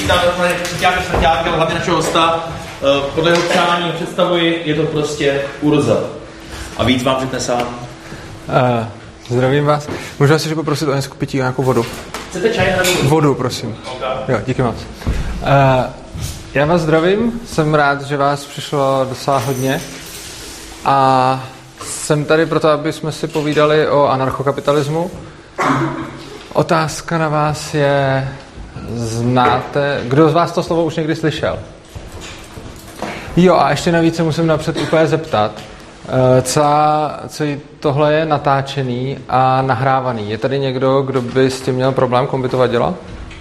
Vítáme smrťáka, ale hlavně našeho hosta. Podle jeho přání představuji, je to prostě Urza. A víc vám řekne sám. Zdravím vás. Můžu vás ještě poprosit o něco pití, nějakou vodu? Chcete čaj nebo vodu, prosím. Okay. Jo, díky moc. Já vás zdravím, jsem rád, že vás přišlo docela hodně. A jsem tady proto, aby jsme si povídali o anarchokapitalismu. Otázka na vás je, znáte, kdo z vás to slovo už někdy slyšel? Jo, a ještě navíc se musím napřed úplně zeptat, celý tohle je natáčený a nahrávaný. Je tady někdo, kdo by s tím měl problém, komu by to vadilo?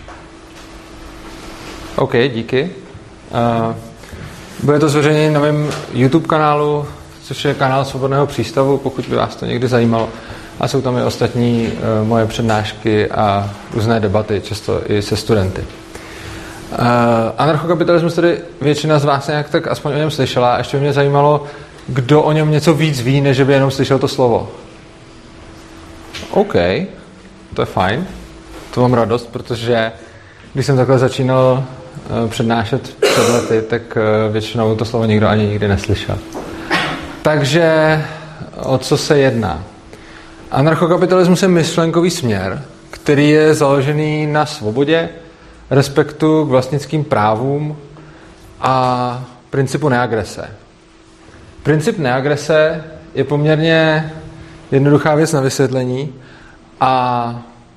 OK, díky. Bude to zveřejněné na mém YouTube kanálu, což je kanál Svobodného přístavu, pokud by vás to někdy zajímalo. A jsou tam i ostatní moje přednášky a různé debaty, často i se studenty. Anarchokapitalismus tedy většina z vás nějak tak aspoň o něm slyšela. A ještě by mě zajímalo, kdo o něm něco víc ví, než by jenom slyšel to slovo. OK, to je fajn. To mám radost, protože když jsem takhle začínal přednášet před lety, tak většinou to slovo nikdo ani nikdy neslyšel. Takže o co se jedná? Anarchokapitalismus je myšlenkový směr, který je založený na svobodě, respektu k vlastnickým právům a principu neagrese. Princip neagrese je poměrně jednoduchá věc na vysvětlení a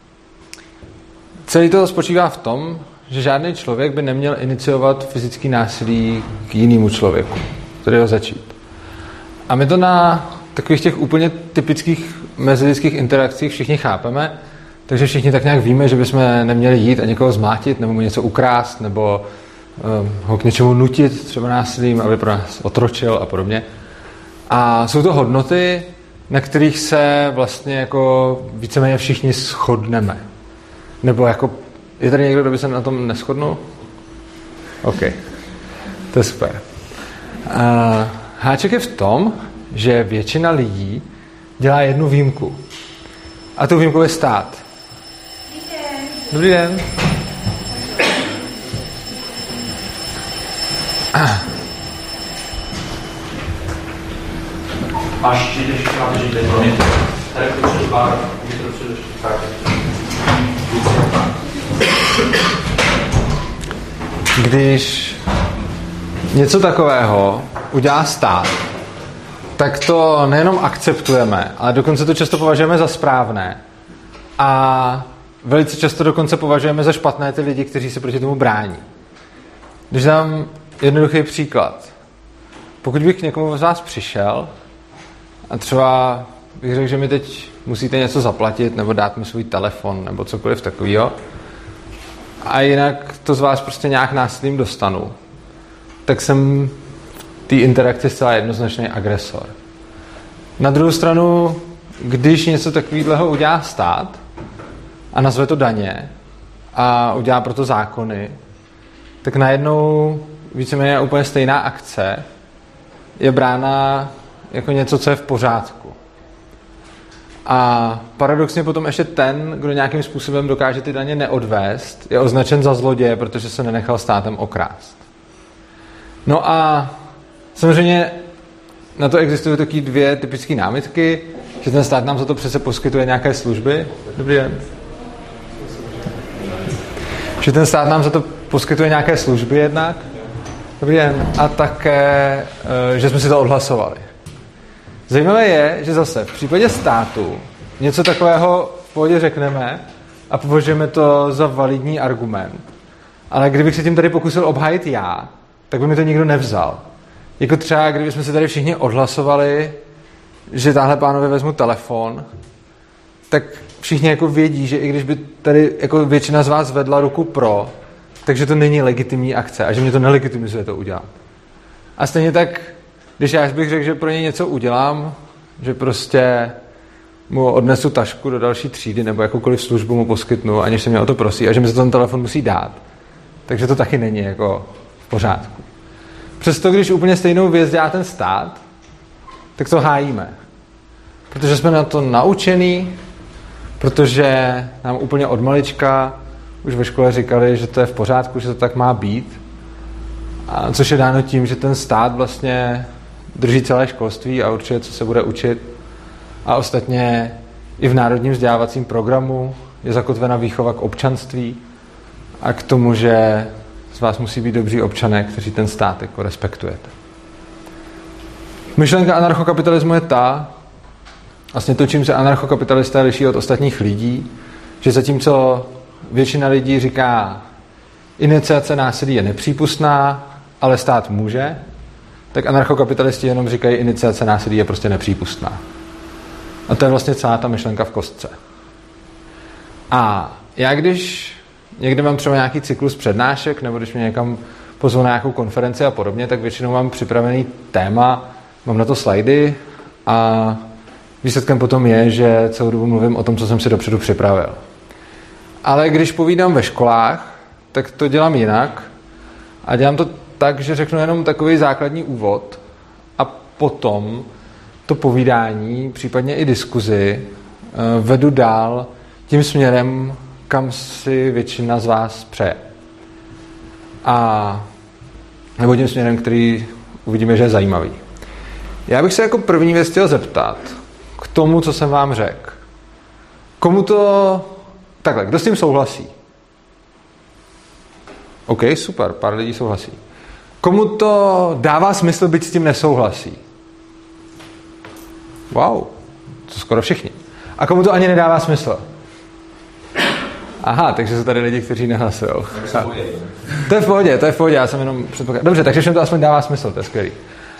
celý to spočívá v tom, že žádný člověk by neměl iniciovat fyzický násilí k jinému člověku, kterého začít. A my to na takových těch úplně typických mezilidských interakcích všichni chápeme, takže všichni tak nějak víme, že bychom neměli jít a někoho zmátit, nebo mu něco ukrást, nebo ho k něčemu nutit, třeba násilím, aby pro nás otročil a podobně. A jsou to hodnoty, na kterých se vlastně jako víceméně všichni shodneme. Nebo jako, je tady někdo, kdo by se na tom neshodnul? OK, to je super. Háček je v tom, že většina lidí dělá jednu výjimku. A tou výjimkou je stát. Dobrý den. Máš ještě máte, že jde pro mě. Tady to třeba, můžete to předještě Když něco takového udělá stát, tak to nejenom akceptujeme, ale dokonce to často považujeme za správné. A velice často dokonce považujeme za špatné ty lidi, kteří se proti tomu brání. Když dám jednoduchý příklad. Pokud bych k někomu z vás přišel a třeba bych řekl, že mi teď musíte něco zaplatit nebo dát mi svůj telefon nebo cokoliv takového a jinak to z vás prostě nějak násilím dostanu, tak jsem v té interakci zcela jednoznačný agresor. Na druhou stranu, když něco takového udělá stát a nazve to daně a udělá proto zákony, tak najednou víceméně úplně stejná akce je brána jako něco, co je v pořádku. A paradoxně potom ještě ten, kdo nějakým způsobem dokáže ty daně neodvést, je označen za zloděje, protože se nenechal státem okrást. No a samozřejmě na to existují taky dvě typické námitky, že ten stát nám za to přece poskytuje nějaké služby. Dobrý den. Že ten stát nám za to poskytuje nějaké služby jednak. Dobrý den. A také, že jsme si to odhlasovali. Zajímavé je, že zase v případě státu něco takového v pohodě řekneme a považujeme to za validní argument. Ale kdybych se tím tady pokusil obhájit já, tak by mi to nikdo nevzal. Jako třeba, kdybychom se tady všichni odhlasovali, že táhle pánovi vezmu telefon, tak všichni jako vědí, že i když by tady jako většina z vás vedla ruku pro, takže to není legitimní akce a že mě to nelegitimizuje to udělat. A stejně tak, když já bych řekl, že pro něj něco udělám, že prostě mu odnesu tašku do další třídy nebo jakoukoliv službu mu poskytnu, aniž se mě o to prosí a že mi za ten telefon musí dát, takže to taky není jako v pořádku. Přesto, když úplně stejnou věc dělá ten stát, tak to hájíme. Protože jsme na to naučení, protože nám úplně od malička už ve škole říkali, že to je v pořádku, že to tak má být. A což je dáno tím, že ten stát vlastně drží celé školství a určuje, co se bude učit. A ostatně i v národním vzdělávacím programu je zakotvena výchova k občanství a k tomu, že z vás musí být dobří občané, kteří ten stát jako respektujete. Myšlenka anarchokapitalismu je ta, vlastně to, čím se anarchokapitalisté liší od ostatních lidí, že zatímco většina lidí říká, iniciace násilí je nepřípustná, ale stát může, tak anarchokapitalisti jenom říkají, iniciace násilí je prostě nepřípustná. A to je vlastně celá ta myšlenka v kostce. A já když někde mám třeba nějaký cyklus přednášek, nebo když mě někam pozvou na nějakou konferenci a podobně, tak většinou mám připravený téma, mám na to slajdy a výsledkem potom je, že celou dobu mluvím o tom, co jsem si dopředu připravil. Ale když povídám ve školách, tak to dělám jinak a dělám to tak, že řeknu jenom takový základní úvod a potom to povídání, případně i diskuzi vedu dál tím směrem, kam si většina z vás přeje. A nebo tím směrem, který uvidíme, že je zajímavý. Já bych se jako první věc chtěl zeptat k tomu, co jsem vám řekl. Komu to... Takhle, kdo s tím souhlasí? OK, super, pár lidí souhlasí. Komu to dává smysl, byť s tím nesouhlasí? Wow, to skoro všichni. A komu to ani nedává smysl? Aha, takže jsou tady lidi, kteří nehlasují. To je v pohodě, já jsem jenom předpokládal. Dobře, takže všem to aspoň dává smysl, to je skvělý.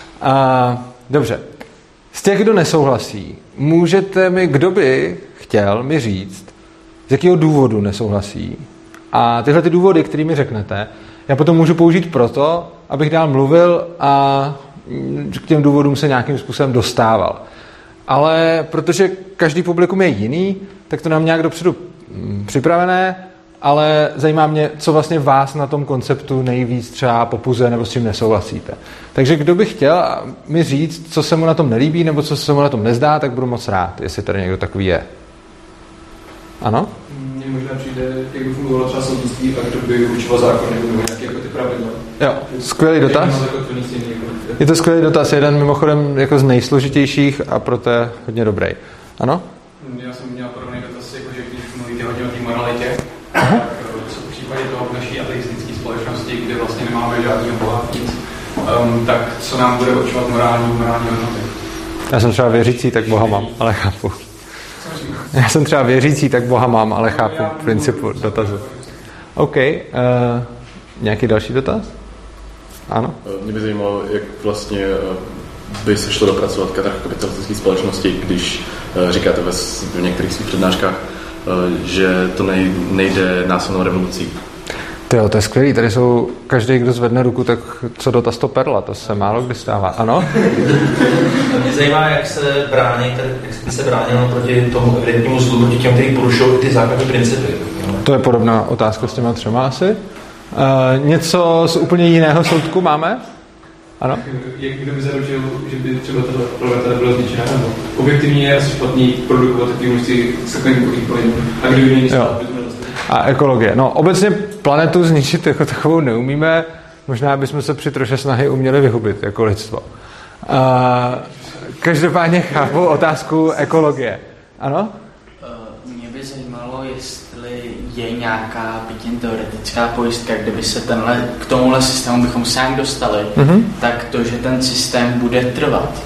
Dobře, z těch, kdo nesouhlasí, můžete mi, kdo by chtěl mi říct, z jakého důvodu nesouhlasí. A tyhle ty důvody, které mi řeknete, já potom můžu použít proto, abych dál mluvil a k těm důvodům se nějakým způsobem dostával. Ale protože každý publikum je jiný, tak to nám nějak dopředu připravené, ale zajímá mě, co vlastně vás na tom konceptu nejvíc třeba popuzuje nebo s čím nesouhlasíte. Takže kdo by chtěl mi říct, co se mu na tom nelíbí nebo co se mu na tom nezdá, tak budu moc rád, jestli tady někdo takový je. Ano? Mně možná přijde, jak by fungovalo třeba soudnictví a kdo by určoval zákony nebo nějaké jako ty pravidla. Jo, skvělý dotaz. Je to skvělý dotaz, jeden mimochodem jako z nejsložitějších a proto je hodně dobrý. Ano? Já jsem měl podobný dotaz, jako že když mluvíte hodně o té moralitě, tak co v případě toho v naší ateistické společnosti, kde vlastně nemáme žádný boha, nic, tak co nám bude určovat morální hodnoty? Já jsem třeba věřící, tak Boha mám, ale chápu. Já jsem třeba věřící, tak Boha mám, ale chápu principu dotazu. OK. Nějaký další dotaz? Ano? Mě by zajímalo, jak vlastně by se šlo dopracovat k anarchokapitalistické společnosti, když říkáte v některých svých přednáškách, že to nejde násilnou revolucí. Tyjo, to je skvělý. Tady jsou každý, kdo zvedne ruku, tak co dotaz to perla. To se málo kdy stává. Ano? Mě zajímá, jak by se bránilo proti tomu evidentnímu zlu, proti těm, kteří porušují ty základní principy. To je podobná otázka s těma třema asi. Něco z úplně jiného soudku máme? Ano? Kdo by zaručil, že by třeba tato planeta byla zničená? Objektivně je asi špatný produkovat takové množství skleníkových plynů. A kdo by měl a ekologie. No, obecně planetu zničit jako takovou neumíme. Možná bychom se při troše snahy uměli vyhubit jako lidstvo. Každopádně chápu otázku ekologie. Ano? Mě by zajímalo, jestli je nějaká byť teoretická pojistka, kdyby se k tomuhle systému bychom se nějak dostali, tak to, že ten systém bude trvat.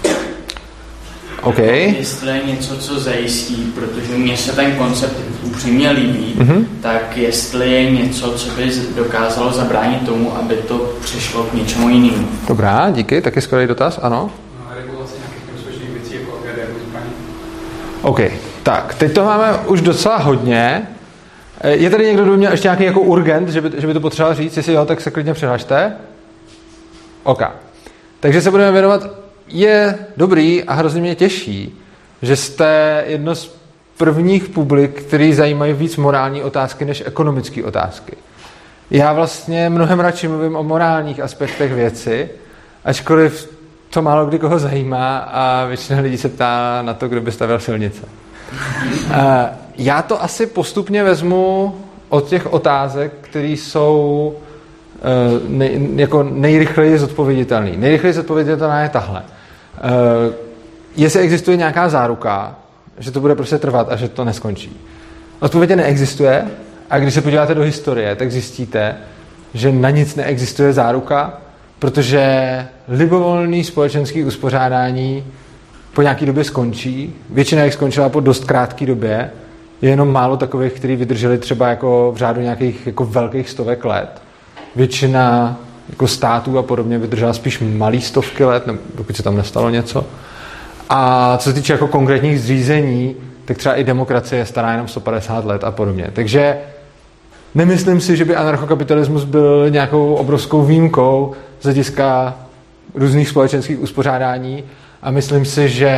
Okay. Jestli je něco, co zajistí, protože mně se ten koncept upřímně líbí, tak jestli je něco, co by dokázalo zabránit tomu, aby to přešlo k něčemu jinému. Dobrá, díky, taky skvělý dotaz, ano. Regulace nějakých nebezpečných věcí jako jaderných zbraní. OK, tak, teď to máme už docela hodně. Je tady někdo, kdo měl ještě nějaký jako urgent, že by to potřeboval říct? Jestli jo, tak se klidně přihlašte. OK. Takže se budeme věnovat. Je dobrý a hrozně mě těší, že jste jedno z prvních publik, který zajímají víc morální otázky než ekonomické otázky. Já vlastně mnohem radši mluvím o morálních aspektech věci, ačkoliv to málo kdy koho zajímá a většina lidí se ptá na to, kdo by stavěl silnice. Já to asi postupně vezmu od těch otázek, které jsou jako nejrychleji zodpověditelný. Nejrychleji zodpověditelná je tahle. Jestli existuje nějaká záruka, že to bude prostě trvat a že to neskončí. Odpověď neexistuje a když se podíváte do historie, tak zjistíte, že na nic neexistuje záruka, protože libovolné společenské uspořádání po nějaké době skončí. Většina jich skončila po dost krátké době. Je jenom málo takových, kteří vydrželi třeba jako v řádu nějakých jako velkých stovek let. Většina jako států a podobně vydržela spíš malý stovky let, dokud se tam nestalo něco. A co se týče jako konkrétních zřízení, tak třeba i demokracie je stará jenom 150 let a podobně. Takže nemyslím si, že by anarchokapitalismus byl nějakou obrovskou výjimkou z hlediska různých společenských uspořádání a myslím si, že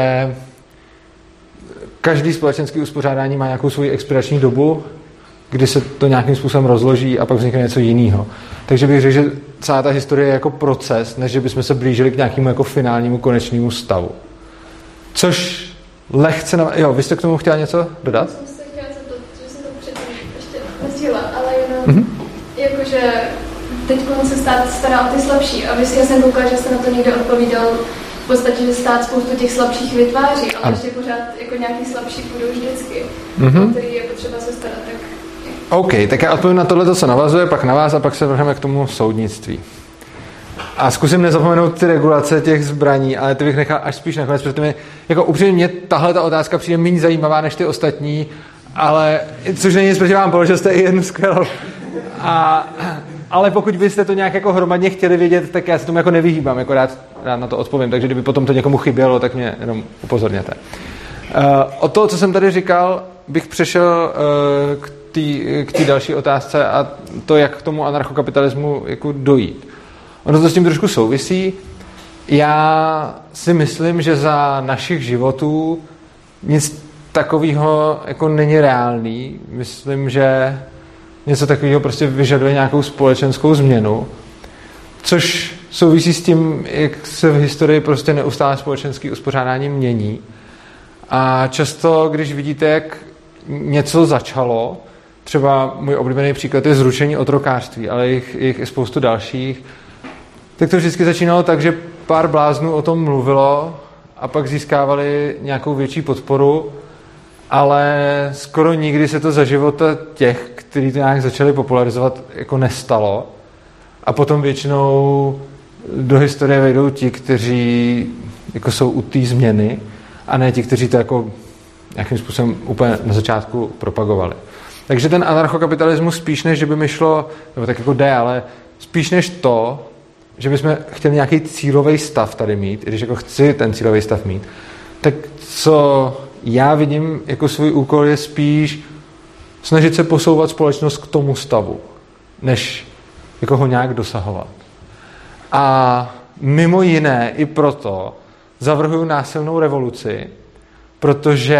každý společenský uspořádání má nějakou svoji expirační dobu, kdy se to nějakým způsobem rozloží a pak vznikne něco jiného. Takže bych řekl, že celá ta historie je jako proces, než že bychom se blížili k nějakému jako finálnímu konečnému stavu. Což lehce... Jo, vy jste k tomu chtěla něco dodat? Já jsem se chtěla zeptat, že jsem to předtím ještě nestihla, ale jenom jakože teď se stát stará o ty slabší a vy si, já jsem koukala, že jste na to někde odpovídal v podstatě, že stát spoustu těch slabších vytváří, ale ještě pořád jako nějaký slabší budou vždycky, o který je potřeba se starat, tak... OK, tak já odpovím na tohle, co navazuje, pak na vás a pak se vrhneme k tomu soudnictví. A zkusím nezapomenout ty regulace těch zbraní, ale ty bych nechal až spíš nakonec, protože mi, jako upřímně, tahle ta otázka přijde méně zajímavá než ty ostatní, ale což není nic proti vám, položil jste i jednu skvělou. Ale pokud byste to nějak jako hromadně chtěli vědět, tak já se tomu jako nevyhýbám, jako rád na to odpovím, takže kdyby potom to někomu chybělo, tak mě jenom upozorněte. O to, co jsem tady říkal, bych přešel k té další otázce a to, jak k tomu anarchokapitalismu jako dojít. Ono to s tím trošku souvisí. Já si myslím, že za našich životů nic takového jako není reálný. Myslím, že něco takového prostě vyžaduje nějakou společenskou změnu, což souvisí s tím, jak se v historii prostě neustále společenské uspořádání mění. A často, když vidíte, jak něco začalo, třeba můj oblíbený příklad je zrušení otrokářství, ale jich i spoustu dalších, tak to vždycky začínalo tak, že pár bláznů o tom mluvilo a pak získávali nějakou větší podporu, ale skoro nikdy se to za života těch, kteří to nějak začali popularizovat, jako nestalo. A potom většinou do historie vejdou ti, kteří jako jsou u té změny a ne ti, kteří to jako nějakým způsobem úplně na začátku propagovali. Takže ten anarchokapitalismus spíš než, že by mi šlo, nebo tak jako jde, ale spíš než to, že bychom chtěli nějaký cílový stav tady mít, i když jako chci ten cílový stav mít, tak co já vidím jako svůj úkol je spíš snažit se posouvat společnost k tomu stavu, než jako ho nějak dosahovat. A mimo jiné i proto zavrhuju násilnou revoluci, protože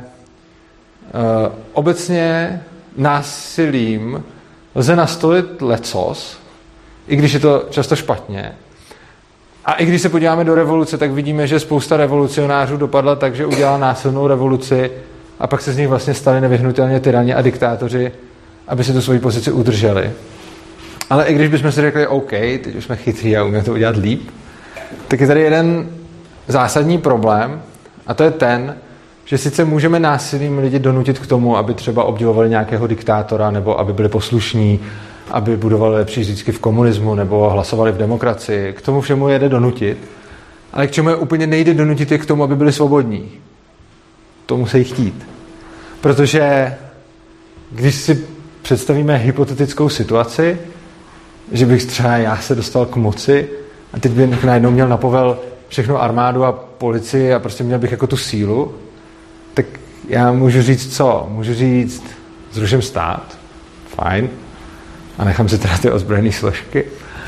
obecně násilím lze nastolit lecos, i když je to často špatně. A i když se podíváme do revoluce, tak vidíme, že spousta revolucionářů dopadla tak, že udělala násilnou revoluci a pak se z nich vlastně stali nevyhnutelně tyrani a diktátoři, aby si tu svoji pozici udrželi. Ale i když bychom si řekli, OK, teď už jsme chytří a umíme to udělat líp, tak je tady jeden zásadní problém a to je ten, že sice můžeme násilím lidi donutit k tomu, aby třeba obdivovali nějakého diktátora nebo aby byli poslušní, aby budovali lepší zítřky v komunismu nebo hlasovali v demokracii. K tomu všemu jde donutit, ale k čemu je úplně nejde donutit je k tomu, aby byli svobodní. To musí chtít. Protože když si představíme hypotetickou situaci, že bych třeba já se dostal k moci a teď bych najednou měl na povel všechno armádu a policii a prostě měl bych jako tu sílu, tak já můžu říct co? Můžu říct, zruším stát, fajn, a nechám si teda ty ozbrojené složky.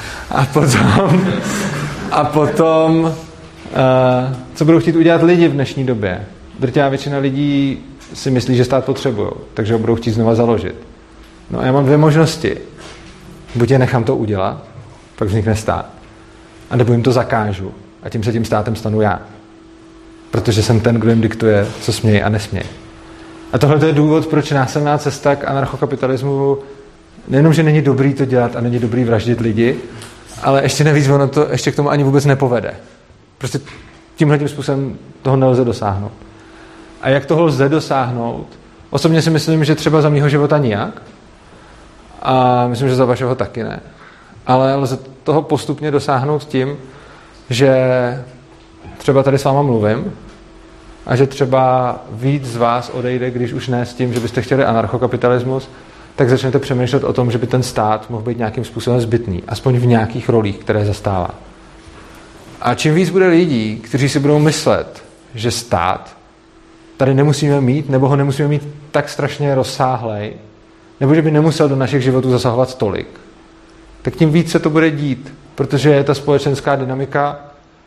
A potom co budou chtít udělat lidi v dnešní době? Drtivá většina lidí si myslí, že stát potřebují, takže ho budou chtít znova založit. No a já mám dvě možnosti. Buď je nechám to udělat, pak vznikne stát, a nebo jim to zakážu a tím se tím státem stanu já. Protože jsem ten, kdo jim diktuje, co smějí a nesmějí. A tohle je důvod, proč násilná cesta k anarchokapitalismu nejenom, že není dobrý to dělat a není dobrý vraždit lidi, ale ještě navíc ono to ještě k tomu ani vůbec nepovede. Prostě tímhletím způsobem toho nelze dosáhnout. A jak toho lze dosáhnout? Osobně si myslím, že třeba za mýho života nijak. A myslím, že za vašeho taky ne. Ale lze toho postupně dosáhnout tím, že třeba tady s váma mluvím a že třeba víc z vás odejde, když už ne s tím, že byste chtěli anarchokapitalismus, tak začnete přemýšlet o tom, že by ten stát mohl být nějakým způsobem zbytný, aspoň v nějakých rolích, které zastává. A čím víc bude lidí, kteří si budou myslet, že stát tady nemusíme mít, nebo ho nemusíme mít tak strašně rozsáhlej, nebo že by nemusel do našich životů zasahovat tolik, tak tím víc se to bude dít, protože je ta společenská dynamika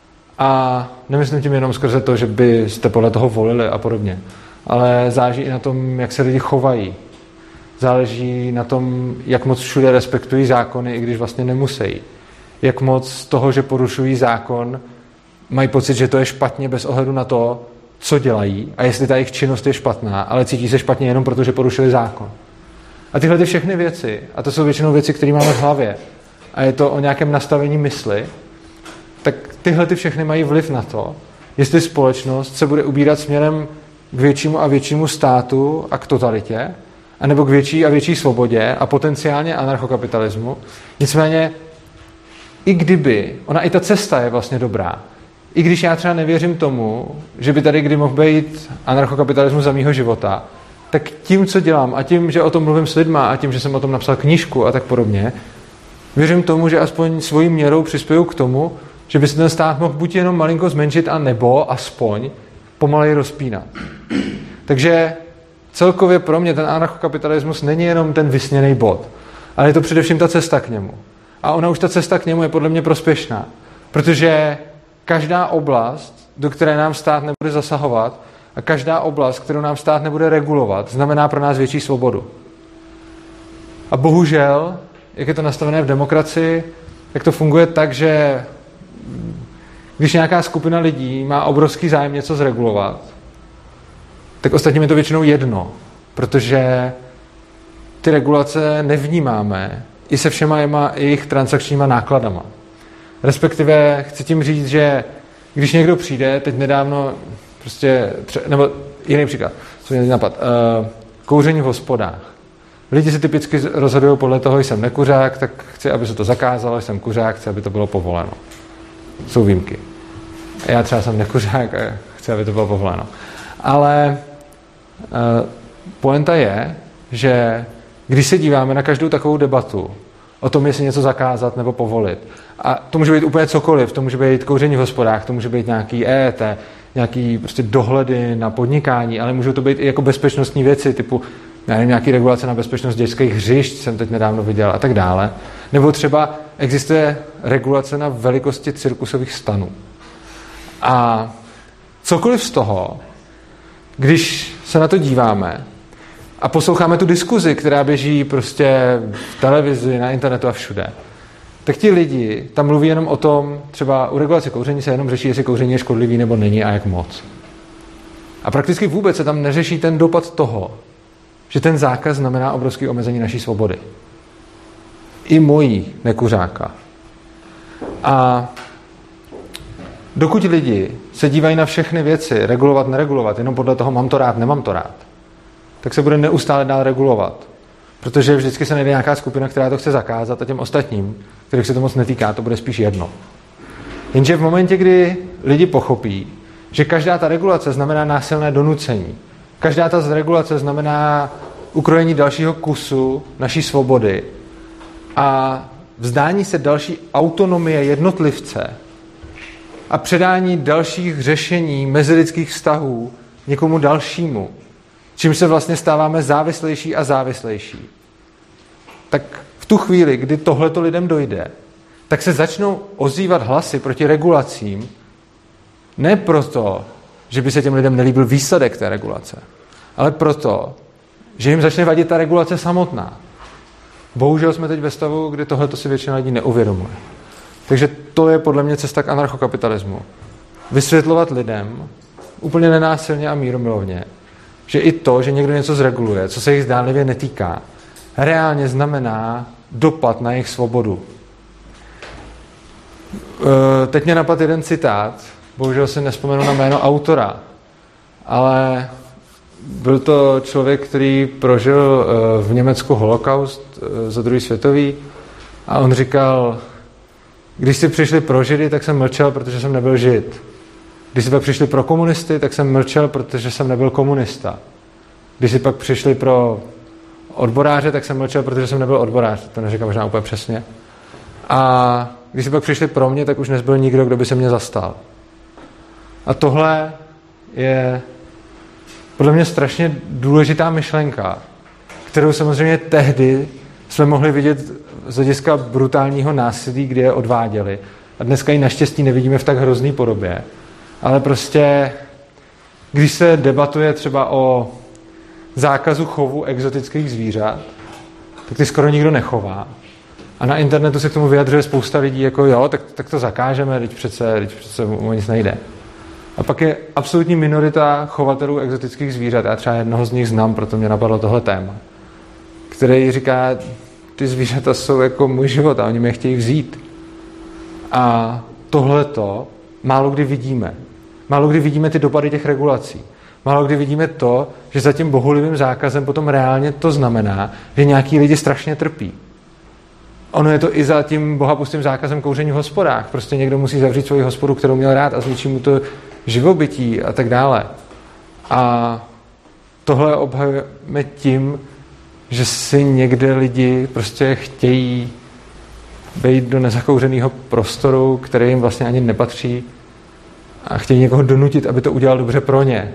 a nemyslím tím jenom skrze to, že byste podle toho volili a podobně, ale záleží i na tom, jak se lidi chovají. Záleží na tom, jak moc všude respektují zákony, i když vlastně nemusí. Jak moc z toho, že porušují zákon, mají pocit, že to je špatně bez ohledu na to, co dělají a jestli ta jejich činnost je špatná, ale cítí se špatně jenom proto, že porušili zákon. A tyhle ty všechny věci, a to jsou většinou věci, které máme v hlavě, a je to o nějakém nastavení mysli, tak tyhle ty všechny mají vliv na to, jestli společnost se bude ubírat směrem k většímu a většímu státu a k totalitě, anebo k větší a větší svobodě a potenciálně anarchokapitalismu. Nicméně, i kdyby, ona i ta cesta je vlastně dobrá, i když já třeba nevěřím tomu, že by tady kdy mohl být anarchokapitalismus za mýho života, tak tím, co dělám a tím, že o tom mluvím s lidma a tím, že jsem o tom napsal knížku a tak podobně, věřím tomu, že aspoň svojí měrou přispěju k tomu, že by se ten stát mohl buď jenom malinko zmenšit, a nebo aspoň pomaleji rozpínat. Takže celkově pro mě ten anarchokapitalismus není jenom ten vysněný bod, ale je to především ta cesta k němu. A ona už ta cesta k němu je podle mě prospěšná, protože každá oblast, do které nám stát nebude zasahovat, a každá oblast, kterou nám stát nebude regulovat, znamená pro nás větší svobodu. A bohužel, jak je to nastavené v demokracii, tak to funguje tak, že když nějaká skupina lidí má obrovský zájem něco zregulovat, tak ostatním je to většinou jedno, protože ty regulace nevnímáme i se všema jejich transakčníma nákladama. Respektive chci tím říct, že když někdo přijde, teď nedávno prostě, nebo jiný příklad, co mě napad, kouření v hospodách. Lidi si typicky rozhodují podle toho, jsem nekuřák, tak chci, aby se to zakázalo, jsem kuřák, chci, aby to bylo povoleno. Jsou výjimky. Já třeba jsem nekuřák a chci, aby to bylo povoleno. Ale pointa je, že když se díváme na každou takovou debatu o tom, jestli něco zakázat nebo povolit, a to může být úplně cokoliv, to může být kouření v hospodách, to může být nějaký EET, nějaký prostě dohledy na podnikání, ale můžou to být i jako bezpečnostní věci, typu já nevím, nějaký regulace na bezpečnost dětských hřišť, jsem teď nedávno viděl a tak dále. Nebo třeba existuje regulace na velikosti cirkusových stanů. A cokoliv z toho, když se na to díváme a posloucháme tu diskuzi, která běží prostě v televizi, na internetu a všude, tak ti lidi tam mluví jenom o tom, třeba u regulace kouření se jenom řeší, jestli kouření je škodlivý nebo není a jak moc. A prakticky vůbec se tam neřeší ten dopad toho, že ten zákaz znamená obrovské omezení naší svobody. I mojí nekuřáka. A dokud lidi se dívají na všechny věci, regulovat, neregulovat, jenom podle toho mám to rád, nemám to rád, tak se bude neustále dál regulovat. Protože vždycky se najde nějaká skupina, která to chce zakázat a těm ostatním, kterých se to moc netýká, to bude spíš jedno. Jenže v momentě, kdy lidi pochopí, že každá ta regulace znamená násilné donucení, každá ta regulace znamená ukrojení dalšího kusu naší svobody a vzdání se další autonomie jednotlivce a předání dalších řešení mezilidských vztahů někomu dalšímu, čímž se vlastně stáváme závislejší a závislejší. Tak v tu chvíli, kdy tohleto lidem dojde, tak se začnou ozývat hlasy proti regulacím, ne proto, že by se těm lidem nelíbil výsledek té regulace, ale proto, že jim začne vadit ta regulace samotná. Bohužel jsme teď ve stavu, kdy tohleto si většina lidí neuvědomuje. Takže to je podle mě cesta k anarchokapitalismu. Vysvětlovat lidem úplně nenásilně a mírumilovně, že i to, že někdo něco zreguluje, co se jich zdánlivě netýká, reálně znamená dopad na jejich svobodu. Teď mě napadl jeden citát, bohužel si nevzpomenu na jméno autora, ale byl to člověk, který prožil v Německu holokaust za druhý světový a on říkal, když si přišli pro Židy, tak jsem mlčel, protože jsem nebyl Žid. Když si pak přišli pro komunisty, tak jsem mlčel, protože jsem nebyl komunista. Když si pak přišli pro odboráře, tak jsem mlčel, protože jsem nebyl odborář. To neříkám možná úplně přesně. A když si pak přišli pro mě, tak už nezbyl nikdo, kdo by se mě zastal. A tohle je podle mě strašně důležitá myšlenka, kterou samozřejmě tehdy jsme mohli vidět z hlediska brutálního násilí, kdy je odváděli. A dneska ji naštěstí nevidíme v tak hrozný podobě. Ale prostě, když se debatuje třeba o zákazu chovu exotických zvířat, tak ty skoro nikdo nechová. A na internetu se k tomu vyjadřuje spousta lidí, jako jo, tak to zakážeme, teď přece o nic nejde. A pak je absolutní minorita chovatelů exotických zvířat. Já třeba jednoho z nich znám, proto mě napadlo tohle téma. Který říká, ty zvířata jsou jako můj život a oni mě chtějí vzít. A tohleto málo kdy vidíme. Málo kdy vidíme ty dopady těch regulací. Málo kdy vidíme to, že za tím bohulivým zákazem potom reálně to znamená, že nějaký lidi strašně trpí. Ono je to i za tím bohapustým zákazem kouření v hospodách. Prostě někdo musí zavřít svoji hospodu, kterou měl rád a zničí mu to živobytí a tak dále. A tohle obhajujeme tím, že si někde lidi prostě chtějí vejít do nezakouřeného prostoru, který jim vlastně ani nepatří a chtějí někoho donutit, aby to udělal dobře pro ně.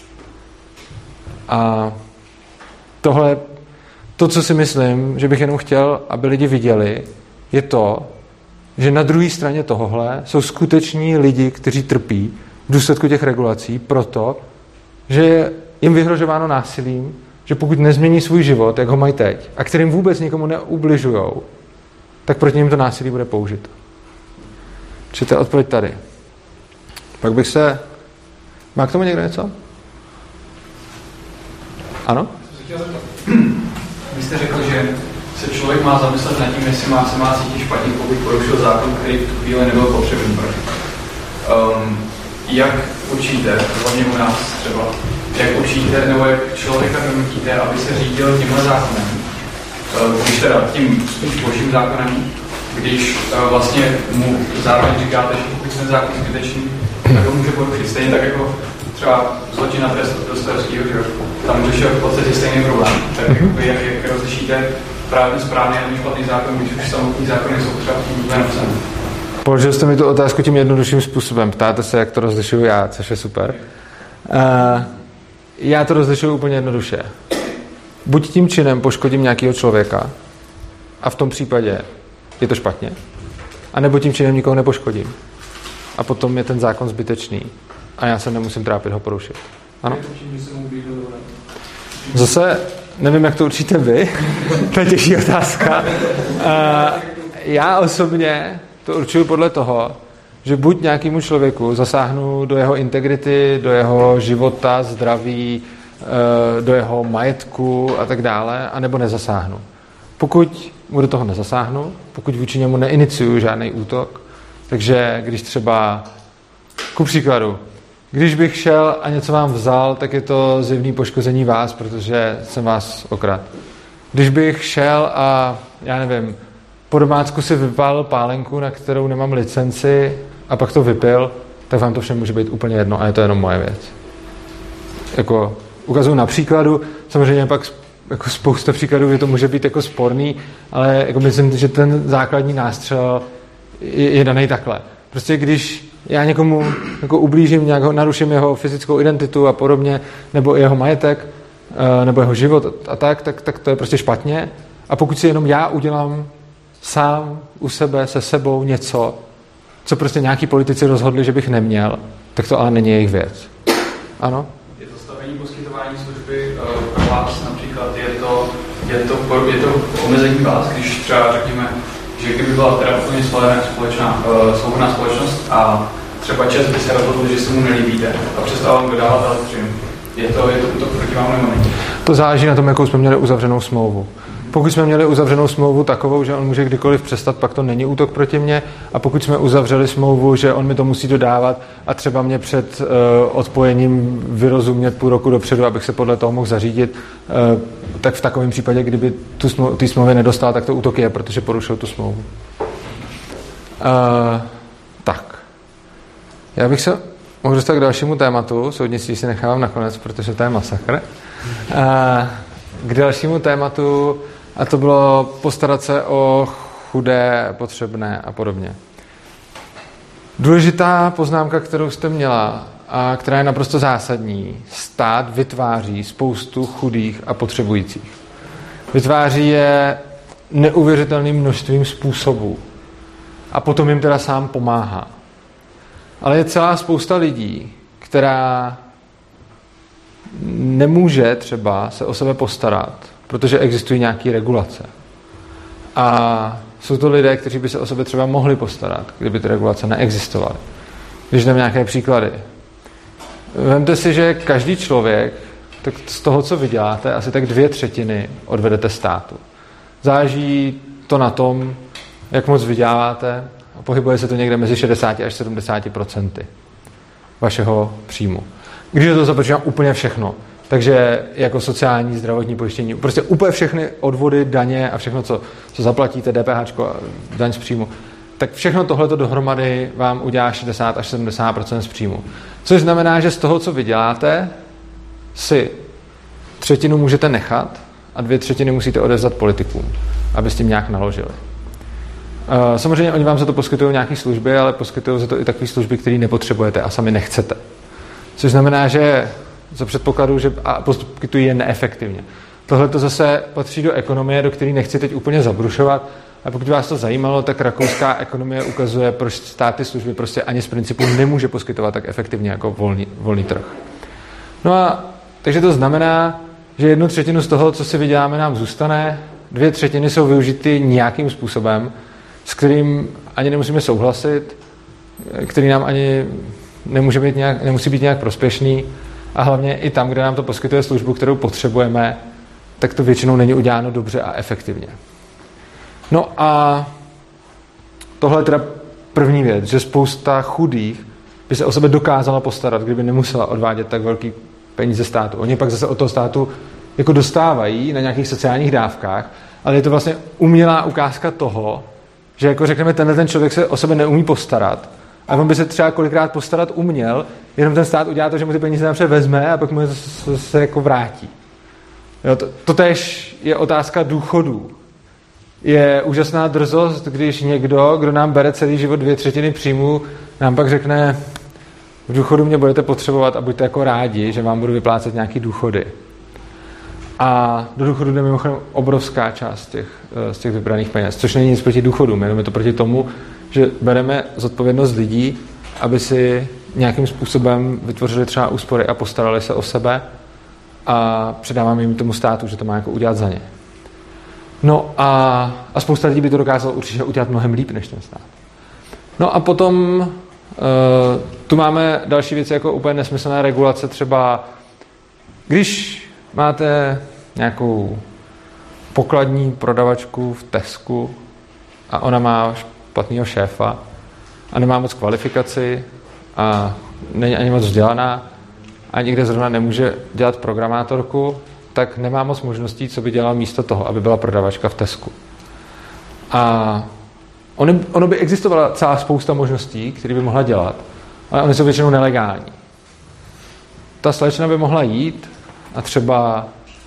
A tohle, to, co si myslím, že bych jenom chtěl, aby lidi viděli, je to, že na druhé straně tohohle jsou skuteční lidi, kteří trpí v důsledku těch regulací, proto, že je jim vyhrožováno násilím, že pokud nezmění svůj život, jak ho mají teď, a kterým vůbec nikomu neubližujou, tak proti nim to násilí bude použito. Čili to je odpověď tady. Pak bych se... Má k tomu někdo něco? Ano? Vy jste řekl, že se člověk má zamyslet nad tím, jestli se má cítit špatně, pokud porušil zákon, který v tu chvíli nebyl potřebný. Jak učíte, hlavně u nás třeba, jak učíte, nebo jak člověka donutíte, aby se řídil tímhle zákonem? Když teda tím spíš božím zákonem, když vlastně mu zároveň říkáte, že pokud ten zákon zbytečný, tak ho může porušit. Stejně tak jako třeba zločin na trest Dostojevskýho, že tam řešil v podstatě stejný problém. Tak jak rozlišíte právě správný a špatný zákon, když už samotný zákony jsou třeba tím napsané? Položil jste mi tu otázku tím jednodušším způsobem. Ptáte se, jak to rozlišuju já, což je super. Já to rozlišuju úplně jednoduše. Buď tím činem poškodím nějakého člověka a v tom případě je to špatně, anebo tím činem nikoho nepoškodím. A potom je ten zákon zbytečný a já se nemusím trápit ho porušit. Ano? Zase nevím, jak to určíte vy. To je těžší otázka. Já osobně to určuju podle toho, že buď nějakému člověku zasáhnu do jeho integrity, do jeho života, zdraví, do jeho majetku a tak dále, anebo nezasáhnu. Pokud mu do toho nezasáhnu, pokud vůči němu neiniciuju žádný útok, takže když třeba, ku příkladu, když bych šel a něco vám vzal, tak je to zjevný poškození vás, protože jsem vás okradl. Když bych šel a, já nevím, po domácku si vypálil pálenku, na kterou nemám licenci a pak to vypil, tak vám to všem může být úplně jedno a je to jenom moje věc. Jako ukazuju na příkladu, samozřejmě pak jako spousta příkladů, že to může být jako sporný, ale jako myslím, že ten základní nástřel je daný takhle. Prostě když já někomu jako ublížím, nějak ho naruším jeho fyzickou identitu a podobně, nebo jeho majetek, nebo jeho život a tak to je prostě špatně. A pokud si jenom já udělám sám u sebe, se sebou něco, co prostě nějaký politici rozhodli, že bych neměl, tak to ale není jejich věc. Ano? Je to stavení poskytování služby pro vás například, je to omezení vás, když třeba řekněme, že kdyby byla teda úplně svobodná společnost a třeba ČEZ by se rozhodl, že se mu nelíbíte a přestal vám dodávat elektřinu, Je to útok proti vám nebo není? To záleží na tom, jakou jsme měli uzavřenou smlouvu. Pokud jsme měli uzavřenou smlouvu takovou, že on může kdykoliv přestat, pak to není útok proti mně. A pokud jsme uzavřeli smlouvu, že on mi to musí dodávat a třeba mě před odpojením vyrozumět půl roku dopředu, abych se podle toho mohl zařídit, tak v takovém případě, kdyby ty smlouvy nedostal, tak to útok je, protože porušil tu smlouvu. Tak. Já bych se mohl dostat k dalšímu tématu. Soudnictví si nechávám nakonec, protože to je masakr. K dalšímu tématu, a to bylo postarat se o chudé, potřebné a podobně. Důležitá poznámka, kterou jste měla a která je naprosto zásadní. Stát vytváří spoustu chudých a potřebujících. Vytváří je neuvěřitelným množstvím způsobů. A potom jim teda sám pomáhá. Ale je celá spousta lidí, která nemůže třeba se o sebe postarat, protože existují nějaké regulace. A jsou to lidé, kteří by se o sebe třeba mohli postarat, kdyby ty regulace neexistovaly. Když dám nějaké příklady. Vemte si, že každý člověk, tak z toho, co vyděláte, asi tak 2/3 odvedete státu. Záleží to na tom, jak moc vyděláváte, a pohybuje se to někde mezi 60 až 70% vašeho příjmu. Když to započítám úplně všechno, takže jako sociální, zdravotní pojištění, prostě úplně všechny odvody, daně a všechno, co zaplatíte, DPH, daň z příjmu, tak všechno tohleto dohromady vám udělá 60 až 70% z příjmu. Což znamená, že z toho, co vyděláte, si 1/3 můžete nechat a 2/3 musíte odevzdat politikům, aby s tím nějak naložili. Samozřejmě oni vám za to poskytují nějaké služby, ale poskytují za to i takové služby, které nepotřebujete a sami nechcete. Což znamená, že za předpokladu, že poskytují je neefektivně. Tohle to zase patří do ekonomie, do které nechci teď úplně zabrušovat. A pokud vás to zajímalo, tak rakouská ekonomie ukazuje, proč stát ty služby prostě ani z principu nemůže poskytovat tak efektivně jako volný trh. No a takže to znamená, že 1/3 z toho, co si vyděláme, nám zůstane, 2/3 jsou využity nějakým způsobem, s kterým ani nemusíme souhlasit, který nám ani nemusí být nějak prospěšný a hlavně i tam, kde nám to poskytuje službu, kterou potřebujeme, tak to většinou není uděláno dobře a efektivně. No a tohle je teda první věc, že spousta chudých by se o sebe dokázala postarat, kdyby nemusela odvádět tak velký peníze státu. Oni pak zase od toho státu jako dostávají na nějakých sociálních dávkách, ale je to vlastně umělá ukázka toho, že jako řekneme, ten člověk se o sebe neumí postarat a on by se třeba kolikrát postarat uměl, jenom ten stát udělá to, že mu ty peníze napřed vezme a pak mu se jako vrátí. Jo, to též je otázka důchodů. Je úžasná drzost, když někdo, kdo nám bere celý život 2/3 příjmu, nám pak řekne, v důchodu mě budete potřebovat a buďte jako rádi, že vám budu vyplácet nějaký důchody. A do důchodu jde mimochodem obrovská část z těch vybraných peněz, což není nic proti důchodům, jenom je to proti tomu, že bereme zodpovědnost lidí, aby si nějakým způsobem vytvořili třeba úspory a postarali se o sebe a předáváme jim tomu státu, že to má jako udělat za ně. No a spousta lidí by to dokázalo určitě udělat mnohem líp než ten stát. No a potom tu máme další věci jako úplně nesmyslné regulace, třeba když máte nějakou pokladní prodavačku v Tesku a ona má špatného šéfa a nemá moc kvalifikaci a není ani moc vzdělaná a nikde zrovna nemůže dělat programátorku, tak nemá moc možností, co by dělala místo toho, aby byla prodavačka v Tesku. A ono by existovala celá spousta možností, které by mohla dělat, ale ony jsou většinou nelegální. Ta slečna by mohla jít a třeba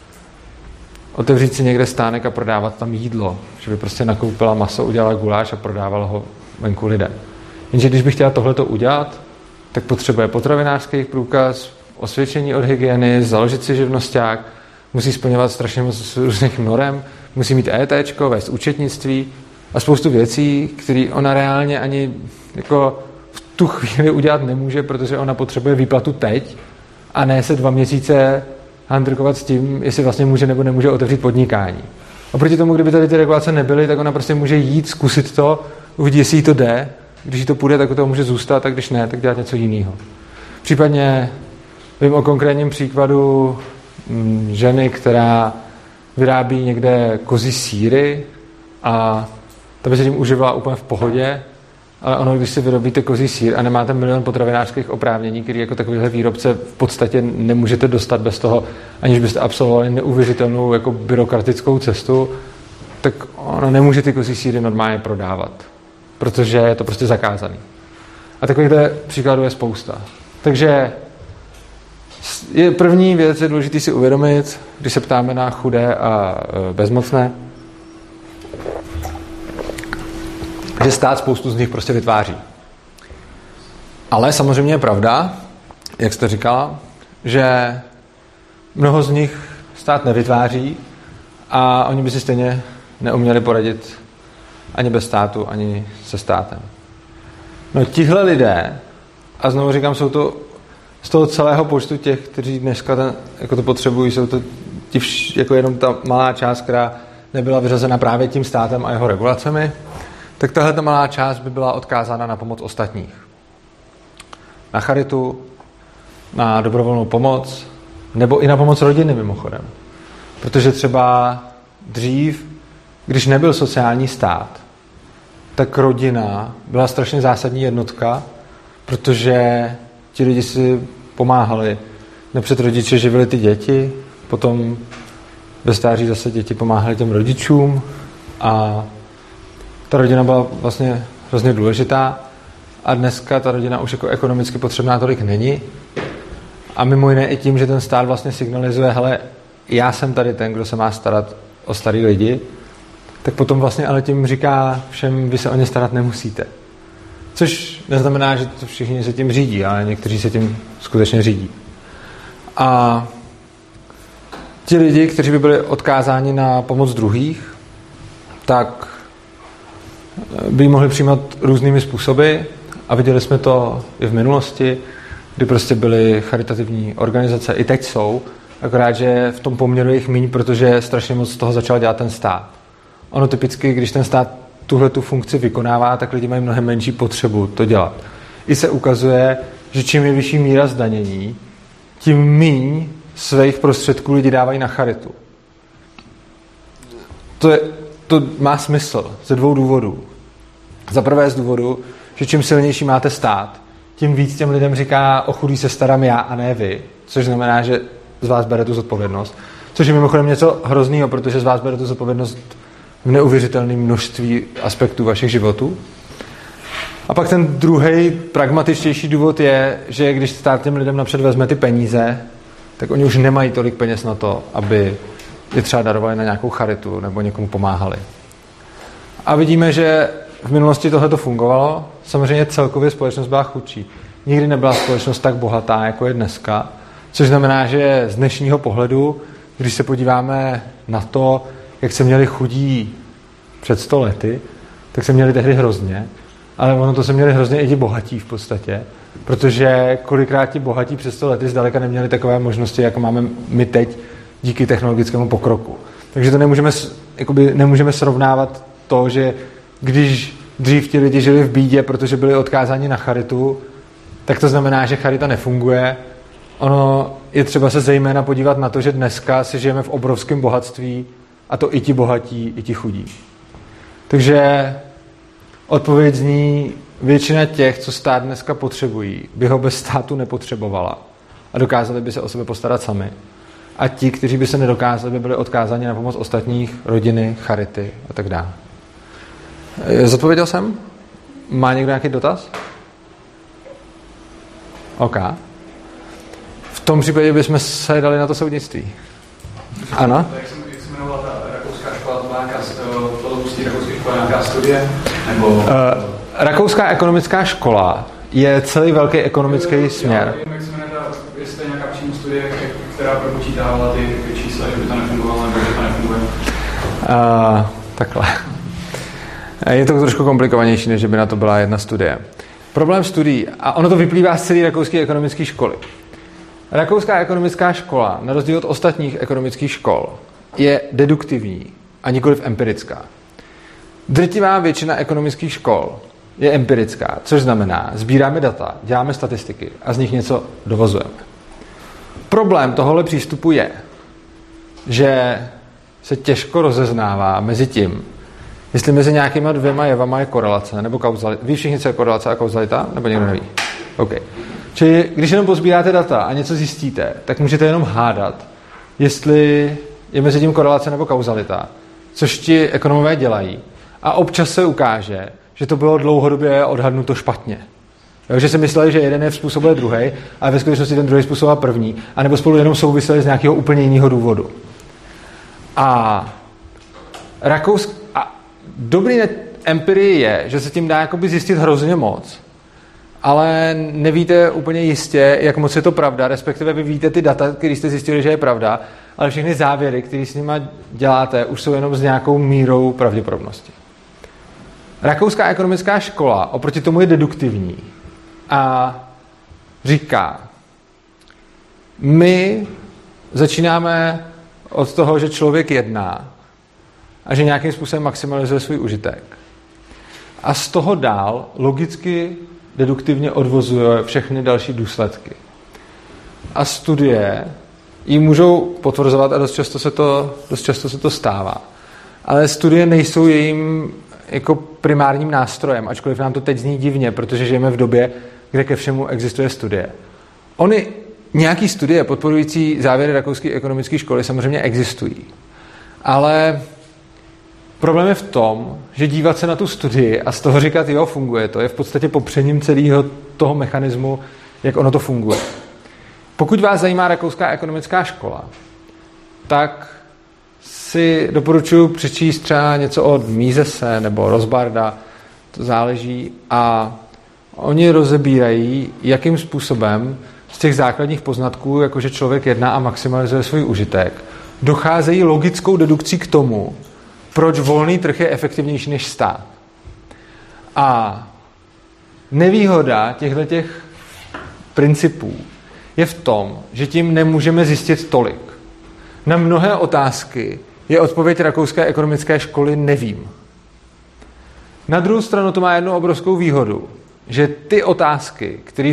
otevřít si někde stánek a prodávat tam jídlo. Že by prostě nakoupila maso, udělala guláš a prodávala ho venku lidem. Jenže když by chtěla tohleto udělat, tak potřebuje potravinářský průkaz, osvědčení od hygieny, založit si živnosťák, musí splňovat strašně moc různých norem, musí mít EETčko, vést účetnictví a spoustu věcí, které ona reálně ani jako v tu chvíli udělat nemůže, protože ona potřebuje výplatu teď a ne se 2 měsíce handrkovat s tím, jestli vlastně může nebo nemůže otevřít podnikání. Oproti tomu, kdyby tady ty regulace nebyly, tak ona prostě může jít, zkusit to, uvidí, jestli jí to jde, když jí to půjde, tak to může zůstat, a když ne, tak dělat něco jiného. Případně Vím o konkrétním příkladu ženy, která vyrábí někde kozí sýry a ta by se tím užívala úplně v pohodě, ale ono, když si vyrobíte kozí sýr a nemáte milion potravinářských oprávnění, který jako takovýhle výrobce v podstatě nemůžete dostat bez toho, aniž byste absolvovali neuvěřitelnou jako byrokratickou cestu, tak ono nemůže ty kozí sýry normálně prodávat, protože je to prostě zakázaný. A takovýchhle příkladů je spousta. Takže první věc je důležité si uvědomit, když se ptáme na chudé a bezmocné, že stát spoustu z nich prostě vytváří. Ale samozřejmě je pravda, jak jste říkala, že mnoho z nich stát nevytváří a oni by si stejně neuměli poradit ani bez státu, ani se státem. No tihle lidé, a znovu říkám, jsou to z toho celého počtu těch, kteří dneska jako to potřebují, jsou to jako jenom ta malá část, která nebyla vyřazena právě tím státem a jeho regulacemi, tak tahle ta malá část by byla odkázána na pomoc ostatních. Na charitu, na dobrovolnou pomoc, nebo i na pomoc rodiny mimochodem. Protože třeba dřív, když nebyl sociální stát, tak rodina byla strašně zásadní jednotka, protože ti lidi si pomáhali. Napřed rodiče živili ty děti, potom ve stáří zase děti pomáhali těm rodičům a ta rodina byla vlastně hrozně důležitá a dneska ta rodina už jako ekonomicky potřebná tolik není. A mimo jiné i tím, že ten stát vlastně signalizuje, hele, já jsem tady ten, kdo se má starat o starý lidi, tak potom vlastně ale tím říká všem, vy se o ně starat nemusíte. Což neznamená, že to všichni se tím řídí, ale někteří se tím skutečně řídí. A ti lidi, kteří by byli odkázáni na pomoc druhých, tak by ji mohli přijímat různými způsoby a viděli jsme to i v minulosti, kdy prostě byly charitativní organizace, i teď jsou, akorát, že v tom poměru jich míň, protože strašně moc z toho začal dělat ten stát. Ono typicky, když ten stát tuhle tu funkci vykonává, tak lidi mají mnohem menší potřebu to dělat. I se ukazuje, že čím je vyšší míra zdanění, tím míň svých prostředků lidi dávají na charitu. To má smysl ze dvou důvodů. Za prvé z důvodu, že čím silnější máte stát, tím víc těm lidem říká, o chudý se starám já a ne vy, což znamená, že z vás bere tu zodpovědnost. Což je mimochodem něco hroznýho, protože z vás bere tu zodpovědnost v neuvěřitelném množství aspektů vašich životů. A pak ten druhý pragmatičtější důvod je, že když stát těm lidem napřed vezme ty peníze, tak oni už nemají tolik peněz na to, aby je třeba darovali na nějakou charitu nebo někomu pomáhali. A vidíme, že v minulosti tohle to fungovalo. Samozřejmě celkově společnost byla chudší. Nikdy nebyla společnost tak bohatá, jako je dneska. Což znamená, že z dnešního pohledu, když se podíváme na to, jak se měli chudí před 100 lety, tak se měli tehdy hrozně. Ale ono to se měli hrozně i ti bohatí v podstatě. Protože kolikrát ti bohatí před 100 lety zdaleka neměli takové možnosti, jako máme my teď díky technologickému pokroku. Takže to nemůžeme srovnávat to, že když dřív ti lidi žili v bídě, protože byli odkázáni na charitu, tak to znamená, že charita nefunguje. Ono je třeba se zejména podívat na to, že dneska si žijeme v obrovském bohatství a to i ti bohatí, i ti chudí. Takže odpověď zní, většina těch, co stát dneska potřebují, by ho bez státu nepotřebovala a dokázali by se o sebe postarat sami. A ti, kteří by se nedokázali, by byli odkázáni na pomoc ostatních, rodiny, charity a tak dále. Zodpověděl jsem? Má někdo nějaký dotaz? OK. V tom případě bychom se dali na to soudnictví. Ano? Jak se jmenovala ta rakouská škola, to byla nějaká studie? Nebo... Rakouská ekonomická škola je celý velký ekonomický směr. Jak se jmenuje, jestli je nějaká přímo studie, která propočítávala ty čísla, že by to nefungovalo, nebo že to nefunguje? Takhle. Je to trošku komplikovanější, než by na to byla jedna studie. Problém studií, a ono to vyplývá z celé rakouské ekonomické školy. Rakouská ekonomická škola, na rozdíl od ostatních ekonomických škol, je deduktivní a nikoliv empirická. Drtivá většina ekonomických škol je empirická, což znamená, sbíráme data, děláme statistiky a z nich něco dovozujeme. problém tohohle přístupu je, že se těžko rozeznává mezi tím, jestli mezi nějakýma dvěma jevama je korelace nebo kauzalita. Ví všichni, co je korelace a kauzalita? Nebo někdo neví? OK. Čili když jenom pozbíráte data a něco zjistíte, tak můžete jenom hádat, jestli je mezi tím korelace nebo kauzalita, což ti ekonomové dělají. A občas se ukáže, že to bylo dlouhodobě odhadnuto špatně. Jo, že si mysleli, že jeden jev způsobuje druhý, ale ve skutečnosti ten druhý způsoboval první, anebo spolu jenom souviseli z nějakého úplně jiného důvodu. A dobrý empirii je, že se tím dá jakoby zjistit hrozně moc, ale nevíte úplně jistě, jak moc je to pravda, respektive vy víte ty data, které jste zjistili, že je pravda, ale všechny závěry, které s nima děláte, už jsou jenom s nějakou mírou pravděpodobnosti. Rakouská ekonomická škola oproti tomu je deduktivní a říká, my začínáme od toho, že člověk jedná a že nějakým způsobem maximalizuje svůj užitek. A z toho dál logicky deduktivně odvozuje všechny další důsledky. A studie ji můžou potvrzovat a dost často se to stává. Ale studie nejsou jejím jako primárním nástrojem, ačkoliv nám to teď zní divně, protože žijeme v době, kde ke všemu existuje studie. Nějaký studie podporující závěry rakouské ekonomické školy samozřejmě existují. Ale problém je v tom, že dívat se na tu studii a z toho říkat, jo, funguje to, je v podstatě popřením celého toho mechanismu, jak ono to funguje. Pokud vás zajímá rakouská ekonomická škola, tak si doporučuji přečíst třeba něco od Misese nebo Rosbarda, to záleží, a oni rozebírají, jakým způsobem z těch základních poznatků, jakože člověk jedná a maximalizuje svůj užitek, docházejí logickou dedukcí k tomu, proč volný trh je efektivnější než stát. A nevýhoda těchto principů je v tom, že tím nemůžeme zjistit tolik. Na mnohé otázky je odpověď rakouské ekonomické školy nevím. Na druhou stranu to má jednu obrovskou výhodu, že ty otázky, které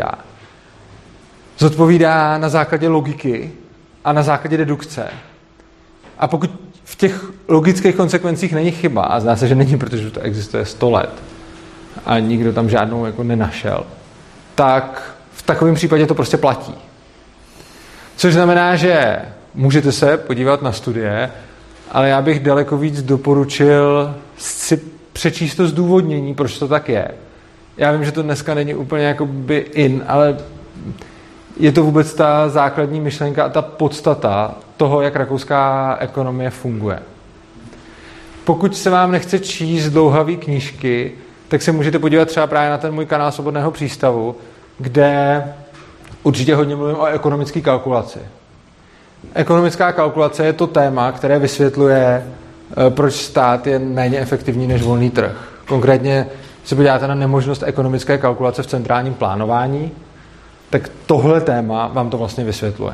zodpovídá na základě logiky a na základě dedukce. A pokud v těch logických konsekvencích není chyba, a zdá se, že není, protože to existuje 100 let a nikdo tam žádnou jako nenašel, tak v takovém případě to prostě platí. Což znamená, že můžete se podívat na studie, ale já bych daleko víc doporučil si přečíst to zdůvodnění, proč to tak je. Já vím, že to dneska není úplně jakoby in, ale je to vůbec ta základní myšlenka a ta podstata toho, jak rakouská ekonomie funguje. Pokud se vám nechce číst dlouhavé knížky, tak se můžete podívat třeba právě na ten můj kanál Svobodného přístavu, kde určitě hodně mluvím o ekonomické kalkulaci. Ekonomická kalkulace je to téma, které vysvětluje, proč stát je méně efektivní než volný trh. Konkrétně se podíváte na nemožnost ekonomické kalkulace v centrálním plánování, tak tohle téma vám to vlastně vysvětluje.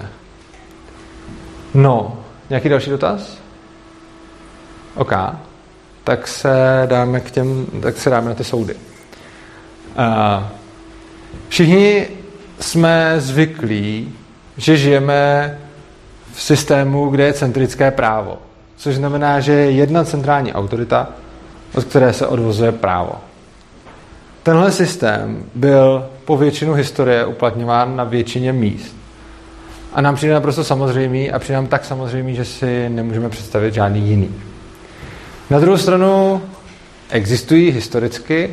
No, nějaký další dotaz? OK. Tak se dáme na ty soudy. Všichni jsme zvyklí, že žijeme v systému, kde je centrické právo. Což znamená, že je jedna centrální autorita, od které se odvozuje právo. Tenhle systém byl po většinu historie uplatňován na většině míst. A nám přijde naprosto samozřejmý a přijde nám tak samozřejmý, že si nemůžeme představit žádný jiný. Na druhou stranu existují historicky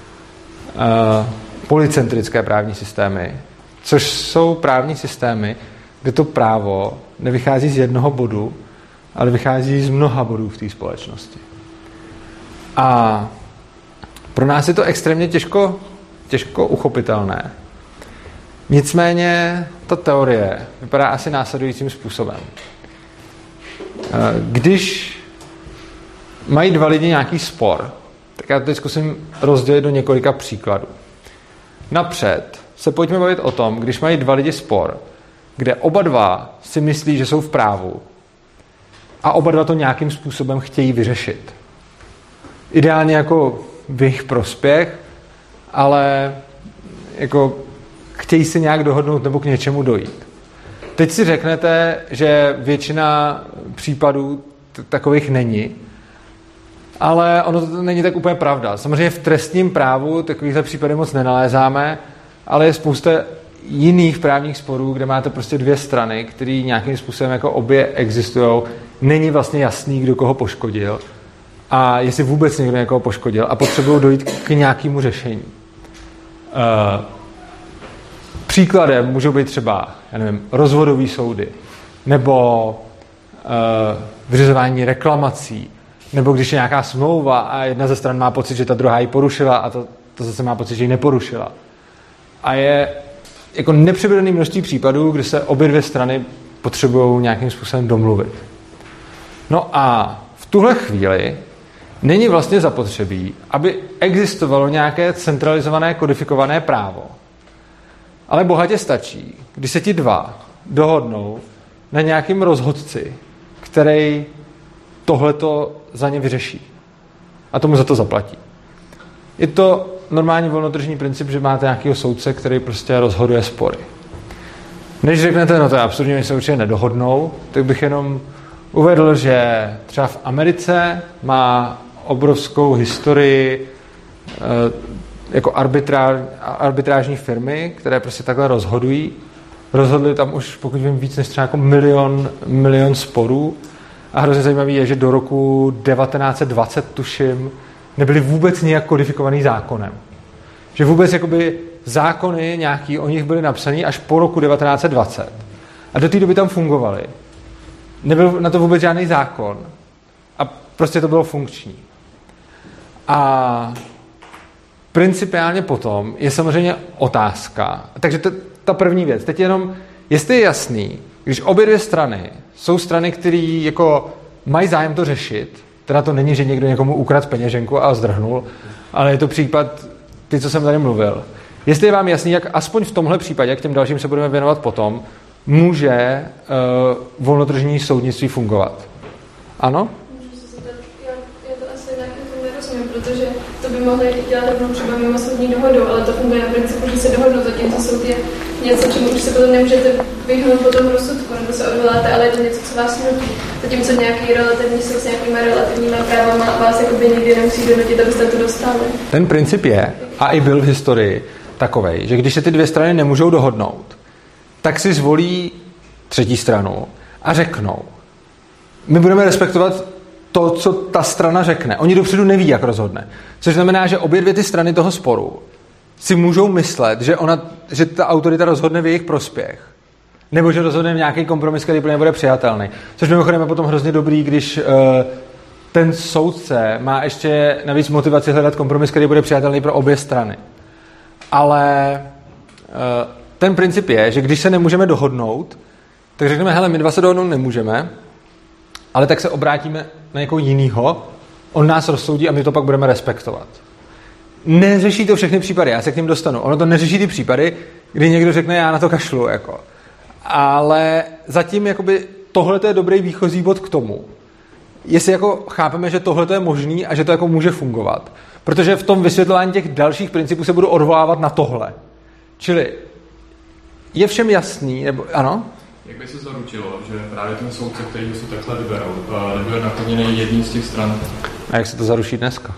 polycentrické právní systémy, což jsou právní systémy, kde to právo nevychází z jednoho bodu, ale vychází z mnoha bodů v té společnosti. A pro nás je to extrémně těžko uchopitelné. Nicméně ta teorie vypadá asi následujícím způsobem. Když mají dva lidi nějaký spor, tak já to teď zkusím rozdělit do několika příkladů. Napřed se pojďme bavit o tom, když mají dva lidi spor, kde oba dva si myslí, že jsou v právu a oba dva to nějakým způsobem chtějí vyřešit. Ideálně jako v jejich prospěch, ale jako chtějí si nějak dohodnout nebo k něčemu dojít. teď si řeknete, že většina případů takových není, ale ono to není tak úplně pravda. Samozřejmě v trestním právu takovýchhle případy moc nenalézáme, ale je spousta jiných právních sporů, kde máte prostě dvě strany, které nějakým způsobem jako obě existují. Není vlastně jasný, kdo koho poškodil a jestli vůbec někdo někoho poškodil a potřebují dojít k nějakému řešení. Příkladem můžou být třeba, já nevím, rozvodové soudy nebo vyřizování reklamací, nebo když je nějaká smlouva a jedna ze stran má pocit, že ta druhá ji porušila a to zase má pocit, že ji neporušila. A je jako nepřebydené množství případů, kdy se obě dvě strany potřebují nějakým způsobem domluvit. No a v tuhle chvíli není vlastně zapotřebí, aby existovalo nějaké centralizované kodifikované právo. Ale bohatě stačí, když se ti dva dohodnou na nějakým rozhodci, který tohleto za ně vyřeší. A tomu za to zaplatí. Je to normální volnotržní princip, že máte nějakého soudce, který prostě rozhoduje spory. Než řeknete, no to je absurdní, oni se určitě nedohodnou, tak bych jenom uvedl, že třeba v Americe má obrovskou historii jako arbitrážní firmy, které prostě takhle rozhodují. Rozhodli tam už, pokud vím, víc než třeba jako milion sporů. A hrozně zajímavý je, že do roku 1920, tuším, nebyly vůbec nějak kodifikovaný zákonem. Že vůbec jakoby zákony nějaký o nich byly napsaný až po roku 1920. A do té doby tam fungovaly. Nebyl na to vůbec žádný zákon. A prostě to bylo funkční. A principiálně potom je samozřejmě otázka. Takže ta první věc. Teď jenom, jestli je jasný, když obě dvě strany jsou strany, které jako mají zájem to řešit, teda to není, že někdo někomu ukradl peněženku a zdrhnul, ale je to případ, ty, co jsem tady mluvil. Jestli je vám jasný, jak aspoň v tomhle případě, k těm dalším se budeme věnovat potom, může volnotržní soudnictví fungovat. Ano? Já to asi nerozumím, protože to by mohli dělat rovnou třeba mimo soudní dohodu, ale to funguje na principu, že se dohodnou, zatímco soud je něco, čemu už se potom nemůžete vyhnout po tom rozsudku, nebo se odvoláte, ale je to něco, co vás nutí. Zatímco nějaký relativní soud s nějakýma relativníma právama vás jakoby nikdy nemusí donutit, abyste to dostali. Ten princip je, a i byl v historii, takovej, že když se ty dvě strany nemůžou dohodnout, tak si zvolí třetí stranu a řeknou, my budeme respektovat to, co ta strana řekne. Oni dopředu neví, jak rozhodne. Což znamená, že obě dvě ty strany toho sporu si můžou myslet, že ta autorita rozhodne v jejich prospěch. Nebo že rozhodne nějaký kompromis, který nebude přijatelný. Což mimochodem je potom hrozně dobrý, když ten soudce má ještě navíc motivaci hledat kompromis, který bude přijatelný pro obě strany. Ale ten princip je, že když se nemůžeme dohodnout, tak řekneme, hele, my dva se dohodnout nemůžeme, ale tak se obrátíme na někoho jinýho, on nás rozsoudí a my to pak budeme respektovat. Neřeší to všechny případy, já se k ním dostanu. Ono to neřeší ty případy, kdy někdo řekne, já na to kašlu, jako. Ale zatím jakoby tohle je dobrý výchozí bod k tomu. Jestli jako chápeme, že tohle je možný a že to jako může fungovat. Protože v tom vysvětlování těch dalších principů se budu odvolávat na tohle. Čili je všem jasný, nebo ano? Jak by se zaručilo, že právě ten soudce, který se takhle vyberou, nebude nakloněný jedním z těch stran? A jak se to zaruší dneska?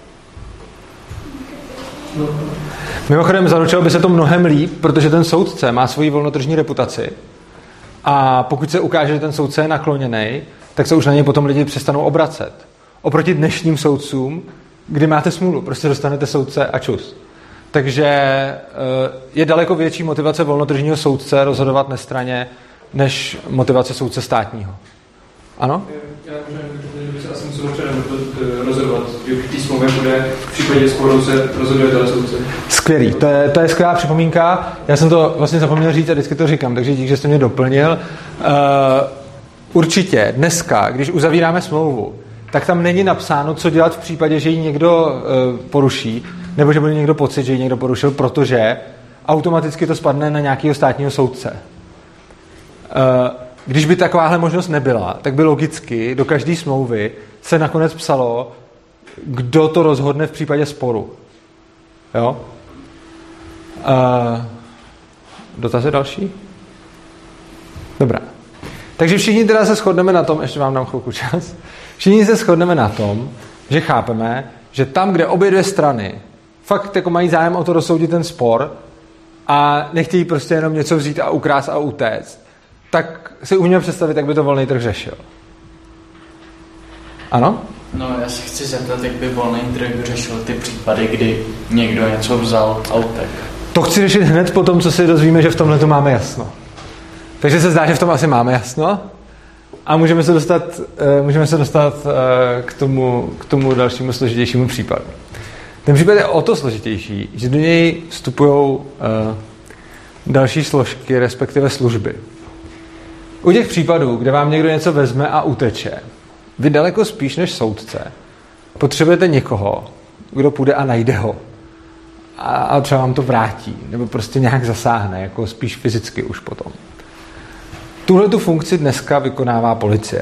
Mimochodem zaručilo by se to mnohem líp, protože ten soudce má svoji volnotržní reputaci a pokud se ukáže, že ten soudce je nakloněný, tak se už na něj potom lidi přestanou obracet. Oproti dnešním soudcům, kdy máte smůlu, prostě dostanete soudce a čus. Takže je daleko větší motivace volnotržního soudce rozhodovat nestranně, než motivace soudce státního. Ano? Já možná, že by se asi muselo předem rozhodovat, že v té smlouvě bude v případě sporu se rozhoduje ten soudce. Skvělý, to je skvělá připomínka. Já jsem to vlastně zapomněl říct a vždycky to říkám, takže díky, že jste mě doplnil. Určitě dneska, když uzavíráme smlouvu, tak tam není napsáno, co dělat v případě, že ji někdo poruší, nebo že bude někdo pocit, že ji někdo porušil, protože automaticky to spadne na nějakého státního soudce. Když by takováhle možnost nebyla, tak by logicky do každé smlouvy se nakonec psalo, kdo to rozhodne v případě sporu. Jo? Dobrá. Takže všichni teda se shodneme na tom, ještě vám dám chvilku čas, všichni se shodneme na tom, že chápeme, že tam, kde obě dvě strany fakt jako mají zájem o to rozsoudit ten spor a nechtějí prostě jenom něco vzít a ukrást a utéct, tak si umíme představit, jak by to volný trh řešil. Ano? No, já se chci zeptat, jak by volný trh řešil ty případy, kdy někdo něco vzal a utek. To chci řešit hned po tom, co si dozvíme, že v tomhle to máme jasno. Takže se zdá, že v tom asi máme jasno a můžeme se dostat k tomu dalšímu složitějšímu případu. Ten případ je o to složitější, že do něj vstupují další složky, respektive služby. U těch případů, kde vám někdo něco vezme a uteče, vy daleko spíš než soudce potřebujete někoho, kdo půjde a najde ho. A třeba vám to vrátí, nebo prostě nějak zasáhne, jako spíš fyzicky už potom. Tuhle tu funkci dneska vykonává policie.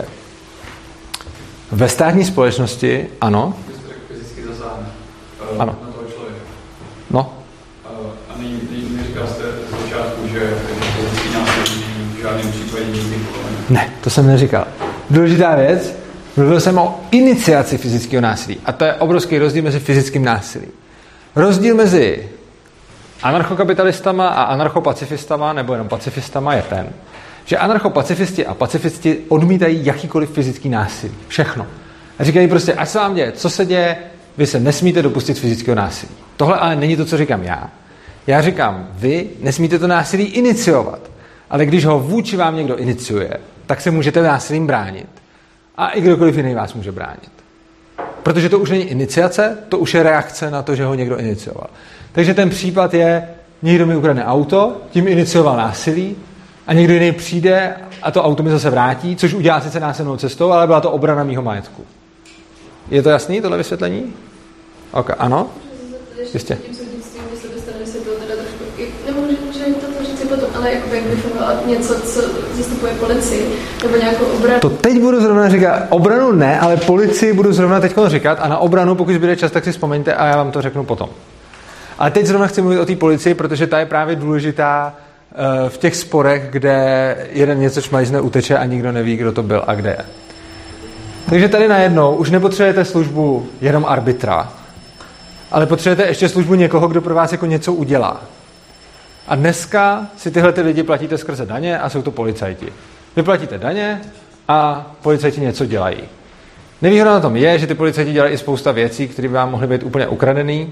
Ve státní společnosti, ano. Fyzicky zasáhne. Ano. Na toho člověka. No. A neříkal jste z začátku, že fyzický násilí v žádném případě nikdy povolený. Ne, to jsem neříkal. Důležitá věc, mluvil jsem o iniciaci fyzického násilí. A to je obrovský rozdíl mezi fyzickým násilím. Rozdíl mezi anarchokapitalistama a anarchopacifistama, nebo jenom pacifistama, je ten, že anarchopacifisti a pacifisti odmítají jakýkoliv fyzický násilí. Všechno. A říkají prostě, ať se vám děje, co se děje, vy se nesmíte dopustit fyzického násilí. Tohle ale není to, co říkám já. Já říkám, vy nesmíte to násilí iniciovat. Ale když ho vůči vám někdo iniciuje, tak se můžete násilím bránit. A i kdokoliv jiný vás může bránit. Protože to už není iniciace, to už je reakce na to, že ho někdo inicioval. Takže ten případ je, někdo mi ukradne auto, tím inicioval násilí, a někdo jiný přijde a to auto mi zase vrátí, což udělá sice násilnou cestou, ale byla to obrana mýho majetku. Je to jasný, tohle vysvětlení? Ok, ano? Jistě. Tím soudnictvím, když se dostaneme si to teda trošku, nebo můžeme to říct potom, ale jakoby jak vyformulovat něco, co zastupuje policii, nebo nějakou obranu. To teď budu zrovna říkat, obranu ne, ale policii budu zrovna teď říkat a na obranu, pokud zbyde čas, tak si vzpomeňte a já vám to řeknu potom. Ale teď zrovna chci mluvit o té policii, protože ta je právě důležitá v těch sporech, kde jeden něco šmajzne, uteče a nikdo neví, kdo to byl a kde je. Takže tady najednou už nepotřebujete službu jenom arbitra, ale potřebujete ještě službu někoho, kdo pro vás jako něco udělá. A dneska si tyhle ty lidi platíte skrze daně a jsou to policajti. Vy platíte daně a policajti něco dělají. Nevýhoda na tom je, že ty policajti dělají i spousta věcí, které by vám mohly být úplně ukradený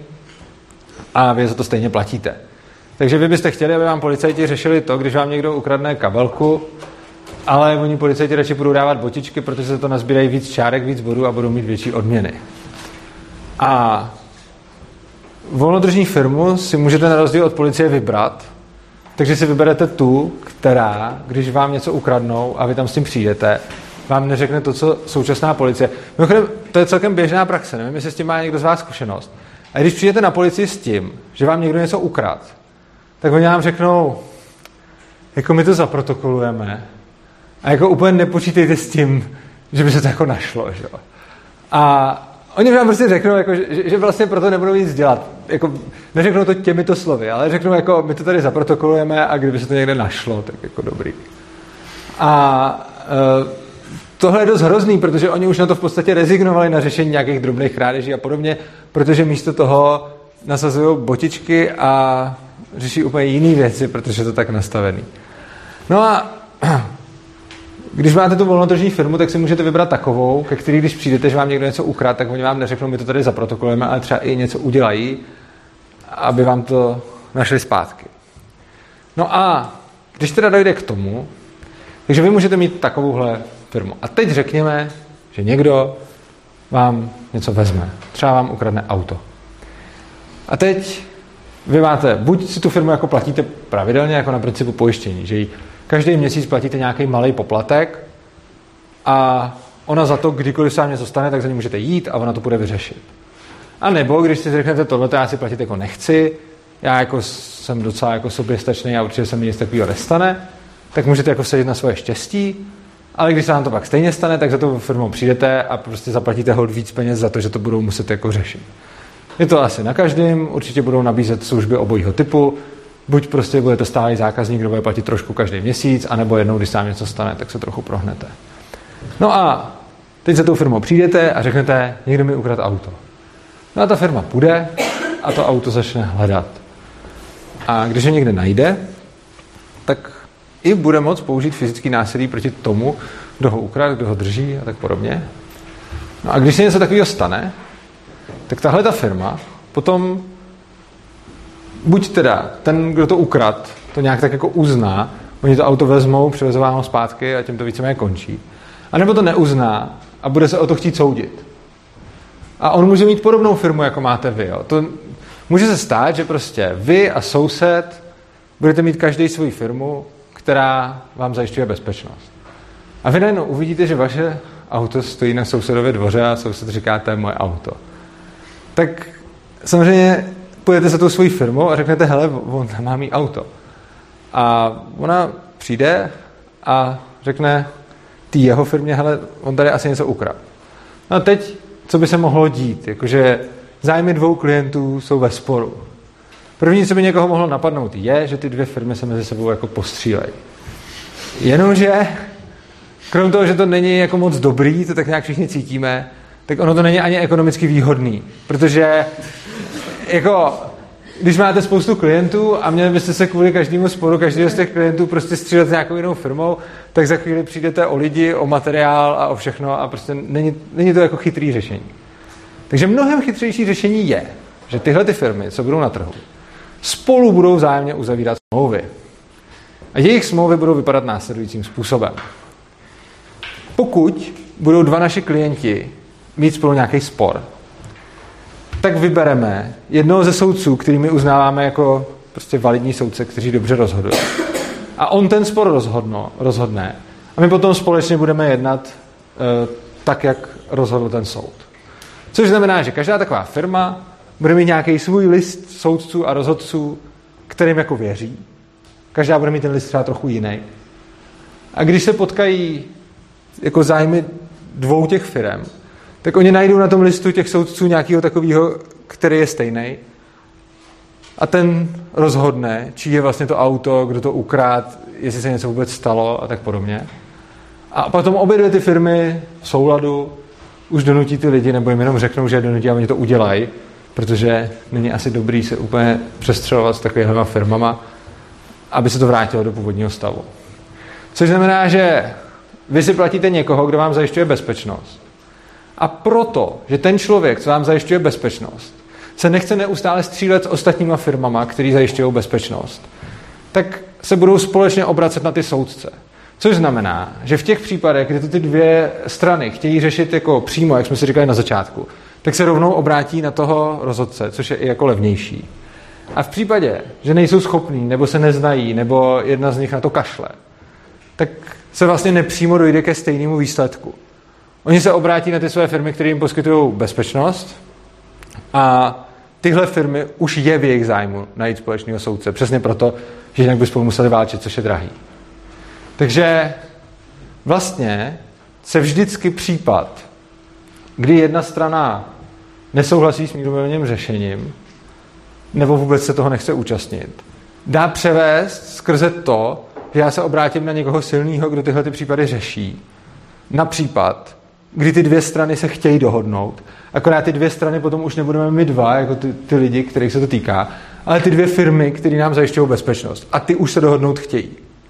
a vy za to stejně platíte. Takže vy byste chtěli, aby vám policajti řešili to, když vám někdo ukradne kabelku, ale oni policajti radši budou dávat botičky, protože se to nazbírají víc čárek, víc bodů a budou mít větší odměny. A volnotržní firmu si můžete na rozdíl od policie vybrat, takže si vyberete tu, která, když vám něco ukradnou a vy tam s tím přijdete, vám neřekne to, co současná policie. Mimochodem, to je celkem běžná praxe, nevím, jestli s tím má někdo z vás zkušenost. A když přijdete na policii s tím, že vám někdo něco ukradl, tak oni vám řeknou, jako my to zaprotokolujeme a jako úplně nepočítejte s tím, že by se to jako našlo. Že? A oni vám prostě řeknou, jako, že vlastně proto nebudou nic dělat. Jako, neřeknou to těmito slovy, ale řeknou, jako, my to tady zaprotokolujeme a kdyby se to někde našlo, tak jako dobrý. A tohle je dost hrozný, protože oni už na to v podstatě rezignovali na řešení nějakých drobných krádeží a podobně, protože místo toho nasazují botičky a řeší úplně jiné věci, protože je to tak nastavený. No a když máte tu volnotržní firmu, tak si můžete vybrat takovou, ke který když přijdete, že vám někdo něco ukradl, tak oni vám neřeknou, my to tady zaprotokolujeme, ale třeba i něco udělají, aby vám to našli zpátky. No a když teda dojde k tomu, takže vy můžete mít takovouhle firmu. A teď řekněme, že někdo vám něco vezme. Třeba vám ukradne auto. A teď vy máte, buď si tu firmu jako platíte pravidelně, jako na principu pojištění, že ji každý měsíc platíte nějaký malý poplatek a ona za to, kdykoliv se vám něco stane, tak za ní můžete jít a ona to bude vyřešit. A nebo když si řeknete tohle, já si platit jako nechci, já jako jsem docela jako soběstačný a určitě se mi nic takového nestane, tak můžete jako sedět na svoje štěstí, ale když se vám to pak stejně stane, tak za tou firmou přijdete a prostě zaplatíte holt víc peněz za to, že to budou muset jako řešit. Je to asi na každém, určitě budou nabízet služby obojího typu, Buď prostě budete stálý zákazník, kdo bude platit trošku každý měsíc, anebo jednou, když se vám něco stane, tak se trochu prohnete. No a teď za tou firmou přijdete a řeknete, někdo mi ukradl auto. No a ta firma půjde a to auto začne hledat. A když ho někde najde, tak i bude moct použít fyzický násilí proti tomu, kdo ho ukradl, kdo ho drží a tak podobně. No a když se něco takového stane, tak tahle ta firma potom buď teda ten, kdo to ukradl, to nějak tak jako uzná, oni to auto vezmou, přivezou vám ho zpátky a tím to víceméně končí. A nebo to neuzná a bude se o to chtít soudit. A on může mít podobnou firmu, jako máte vy. Jo. To může se stát, že prostě vy a soused budete mít každý svou firmu, která vám zajišťuje bezpečnost. A vy najednou uvidíte, že vaše auto stojí na sousedově dvoře a soused říká, to je moje auto. Tak samozřejmě půjdete za tou svojí firmou a řeknete, hele, on má mý auto. A ona přijde a řekne té jeho firmě, hele, on tady asi něco ukradl. No a teď, co by se mohlo dít? Jakože zájmy dvou klientů jsou ve sporu. První, co by někoho mohlo napadnout, je, že ty dvě firmy se mezi sebou jako postřílejí. Jenomže, krom toho, že to není jako moc dobrý, to tak nějak všichni cítíme, tak ono to není ani ekonomicky výhodný. Protože jako, když máte spoustu klientů a měli byste se kvůli každému sporu, každého z těch klientů prostě střílet s nějakou jinou firmou, tak za chvíli přijdete o lidi, o materiál a o všechno a prostě není to jako chytrý řešení. Takže mnohem chytřejší řešení je, že tyhle ty firmy, co budou na trhu, spolu budou vzájemně uzavírat smlouvy. A jejich smlouvy budou vypadat následujícím způsobem. Pokud budou dva naši klienti mít spolu nějaký spor, tak vybereme jednoho ze soudců, který my uznáváme jako prostě validní soudce, kteří dobře rozhodují. A on ten spor rozhodne a my potom společně budeme jednat tak, jak rozhodl ten soud. Což znamená, že každá taková firma bude mít nějaký svůj list soudců a rozhodců, kterým jako věří. Každá bude mít ten list třeba trochu jiný. A když se potkají jako zájmy dvou těch firem, tak oni najdou na tom listu těch soudců nějakého takového, který je stejný. A ten rozhodne, čí je vlastně to auto, kdo to ukradl, jestli se něco vůbec stalo a tak podobně. A potom obě dvě ty firmy v souladu už donutí ty lidi, nebo jim jenom řeknou, že je donutí a oni to udělají, protože není asi dobrý se úplně přestřelovat s takovýma firmama, aby se to vrátilo do původního stavu. Což znamená, že vy si platíte někoho, kdo vám zajišťuje bezpečnost. A proto, že ten člověk, co vám zajišťuje bezpečnost, se nechce neustále střílet s ostatníma firmama, který zajišťují bezpečnost, tak se budou společně obracet na ty soudce. Což znamená, že v těch případech, kdy to ty dvě strany chtějí řešit jako přímo, jak jsme si říkali na začátku, tak se rovnou obrátí na toho rozhodce, což je i jako levnější. A v případě, že nejsou schopní, nebo se neznají, nebo jedna z nich na to kašle, tak se vlastně nepřímo dojde ke stejnému výsledku. Oni se obrátí na ty své firmy, které jim poskytují bezpečnost a tyhle firmy už je v jejich zájmu najít společného soudce. Přesně proto, že jinak by spolu museli válčit, což je drahý. Takže vlastně se vždycky případ, kdy jedna strana nesouhlasí s mírumilovným řešením nebo vůbec se toho nechce účastnit, dá převést skrze to, že já se obrátím na někoho silného, kdo tyhle ty případy řeší, na případ, kdy ty dvě strany se chtějí dohodnout. Akorát ty dvě strany potom už nebudeme my dva, jako ty lidi, kterých se to týká, ale ty dvě firmy, které nám zajišťují bezpečnost. A ty už se dohodnout chtějí.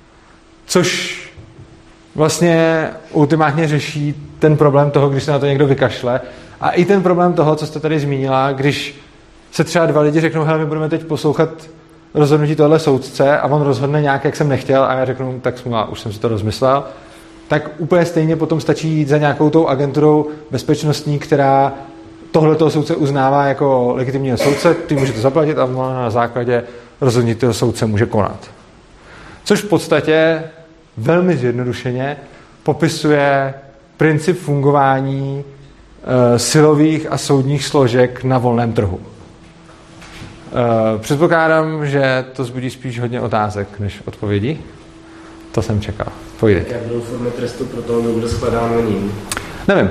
Což vlastně ultimátně řeší ten problém toho, když se na to někdo vykašle. A i ten problém toho, co jste tady zmínila, když se třeba dva lidi řeknou, hele, my budeme teď poslouchat rozhodnutí tohle soudce a on rozhodne nějak, jak jsem nechtěl a já řeknu, tak smůla, už jsem si to rozmyslel, tak úplně stejně potom stačí jít za nějakou tou agenturou bezpečnostní, která tohletoho soudce uznává jako legitimního soudce, ty můžete zaplatit a na základě rozhodnutí toho soudce může konat. Což v podstatě velmi zjednodušeně popisuje princip fungování silových a soudních složek na volném trhu. Předpokládám, že to zbudí spíš hodně otázek než odpovědí. To jsem čekal. Povídejte. Jak budou formy trestu pro toho, kdo bude shledán vinným? Nevím.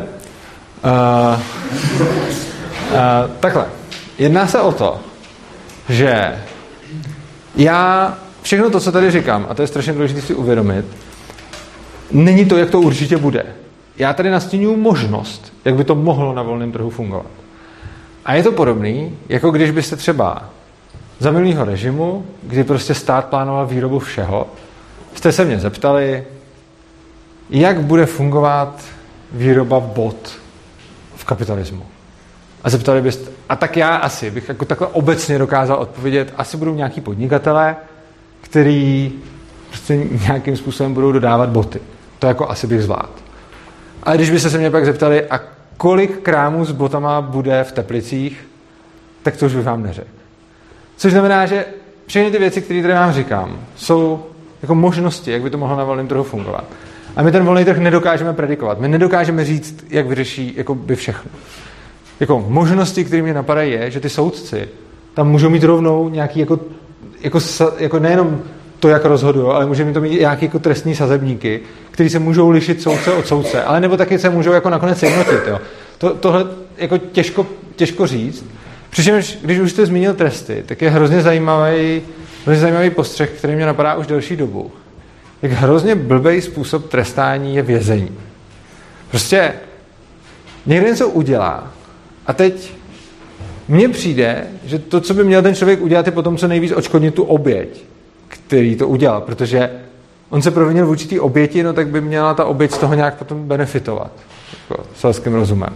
Takhle. Jedná se o to, že Já všechno to, co tady říkám, a to je strašně důležité si uvědomit, není to, jak to určitě bude. Já tady nastínuju možnost, jak by to mohlo na volném trhu fungovat. A je to podobný, jako když byste třeba za minulého režimu, kdy prostě stát plánoval výrobu všeho, jste se mě zeptali, jak bude fungovat výroba bot v kapitalismu. A zeptali byste, a tak já asi bych jako takhle obecně dokázal odpovědět, asi budou nějaký podnikatelé, který prostě nějakým způsobem budou dodávat boty. To jako asi bych zvládl. Ale když byste se mě pak zeptali, a kolik krámů s botama bude v Teplicích, tak to už bych vám neřekl. Což znamená, že všechny ty věci, které tady vám říkám, jsou jako možnosti, jak by to mohlo na volném trhu fungovat. A my ten volný trh nedokážeme predikovat. My nedokážeme říct, jak vyřeší jako by všechno. Jako možnosti, které mě napadají, je, že ty soudci tam můžou mít rovnou nějaký jako nejenom to, jak rozhodují, ale můžeme to mít nějaký jako trestní sazebníky, který se můžou lišit soudce od soudce, ale nebo taky se můžou jako nakonec sjednotit. Jo. Tohle jako těžko říct. Přičemž, když už jste zmínil tresty, tak je hrozně zajímavý postřeh, který mě napadá už delší dobu. Jak hrozně blbej způsob trestání je vězení. Prostě někdo něco udělá a teď mně přijde, že to, co by měl ten člověk udělat, je potom co nejvíc odškodnit tu oběť, který to udělal, protože on se provinil vůči té oběti, no tak by měla ta oběť z toho nějak potom benefitovat, jako selským rozumem.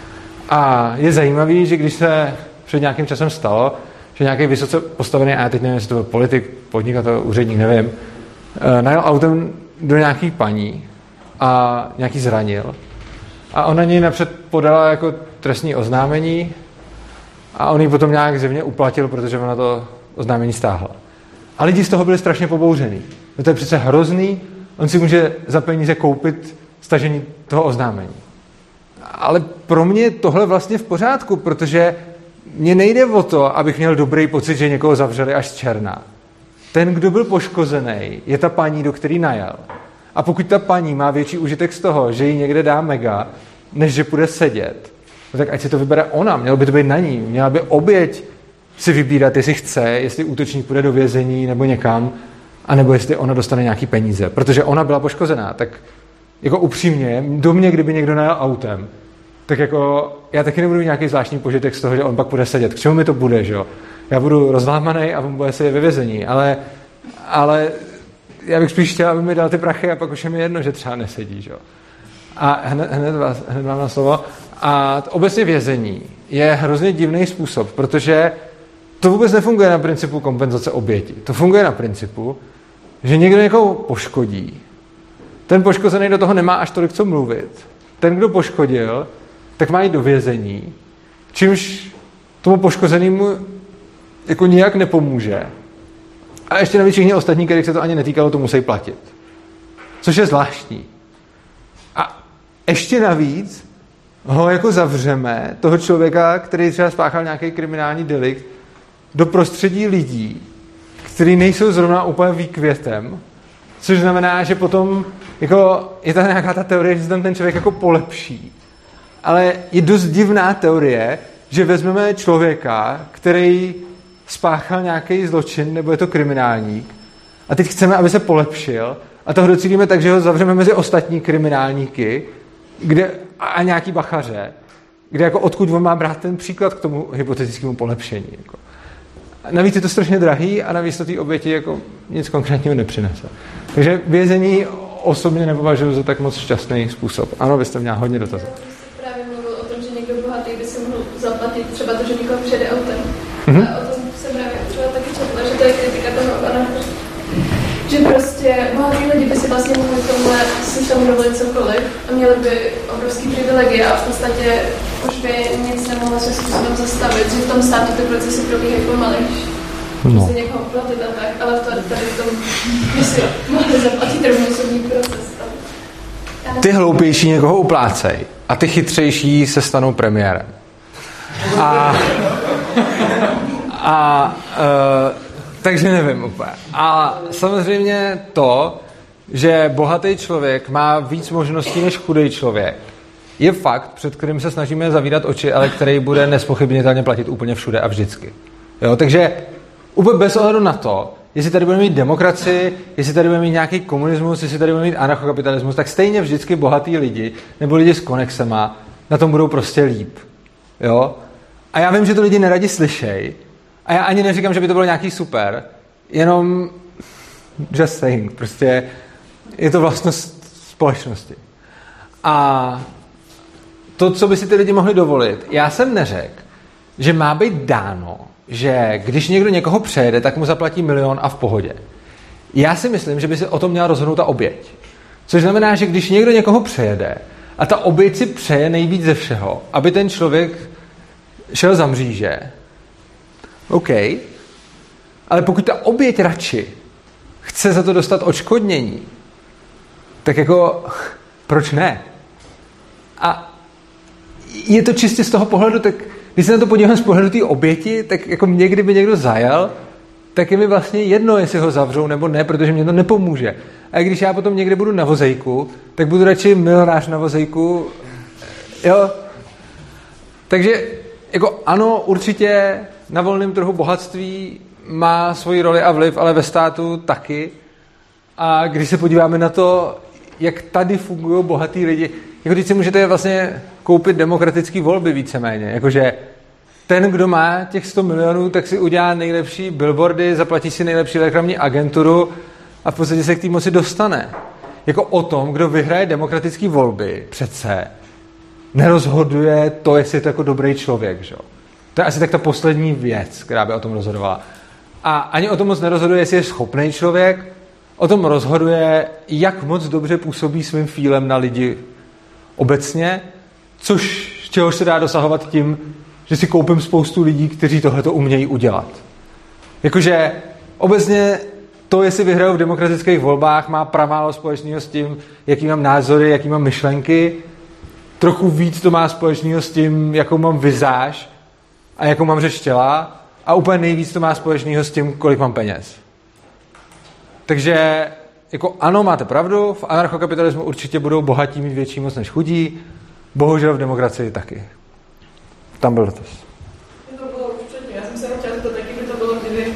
A je zajímavý, že když se před nějakým časem stalo, že nějaký vysoce postavený, a já teď nevím, jestli to byl politik, podnikatel, úředník, nevím, najel autem do nějaký paní a nějaký zranil. A ona něj napřed podala jako trestní oznámení a on ji potom nějak zjevně uplatil, protože ona to oznámení stáhla. A lidi z toho byli strašně pobouřený. No to je přece hrozný, on si může za peníze koupit stažení toho oznámení. Ale pro mě je tohle vlastně v pořádku, protože mně nejde o to, abych měl dobrý pocit, že někoho zavřeli až z černá. Ten, kdo byl poškozený, je ta paní, do který najel. A pokud ta paní má větší užitek z toho, že jí někde dá mega, než že půjde sedět, no tak ať si to vybere ona, mělo by to být na ní. Měla by oběť si vybírat, jestli chce, jestli útočník půjde do vězení nebo někam, anebo jestli ona dostane nějaký peníze. Protože ona byla poškozená, tak jako upřímně, do mě, kdyby někdo najel autem, tak jako já taky nebudu mít nějaký zvláštní požitek z toho, že on pak půjde sedět. K čemu mi to bude, že jo? Já budu rozlámaný a on bude sedět ve vězení, ale já bych spíš chtěl, aby mi dal ty prachy a pak už je mi jedno, že třeba nesedí, že jo? A hned vám na slovo. A obecně vězení je hrozně divný způsob, protože to vůbec nefunguje na principu kompenzace oběti. To funguje na principu, že někdo někoho poškodí, ten poškozený do toho nemá až tolik co mluvit. Ten, kdo poškodil, tak má jít do vězení, čímž tomu poškozenému jako nijak nepomůže. A ještě navíc všichni ostatní, kterých se to ani netýkalo, to musí platit. Což je zvláštní. A ještě navíc ho jako zavřeme, toho člověka, který třeba spáchal nějaký kriminální delikt, do prostředí lidí, kteří nejsou zrovna úplně výkvětem, což znamená, že potom jako je tam nějaká ta teorie, že se tam ten člověk jako polepší. Ale je dost divná teorie, že vezmeme člověka, který spáchal nějaký zločin, nebo je to kriminálník, a teď chceme, aby se polepšil, a toho docílíme tak, že ho zavřeme mezi ostatní kriminálníky, a nějaký bachaře, kde jako odkud on má brát ten příklad k tomu hypotetickému polepšení. Jako. Navíc je to strašně drahý a navíc to té oběti jako nic konkrétního nepřinese. Takže vězení osobně nepovažuji za tak moc šťastný způsob. Ano, vy jste měla hodně dotazů. Právě mluvil o tom, že někdo bohatý by si mohl zaplatit třeba to, že někoho přijede autem. A o tom jsem právě třeba taky četla, že to je kritika toho pana, že prostě bohatý lidi by si vlastně mohli tomhle si tomu dovolit cokoliv a měli by obrovský privilegie a v podstatě už by nic nemohlo se způsobem zastavit, že v tom státu ty procesy probíhají pomalejš. No. Si někoho uplatit a tak, ale tady v tom by si mohli zaplatit rovný soudní proces. Ty hloupější někoho uplácej a ty chytřejší se stanou premiérem. Takže nevím úplně. A samozřejmě to, že bohatý člověk má víc možností než chudý člověk, je fakt, před kterým se snažíme zavírat oči, ale který bude nespochybnitelně platit úplně všude a vždycky. Jo, takže úplně bez ohledu na to, jestli tady budeme mít demokracii, jestli tady budeme mít nějaký komunismus, jestli tady budeme mít anarchokapitalismus, tak stejně vždycky bohatý lidi nebo lidi s konexema na tom budou prostě líp. Jo? A já vím, že to lidi neradi slyšej a já ani neříkám, že by to bylo nějaký super, jenom just saying, prostě je to vlastnost společnosti. A to, co by si ty lidi mohli dovolit, já jsem neřekl, že má být dáno, že když někdo někoho přejede, tak mu zaplatí 1 000 000 a v pohodě. Já si myslím, že by se o tom měla rozhodnout ta oběť. Což znamená, že když někdo někoho přejede a ta oběť si přeje nejvíc ze všeho, aby ten člověk šel za mříže, OK, ale pokud ta oběť radši chce za to dostat odškodnění, tak jako proč ne? A je to čistě z toho pohledu, tak když se na to podívám z pohledu té oběti, tak jako mě, kdyby někdo zajel, tak je mi vlastně jedno, jestli ho zavřou nebo ne, protože mě to nepomůže. A když já potom někde budu na vozejku, tak budu radši milionář na vozejku. Jo? Takže jako ano, určitě na volném trhu bohatství má svoji roli a vliv, ale ve státu taky. A když se podíváme na to, jak tady fungují bohatý lidi, jako když si můžete vlastně koupit demokratické volby víceméně, jakože ten, kdo má těch 100 milionů, tak si udělá nejlepší billboardy, zaplatí si nejlepší reklamní agenturu a v podstatě se k té moci dostane. Jako o tom, kdo vyhraje demokratické volby, přece nerozhoduje to, jestli je to jako dobrý člověk. Že? To je asi tak ta poslední věc, která by o tom rozhodovala. A ani o tom moc nerozhoduje, jestli je schopný člověk, o tom rozhoduje, jak moc dobře působí svým fílem na lidi obecně, čehož se dá dosahovat tím, že si koupím spoustu lidí, kteří tohleto umějí udělat. Jakože obecně to, jestli vyhraju v demokratických volbách, má pramálo společného s tím, jaký mám názory, jaký mám myšlenky. Trochu víc to má společného s tím, jakou mám vizáž a jakou mám řeč těla. A úplně nejvíc to má společného s tím, kolik mám peněz. Takže jako ano, máte pravdu, v anarchokapitalismu určitě budou bohatí mít větší moc než chudí, bohužel v demokracii taky. Tam byl dotaz. To bylo už předtím, já jsem se chtěla to taky, by to bylo, kdyby,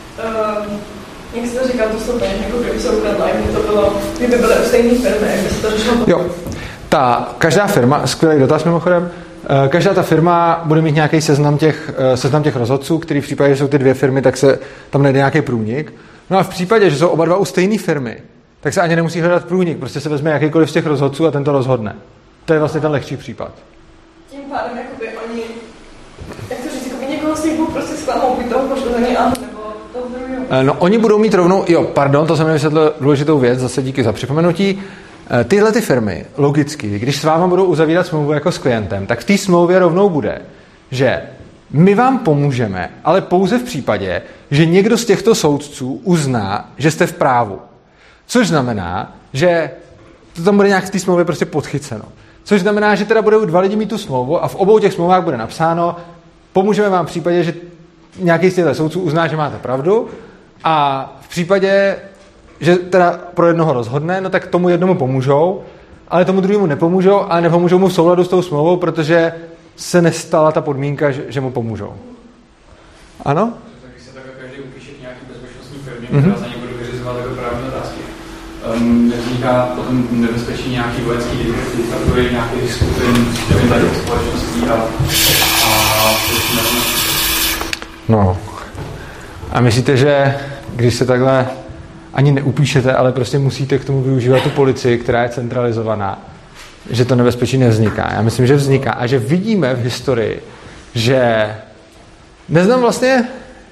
jak se to říkal, to jsou peněž, jako kdyby se ukradla, kdyby to bylo, kdyby byly u stejné firmy, jak by se to řešilo. Jo, každá firma, skvělý dotaz mimochodem, každá ta firma bude mít nějaký seznam těch rozhodců, který v případě, že jsou ty 2 firmy, tak se tam najde nějaký průnik. No a v případě, že jsou oba 2 u stejné firmy, tak se ani nemusí hledat průnik, prostě se vezme jakýkoliv z těch rozhodců a ten to rozhodne. To je vlastně ten lehčí případ. Tím pádem, jakoby oni, jak to říct, jakoby někoho z nich budou prostě zklamou, buď toho poškození, nebo toho druhého. No oni budou mít rovnou, to jsem nevysvětlil důležitou věc, zase díky za připomenutí. Tyhle ty firmy, logicky, když s váma budou uzavírat smlouvu jako s klientem, tak v té smlouvě rovnou bude, že my vám pomůžeme, ale pouze v případě, že někdo z těchto soudců uzná, že jste v právu. Což znamená, že to tam bude nějak v té smlouvě prostě podchyceno. Což znamená, že teda budou 2 lidi mít tu smlouvu a v obou těch smlouvách bude napsáno, pomůžeme vám v případě, že nějaký z těchto soudců uzná, že máte pravdu a v případě, že teda pro jednoho rozhodne, no tak tomu jednomu pomůžou, ale tomu druhému nepomůžou a nepomůžou mu v souladu s tou smlouvou, protože se nestala ta podmínka, že mu pomůžou. Ano? Takže se takhle každý upíše k nějaký bezpečnostní firmě, která za ně bude vyřizovat jako právní otázky. Nevzniká potom nebezpečí nějaký vojenský diktatury, nějaký skupin s těmi tady společností a No. A myslíte, že když se takhle ani neupíšete, ale prostě musíte k tomu využívat tu policii, která je centralizovaná, že to nebezpečí nevzniká? Já myslím, že vzniká a že vidíme v historii, že neznám vlastně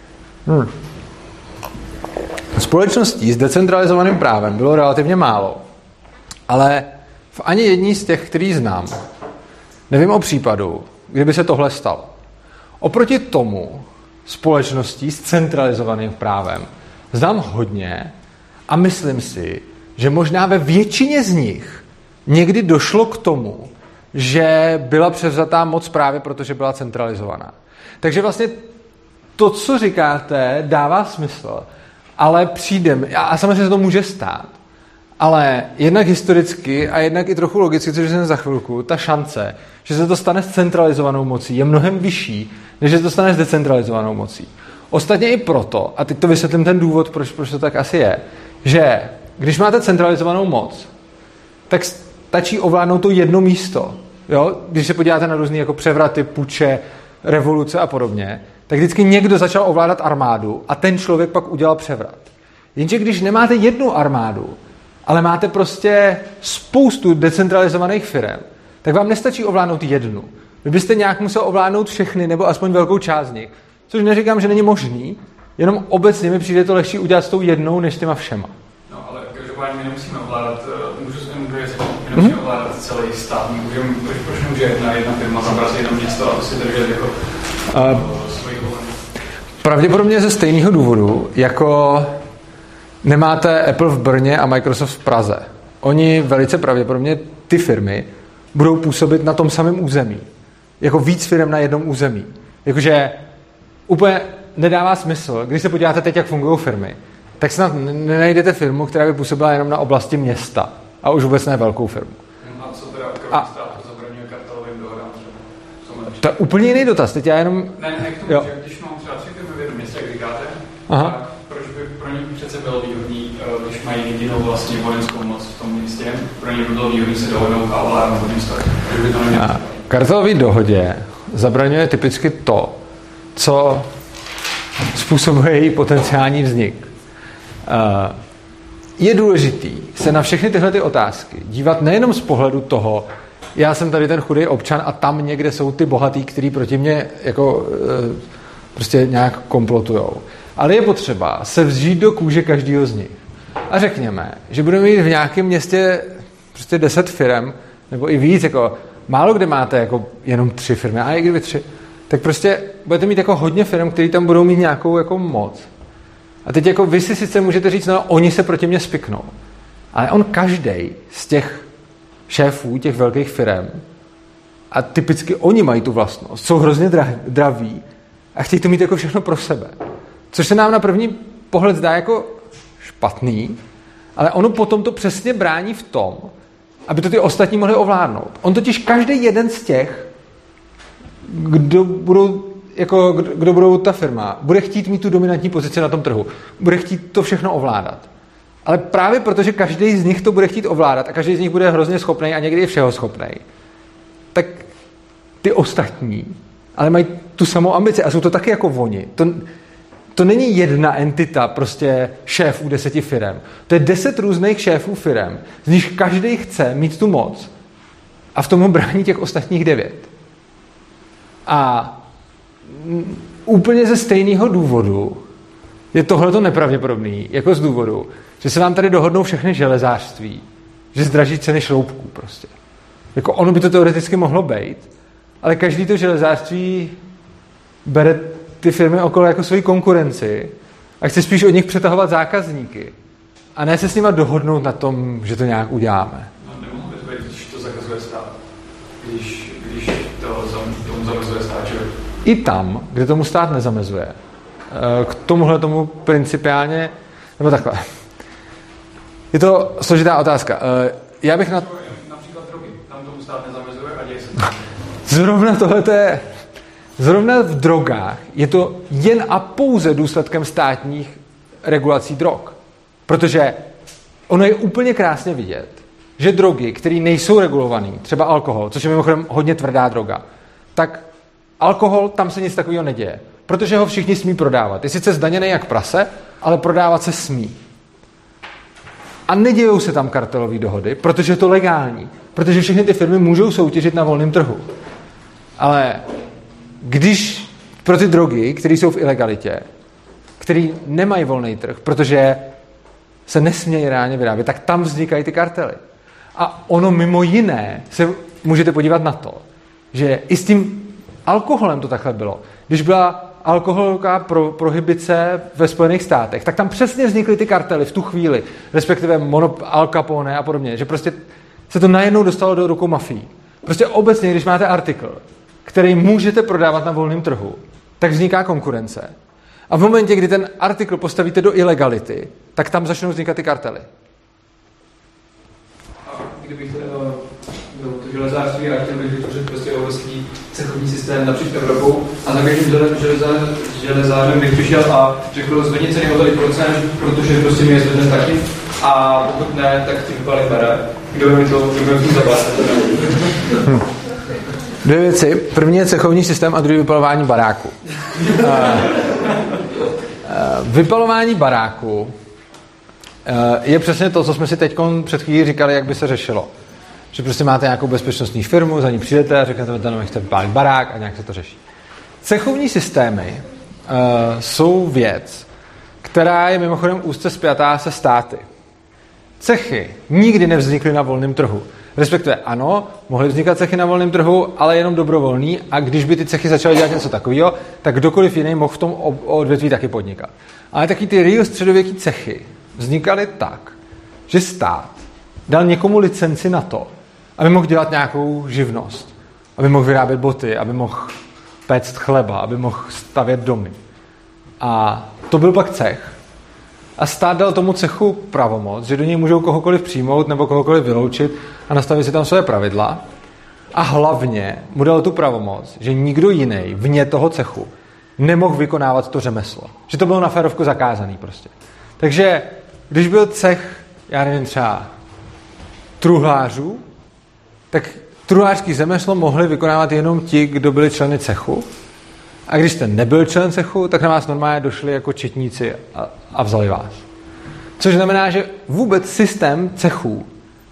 společností s decentralizovaným právem bylo relativně málo, ale v ani jední z těch, který znám, nevím o případu, kdyby se tohle stalo. Oproti tomu společností s centralizovaným právem znám hodně a myslím si, že možná ve většině z nich někdy došlo k tomu, že byla převzatá moc právě protože byla centralizovaná. Takže vlastně to, co říkáte, dává smysl, ale a samozřejmě se to může stát, ale jednak historicky a jednak i trochu logicky, což jsem za chvilku, ta šance, že se to stane s centralizovanou mocí, je mnohem vyšší, než že se to stane s decentralizovanou mocí. Ostatně i proto, a teď to vysvětlím ten důvod, proč to tak asi je, že když máte centralizovanou moc, tak stačí ovládnout to jedno místo. Jo? Když se podíváte na různé jako převraty, puče, revoluce a podobně, tak vždycky někdo začal ovládat armádu a ten člověk pak udělal převrat. Jenže když nemáte jednu armádu, ale máte prostě spoustu decentralizovaných firem, tak vám nestačí ovládnout jednu. Vy byste nějak musel ovládnout všechny, nebo aspoň velkou část z nich. Což neříkám, že není možný, jenom obecně mi přijde to lehčí udělat s tou jednou, než s těma všema. No, ale každopádně my nemusíme ovládat, nemusíme ovládat celý stát. Proč nemůže jedna firma zabrat jedno město a to si držet jako svoji volení? Pravděpodobně ze stejného důvodu, jako nemáte Apple v Brně a Microsoft v Praze. Oni velice pravděpodobně, ty firmy, budou působit na tom samém území. Jako víc firm na jednom území. Jakože úplně nedává smysl, když se podíváte teď, jak fungují firmy, tak snad nenajdete firmu, která by působila jenom na oblasti města a už vůbec ne velkou firmu. A co teda stát zabraňuje kartelovým dohodám? To je úplně jiný dotaz. Teď já jenom... Ne, k tomu, že když mám třeba 3 firmy v jednom městě, jak říkáte, tak proč by pro ně přece bylo výhodný, když mají jedinou vlastně vojenskou moc v tom městě, pro ně by bylo výhodný se dohodnout a ovládnout město. Kartelové dohodě zabraňuje typicky to, co způsobuje její potenciální vznik. Je důležitý se na všechny tyhle ty otázky dívat nejenom z pohledu toho, já jsem tady ten chudý občan a tam někde jsou ty bohatý, kteří proti mně jako prostě nějak komplotujou. Ale je potřeba se vžít do kůže každého z nich. A řekněme, že budeme mít v nějakém městě prostě 10 firem, nebo i víc, jako málo kde máte jako jenom 3 firmy, a i kdyby 3, tak prostě budete mít jako hodně firm, které tam budou mít nějakou jako moc. A teď jako vy si sice můžete říct, no oni se proti mě spiknou, ale on každej z těch šéfů, těch velkých firm, a typicky oni mají tu vlastnost, jsou hrozně draví a chtějí to mít jako všechno pro sebe. Což se nám na první pohled zdá jako špatný, ale ono potom to přesně brání v tom, aby to ty ostatní mohli ovládnout. On totiž každý jeden z těch, kdo budou ta firma, bude chtít mít tu dominantní pozici na tom trhu. Bude chtít to všechno ovládat. Ale právě protože každý z nich to bude chtít ovládat a každý z nich bude hrozně schopný a někdy je všeho schopný, tak ty ostatní ale mají tu samou ambici a jsou to taky jako oni. To není jedna entita, prostě šéfů 10 firem. To je 10 různých šéfů firem, z nich každý chce mít tu moc a v tom ho brání těch ostatních 9. A úplně ze stejného důvodu je tohleto nepravděpodobný, jako z důvodu, že se vám tady dohodnou všechny železářství, že zdraží ceny šroubků prostě. Jako ono by to teoreticky mohlo být, ale každý to železářství bere ty firmy okolo jako svoji konkurenci a chce spíš od nich přetahovat zákazníky. A ne se s nima dohodnout na tom, že to nějak uděláme. No, nemohlo by to být, když to zakazuje stát. Když tomu zamezuje stát, že? I tam, kde tomu stát nezamezuje. K tomuhle tomu principiálně, nebo takhle. Je to složitá otázka. Já bych Například drogy. Tam tomu stát nezamezuje a děje se to. Zrovna v drogách je to jen a pouze důsledkem státních regulací drog. Protože ono je úplně krásně vidět, že drogy, které nejsou regulované, třeba alkohol, což je mimochodem hodně tvrdá droga, tak alkohol, tam se nic takového neděje. Protože ho všichni smí prodávat. Je sice zdaněný jak prase, ale prodávat se smí. A nedějou se tam kartelové dohody, protože je to legální. Protože všechny ty firmy můžou soutěžit na volném trhu. Ale když pro ty drogy, které jsou v ilegalitě, které nemají volný trh, protože se nesmějí reálně vyrábět, tak tam vznikají ty kartely. A ono mimo jiné se můžete podívat na to, že i s tím alkoholem to takhle bylo. Když byla alkoholová prohibice ve Spojených státech, tak tam přesně vznikly ty kartely v tu chvíli, respektive Al Capone a podobně, že prostě se to najednou dostalo do rukou mafií. Prostě obecně, když máte artikl, který můžete prodávat na volném trhu, tak vzniká konkurence. A v momentě, kdy ten artikl postavíte do ilegality, tak tam začnou vznikat ty kartely. A to železářství a chtěl bych vytvořit prostě obrovský cechovní systém napříč Evropou a za každým železářem bych přišel a řekl, zvedni ceny o tolik procent, protože prostě mi je zvedne taky a pokud ne, tak chci vypalit barák. Kdo by mi to zabátil? Dvě věci. První je cechovní systém a druhý vypalování baráku. Vypalování baráku je přesně to, co jsme si teď před chvílí říkali, jak by se řešilo. Že prostě máte nějakou bezpečnostní firmu, za ní přijdete a řeknete, že tam chce vypálit barák a nějak se to řeší. Cechovní systémy jsou věc, která je mimochodem úzce spjatá se státy. Cechy nikdy nevznikly na volném trhu. Respektive ano, mohly vznikat cechy na volném trhu, ale jenom dobrovolný a když by ty cechy začaly dělat něco takového, tak kdokoliv jiný mohl v tom odvětví taky podnikat. Ale taky ty real středověký cechy vznikaly tak, že stát dal někomu licenci na to, aby mohl dělat nějakou živnost, aby mohl vyrábět boty, aby mohl péct chleba, aby mohl stavět domy. A to byl pak cech. A stát dal tomu cechu pravomoc, že do něj můžou kohokoliv přijmout nebo kohokoliv vyloučit a nastavit si tam své pravidla. A hlavně mu dal tu pravomoc, že nikdo jiný vně toho cechu nemohl vykonávat to řemeslo. Že to bylo na férovku zakázaný prostě. Takže když byl cech, já nevím, třeba truhlářů, tak truhlářský řemeslo mohli vykonávat jenom ti, kdo byli členy cechu. A když jste nebyl člen cechu, tak na vás normálně došli jako četníci a vzali vás. Což znamená, že vůbec systém cechů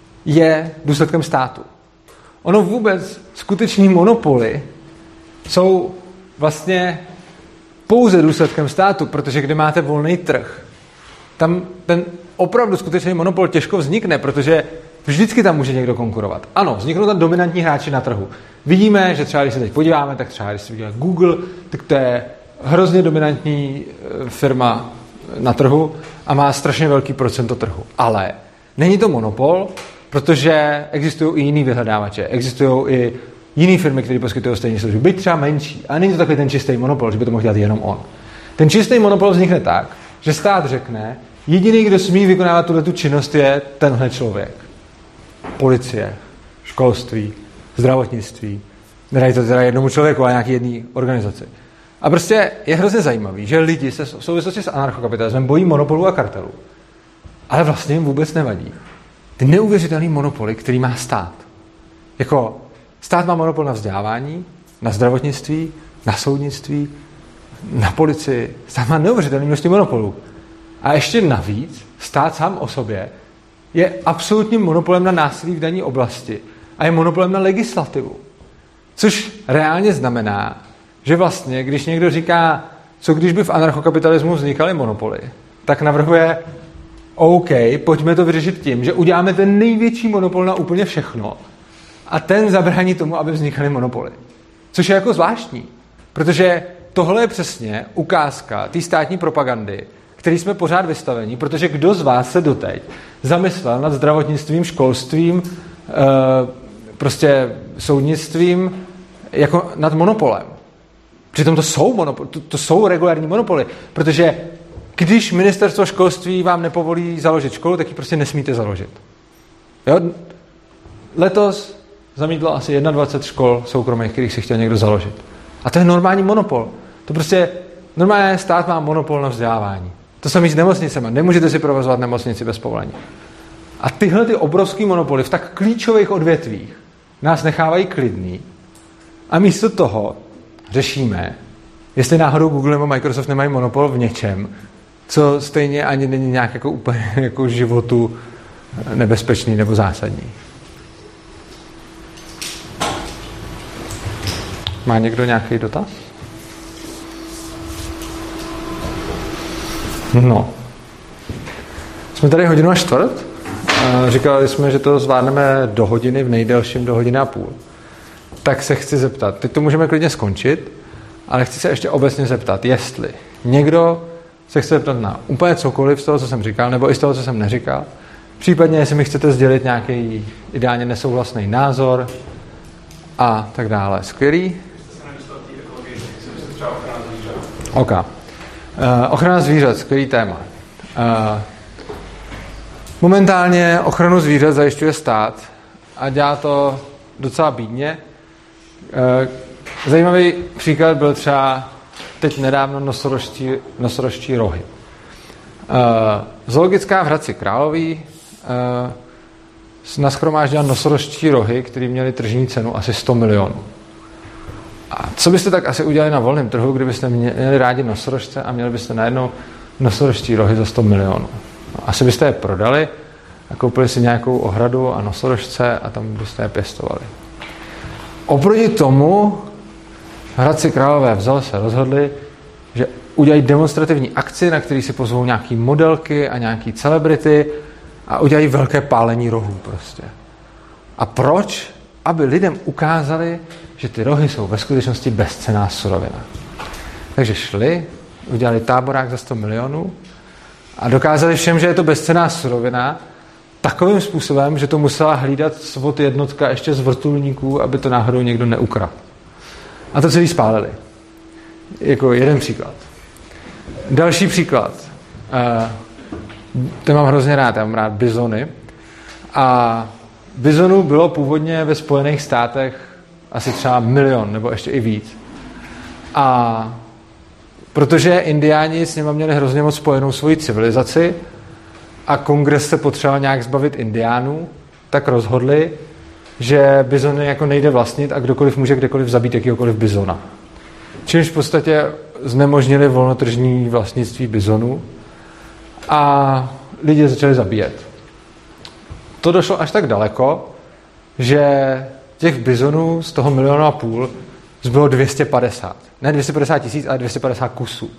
je důsledkem státu. Ono vůbec skuteční monopoly jsou vlastně pouze důsledkem státu, protože kde máte volný trh, tam ten opravdu skutečný monopol těžko vznikne, protože vždycky tam může někdo konkurovat. Ano, vzniknou tam dominantní hráči na trhu. Vidíme, že třeba když se teď podíváme, tak třeba když si vidíme Google, tak to je hrozně dominantní firma na trhu a má strašně velký procento trhu. Ale není to monopol, protože existují i jiný vyhledávače, existují i jiné firmy, které poskytují stejné služby, byť třeba menší. A není to takový ten čistý monopol, že by to mohl dělat jenom on. Ten čistý monopol vznikne tak, že stát řekne, jediný, kdo smí vykonávat tuhletu činnost, je tenhle člověk. Policie, školství, zdravotnictví. Nedají to teda jednomu člověku, ale nějaký jedné organizaci. A prostě je hrozně zajímavý, že lidi se v souvislosti s anarchokapitalismem bojí monopolů a kartelů. Ale vlastně jim vůbec nevadí ty neuvěřitelné monopoly, který má stát. Jako stát má monopol na vzdělávání, na zdravotnictví, na soudnictví, na policii. Stát má neuvěřitelné množství monopolů. A ještě navíc stát sám o sobě je absolutním monopolem na násilí v dané oblasti a je monopolem na legislativu. Což reálně znamená, že vlastně, když někdo říká, co když by v anarchokapitalismu vznikaly monopoly, tak navrhuje, OK, pojďme to vyřešit tím, že uděláme ten největší monopol na úplně všechno a ten zabrání tomu, aby vznikaly monopoly. Což je jako zvláštní, protože tohle je přesně ukázka té státní propagandy, který jsme pořád vystaveni, protože kdo z vás se doteď zamyslel nad zdravotnictvím, školstvím, prostě soudnictvím, jako nad monopolem. Přitom to jsou regulární monopoly, protože když ministerstvo školství vám nepovolí založit školu, tak ji prostě nesmíte založit. Jo? Letos zamítlo asi 21 škol soukromých, kterých si chtěl někdo založit. A to je normální monopol. To prostě normálně stát má monopol na vzdělávání. To samé s nemocnicemi. Nemůžete si provozovat nemocnici bez povolení. A tyhle ty obrovský monopoly v tak klíčových odvětvích nás nechávají klidný a místo toho řešíme, jestli náhodou Google nebo Microsoft nemají monopol v něčem, co stejně ani není nějak jako úplně jako životu nebezpečný nebo zásadní. Má někdo nějaký dotaz? No. Jsme tady 1:15. Říkali jsme, že to zvládneme do hodiny, v nejdelším do 1:30. Tak se chci zeptat, teď to můžeme klidně skončit, ale chci se ještě obecně zeptat, jestli někdo se chce zeptat na úplně cokoliv z toho, co jsem říkal, nebo i z toho, co jsem neříkal. Případně, jestli mi chcete sdělit nějaký ideálně nesouhlasný názor a tak dále. Skvělý? OK. Ochrana zvířat, skvělý téma. Momentálně ochranu zvířat zajišťuje stát a dělá to docela bídně. Zajímavý příklad byl třeba teď nedávno nosorožčí rohy. Zoologická v Hradci Králové nashromáždila nosorožčí rohy, které měly tržní cenu asi 100 milionů. A co byste tak asi udělali na volném trhu, kdybyste měli rádi nosorožce a měli byste najednou nosorožčí rohy za 100 milionů? No, asi byste je prodali a koupili si nějakou ohradu a nosorožce a tam byste je pěstovali. Oproti tomu Hradci Králové se rozhodli, že udělají demonstrativní akci, na který si pozvou nějaký modelky a nějaký celebrity a udělají velké pálení rohů prostě. A proč? Aby lidem ukázali, že ty rohy jsou ve skutečnosti bezcenná surovina. Takže šli, udělali táborák za 100 milionů a dokázali všem, že je to bezcenná surovina takovým způsobem, že to musela hlídat svod jednotka ještě z vrtulníků, aby to náhodou někdo neukradl. A to celý spálili. Jako jeden příklad. Další příklad. Ten mám hrozně rád, já mám rád bizony. A bizonů bylo původně ve Spojených státech asi třeba 1 milion, nebo ještě i víc. A protože indiáni s nimi měli hrozně moc spojenou svoji civilizaci a kongres se potřeboval nějak zbavit indiánů, tak rozhodli, že bizony jako nejde vlastnit a kdokoliv může kdekoliv zabít jakýhokoliv bizona. Čímž v podstatě znemožnili volnotržní vlastnictví bizonů a lidi začali zabíjet. To došlo až tak daleko, že těch bizonů z toho 1,5 milionu zbylo 250. Ne 250 000, ale 250 kusů.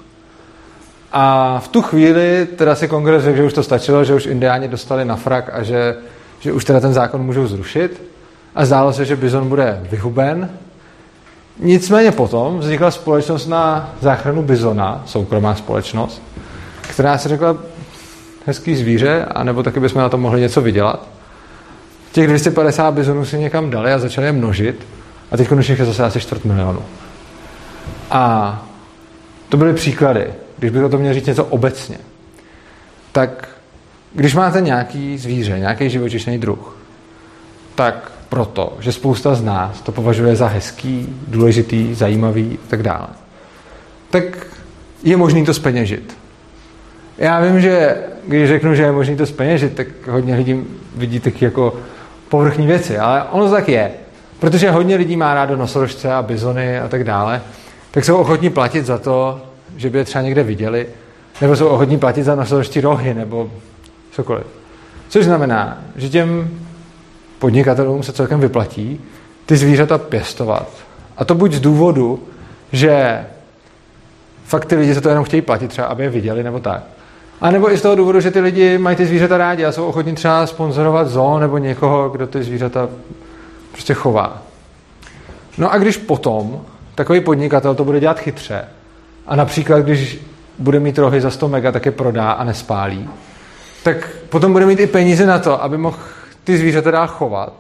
A v tu chvíli teda si kongres řekl, že už to stačilo, že už indiáni dostali na frak a že už teda ten zákon můžou zrušit. A zdálo se, že bizon bude vyhuben. Nicméně potom vznikla společnost na záchranu bizona, soukromá společnost, která si řekla, hezký zvíře, anebo taky bychom na tom mohli něco vydělat. Těch 250 bizonů si někam dali a začali je množit a teď konečně je zase asi 250 000. A to byly příklady. Když bych o tom měl říct něco obecně, tak když máte nějaký zvíře, nějaký živočišný druh, tak proto, že spousta z nás to považuje za hezký, důležitý, zajímavý a tak dále, tak je možný to zpeněžit. Já vím, že když řeknu, že je možný to zpeněžit, tak hodně lidí vidí taky jako povrchní věci, ale ono to tak je. Protože hodně lidí má rádo nosorožce a bizony a tak dále, tak jsou ochotní platit za to, že by je třeba někde viděli, nebo jsou ochotní platit za nosorožčí rohy, nebo cokoliv. Což znamená, že těm podnikatelům se celkem vyplatí ty zvířata pěstovat. A to buď z důvodu, že fakt ty lidi za to jenom chtějí platit, třeba aby je viděli, nebo tak. A nebo i z toho důvodu, že ty lidi mají ty zvířata rádi a jsou ochotní třeba sponzorovat zoo nebo někoho, kdo ty zvířata prostě chová. No a když potom takový podnikatel to bude dělat chytře a například, když bude mít rohy za 100 mega, tak je prodá a nespálí, tak potom bude mít i peníze na to, aby mohl ty zvířata dál chovat.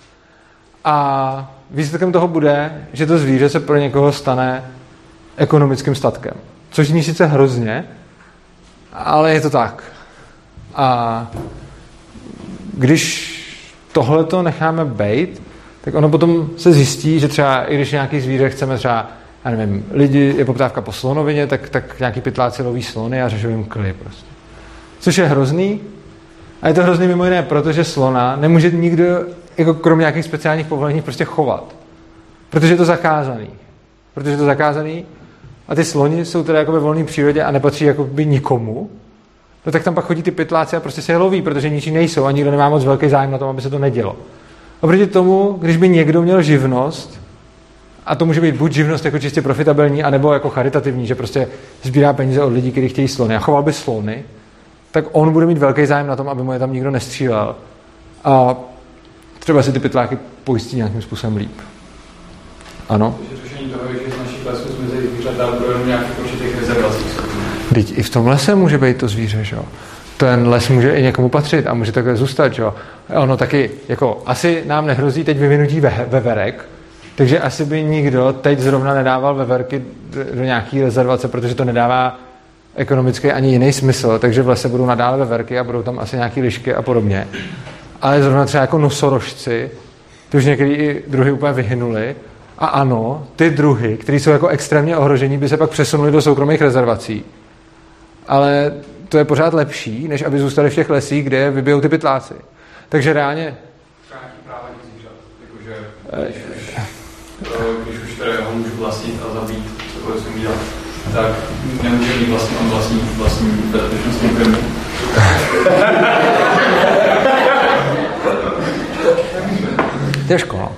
A výsledkem toho bude, že to zvíře se pro někoho stane ekonomickým statkem. Což zní sice hrozně, ale je to tak. A když tohleto necháme bejt, tak ono potom se zjistí, že třeba i když nějaký zvíře chceme třeba, já nevím, lidi, je poptávka po slonovině, tak nějaký pytláci loví slony a řežou jim kly prostě. Což je hrozný. A je to hrozný mimo jiné, protože slona nemůže nikdo, jako kromě nějakých speciálních povolení, prostě chovat. Protože je to zakázaný. Protože je to zakázaný a ty sloni jsou teda jako ve volné přírodě a nepatří jako by nikomu, no tak tam pak chodí ty pytláci a prostě se je loví, protože ničí nejsou a nikdo nemá moc velký zájem na tom, aby se to nedělo. Oproti tomu, když by někdo měl živnost, a to může být buď živnost jako čistě profitabilní, anebo jako charitativní, že prostě sbírá peníze od lidí, kteří chtějí slony a choval by slony, tak on bude mít velký zájem na tom, aby mu je tam nikdo nestřílel. A třeba si ty pytláky pojistí nějakým způsobem líp. Ano? Řešení toho, že z našich lesů zmizí zvířata pro nějakých určitých rezervacích. Vždyť i v tom lese může být to zvíře, že jo? Ten les může i někomu patřit a může takhle zůstat, že jo? Ono taky, jako asi nám nehrozí teď vyvinutí veverek, takže asi by nikdo teď zrovna nedával veverky do nějaký rezervace, protože to nedává ekonomicky ani jiný smysl, takže v lese budou nadále veverky a budou tam asi nějaký lišky a podobně. Ale zrovna třeba jako nosorožci, Ty už některý druhy úplně vyhynuli. A ano, ty druhy, které jsou jako extrémně ohrožení, by se pak přesunuli do soukromých rezervací. Ale to je pořád lepší, než aby zůstali v těch lesích, kde je vybijou ty pytláci. Takže reálně... Chrání práva těch zvířat. Jakože, když už teda ho můžu vlastnit a zabít, cokoliv jsem dělat, tak nemůže mít vlastní bezpečnostní firmu. Těžko, no.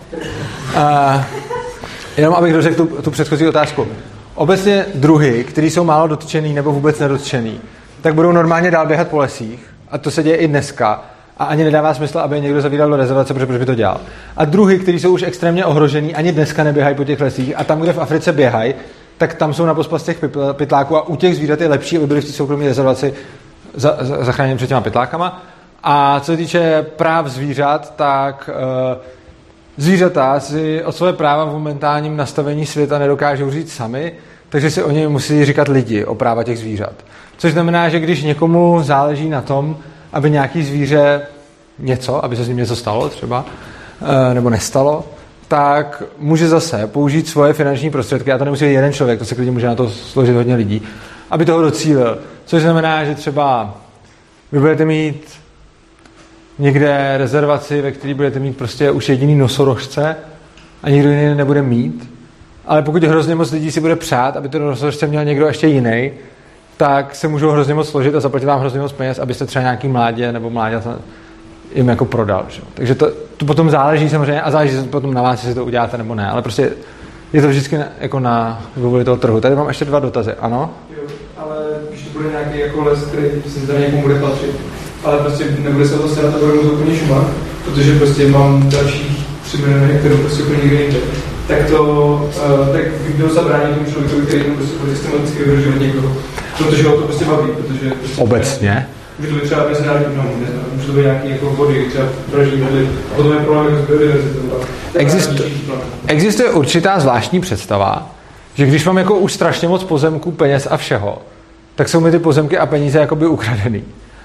Jenom abych dořekl tu předchozí otázku. Obecně druhy, které jsou málo dotčený nebo vůbec nedotčený, tak budou normálně dál běhat po lesích. A to se děje i dneska. A ani nedává smysl, aby je někdo zavíral do rezervace, protože proč by to dělal. A druhy, které jsou už extrémně ohrožený, ani dneska neběhají po těch lesích. A tam, kde v Africe běhají, tak tam jsou na pospas těch pytláků a u těch zvířat je lepší, aby byli v té soukromé rezervaci zachráněni před těma pytlákama. A co se týče práv zvířat, tak zvířata si o své práva v momentálním nastavení světa nedokážou říct sami, takže si o něj musí říkat lidi, o práva těch zvířat. Což znamená, že když někomu záleží na tom, aby nějaký zvíře aby se s ním něco stalo třeba, nebo nestalo, tak může zase použít svoje finanční prostředky, a to nemusí být jeden člověk, to se klidně může na to složit hodně lidí, aby toho docílil. Což znamená, že třeba vy budete mít někde rezervaci, ve které budete mít prostě už jediný nosorožce a nikdo jiný nebude mít, ale pokud hrozně moc lidí si bude přát, aby to nosorožce měl někdo ještě jiný, tak se můžou hrozně moc složit a zaplatit vám hrozně moc peněz, abyste třeba nějaký mládě nebo mláďata jim jako prodal. Že? Takže to potom záleží samozřejmě a záleží potom na vás, jestli to uděláte nebo ne, ale prostě je to vždycky jako na vůli toho trhu. Tady mám ještě 2 dotazy, ano? Jo, ale když to bude nějaký jako les, který se tady někomu bude patřit, ale prostě nebude se o to starat a bude mu to úplně šumat, protože prostě mám dalších 3 miliony hektarů prostě úplně někde jinde. Tak kdo zabrání tomu člověku, který prostě systematicky vyhrožuje někoho, protože ho to prostě baví, protože prostě obecně? Může to být třeba mezinárodní, může to být nějaký jako vody, třeba pražní vody, a potom je problém jako s biodiverzitou. Existuje určitá zvláštní představa, že když mám jako už strašně moc pozemků, peněz a všeho, tak jsou mi ty pozemky a peníze jakoby ukradený.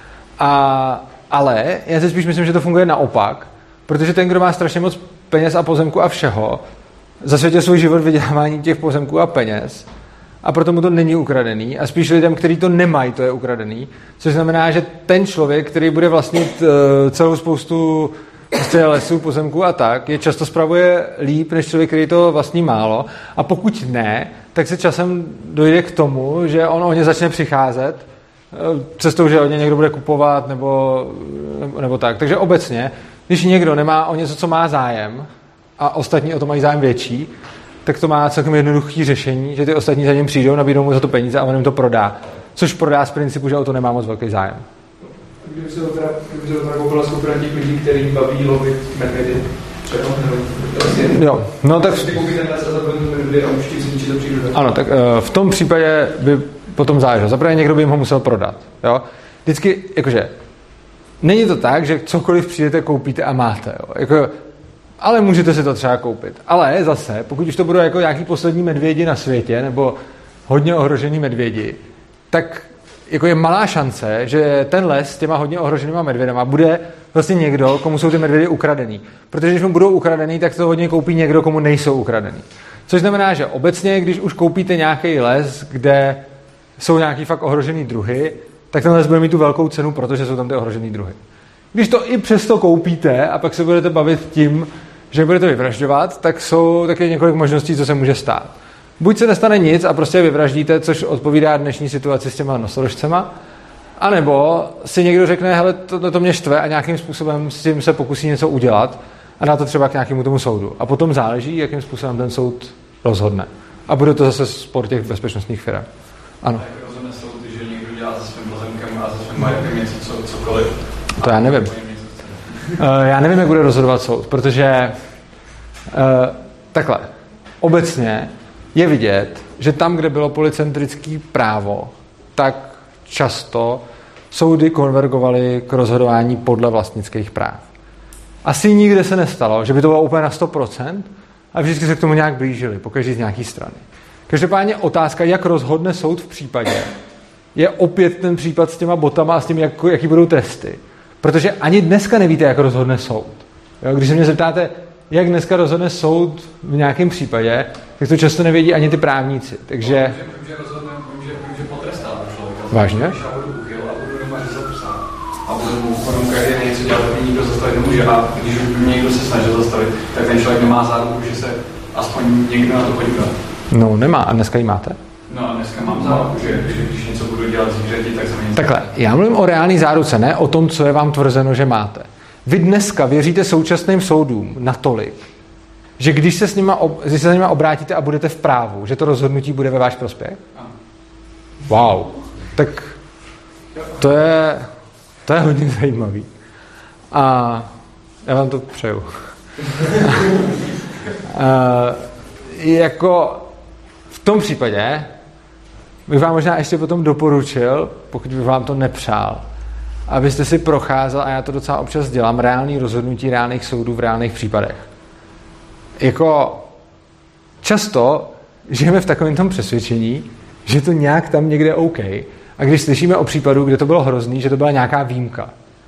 Ale já si spíš myslím, že to funguje naopak, protože ten, kdo má strašně moc peněz a pozemku a všeho, zasvětil svůj život vydělávání těch pozemků a peněz a proto mu to není ukradený a spíš lidem, kteří to nemají, to je ukradený, což znamená, že ten člověk, který bude vlastnit celou spoustu prostě lesů, pozemků a tak, je často spravuje líp než člověk, který to vlastní málo, a pokud ne, tak se časem dojde k tomu, že on o ně začne přicházet cestou, že od něj někdo bude kupovat nebo tak. Takže obecně, když někdo nemá o něco, co má zájem, a ostatní o to mají zájem větší, tak to má celkem jednoduché řešení, že ty ostatní za ním přijdou, nabídnou mu za to peníze a on jim to prodá. Což prodá z principu, že o to nemá moc velký zájem. Kdyby se to teda koupila skupina těch lidí, který baví lovit medvědy, třeba, jo, no tak... Ty koupí ten les a zabrnou medvědy a už ti zničí to přírodu. Ano, tak v tom případě by potom záleželo. Zaprvé někdo by jim ho musel prodat. Jo? Vždycky, jakože, není to tak, že cokoliv přijdete, koupíte a máte. Jo? Jako, ale můžete si to třeba koupit. Ale zase, pokud už to budou jako nějaký poslední medvědi na světě, nebo hodně ohrožený medvědi, tak jako je malá šance, že ten les s těma hodně ohroženýma medvědama bude vlastně někdo, komu jsou ty medvědy ukradený. Protože když mu budou ukradený, tak to hodně koupí někdo, komu nejsou ukradený. Což znamená, že obecně, když už koupíte nějaký les, kde jsou nějaký fakt ohrožený druhy, tak ten les bude mít tu velkou cenu, protože jsou tam ty ohrožený druhy. Když to i přesto koupíte a pak se budete bavit tím, že budete vyvražďovat, tak jsou taky několik možností, co se může stát. Buď se nestane nic a prostě vyvraždíte, což odpovídá dnešní situaci s těma nosorožcema, anebo si někdo řekne, hele, to mě štve a nějakým způsobem s tím se pokusí něco udělat a dá to třeba k nějakému tomu soudu. A potom záleží, jakým způsobem ten soud rozhodne. A bude to zase spor těch bezpečnostních firm. Ano. Jak rozhodne soud, že někdo dělá se svým pozemkem a se svým majetkem něco cokoliv? To já nevím. Já nevím, jak bude rozhodovat soud, protože takhle, obecně je vidět, že tam, kde bylo polycentrické právo, tak často soudy konvergovaly k rozhodování podle vlastnických práv. Asi nikde se nestalo, že by to bylo úplně na 100%, a vždycky se k tomu nějak blížili, pokaždý z nějaký strany. Každopádně otázka, jak rozhodne soud v případě, je opět ten případ s těma botama a s tím, jaký budou tresty. Protože ani dneska nevíte, jak rozhodne soud. Jo, když se mě zeptáte, jak dneska rozhodne soud v nějakém případě, tak to často nevědí ani ty právníci. Takže... Vím, že potrestá člověka. Vážně? Když já budu uchyl a budu doma řezat psa a budu mu potom každý den něco dělat, tak nikdo zastavit nemůže. A když mě někdo se snažil zastavit, tak ten člověk nemá záruku, že se aspoň někdo na to podívá. No, nemá. A dneska ji máte? No a dneska mám záruku, že když něco budu dělat zvířeti, tak se mi... Takhle, já mluvím o reálný záruce, ne o tom, co je vám tvrzeno, že máte. Vy dneska věříte současným soudům natolik, že když se za nima obrátíte a budete v právu, že to rozhodnutí bude ve váš prospěch? Wow. Tak to je hodně zajímavý. A já vám to přeju. Jako v tom případě bych vám možná ještě potom doporučil, pokud bych vám to nepřál, abyste si procházel, a já to docela občas dělám, reálný rozhodnutí reálných soudů v reálných případech. Jako často žijeme v takovém tom přesvědčení, že to nějak tam někde OK. A když slyšíme o případu, kde to bylo hrozný, že to byla nějaká výjimka.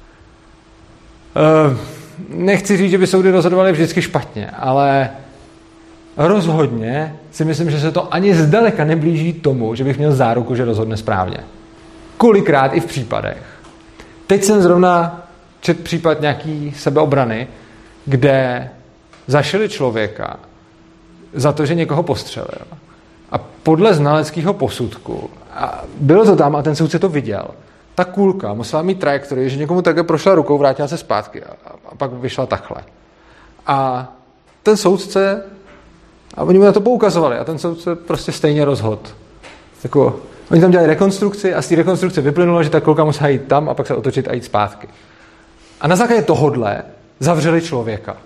Nechci říct, že by soudy rozhodovaly vždycky špatně, ale rozhodně si myslím, že se to ani zdaleka neblíží tomu, že bych měl záruku, že rozhodne správně. Kolikrát i v případech. Teď jsem zrovna četl případ nějaký sebeobrany, kde zašili člověka za to, že někoho postřelil. A podle znaleckého posudku, a bylo to tam a ten soudce to viděl, ta kulka musela mít trajektorii, že někomu také prošla rukou, vrátila se zpátky a pak vyšla takhle. A ten soudce, a oni mu na to poukazovali a ten soudce prostě stejně rozhodl. Jako, oni tam dělali rekonstrukci a z té rekonstrukce vyplynulo, že ta kulka musela jít tam a pak se otočit a jít zpátky. A na základě tohodle zavřeli člověka.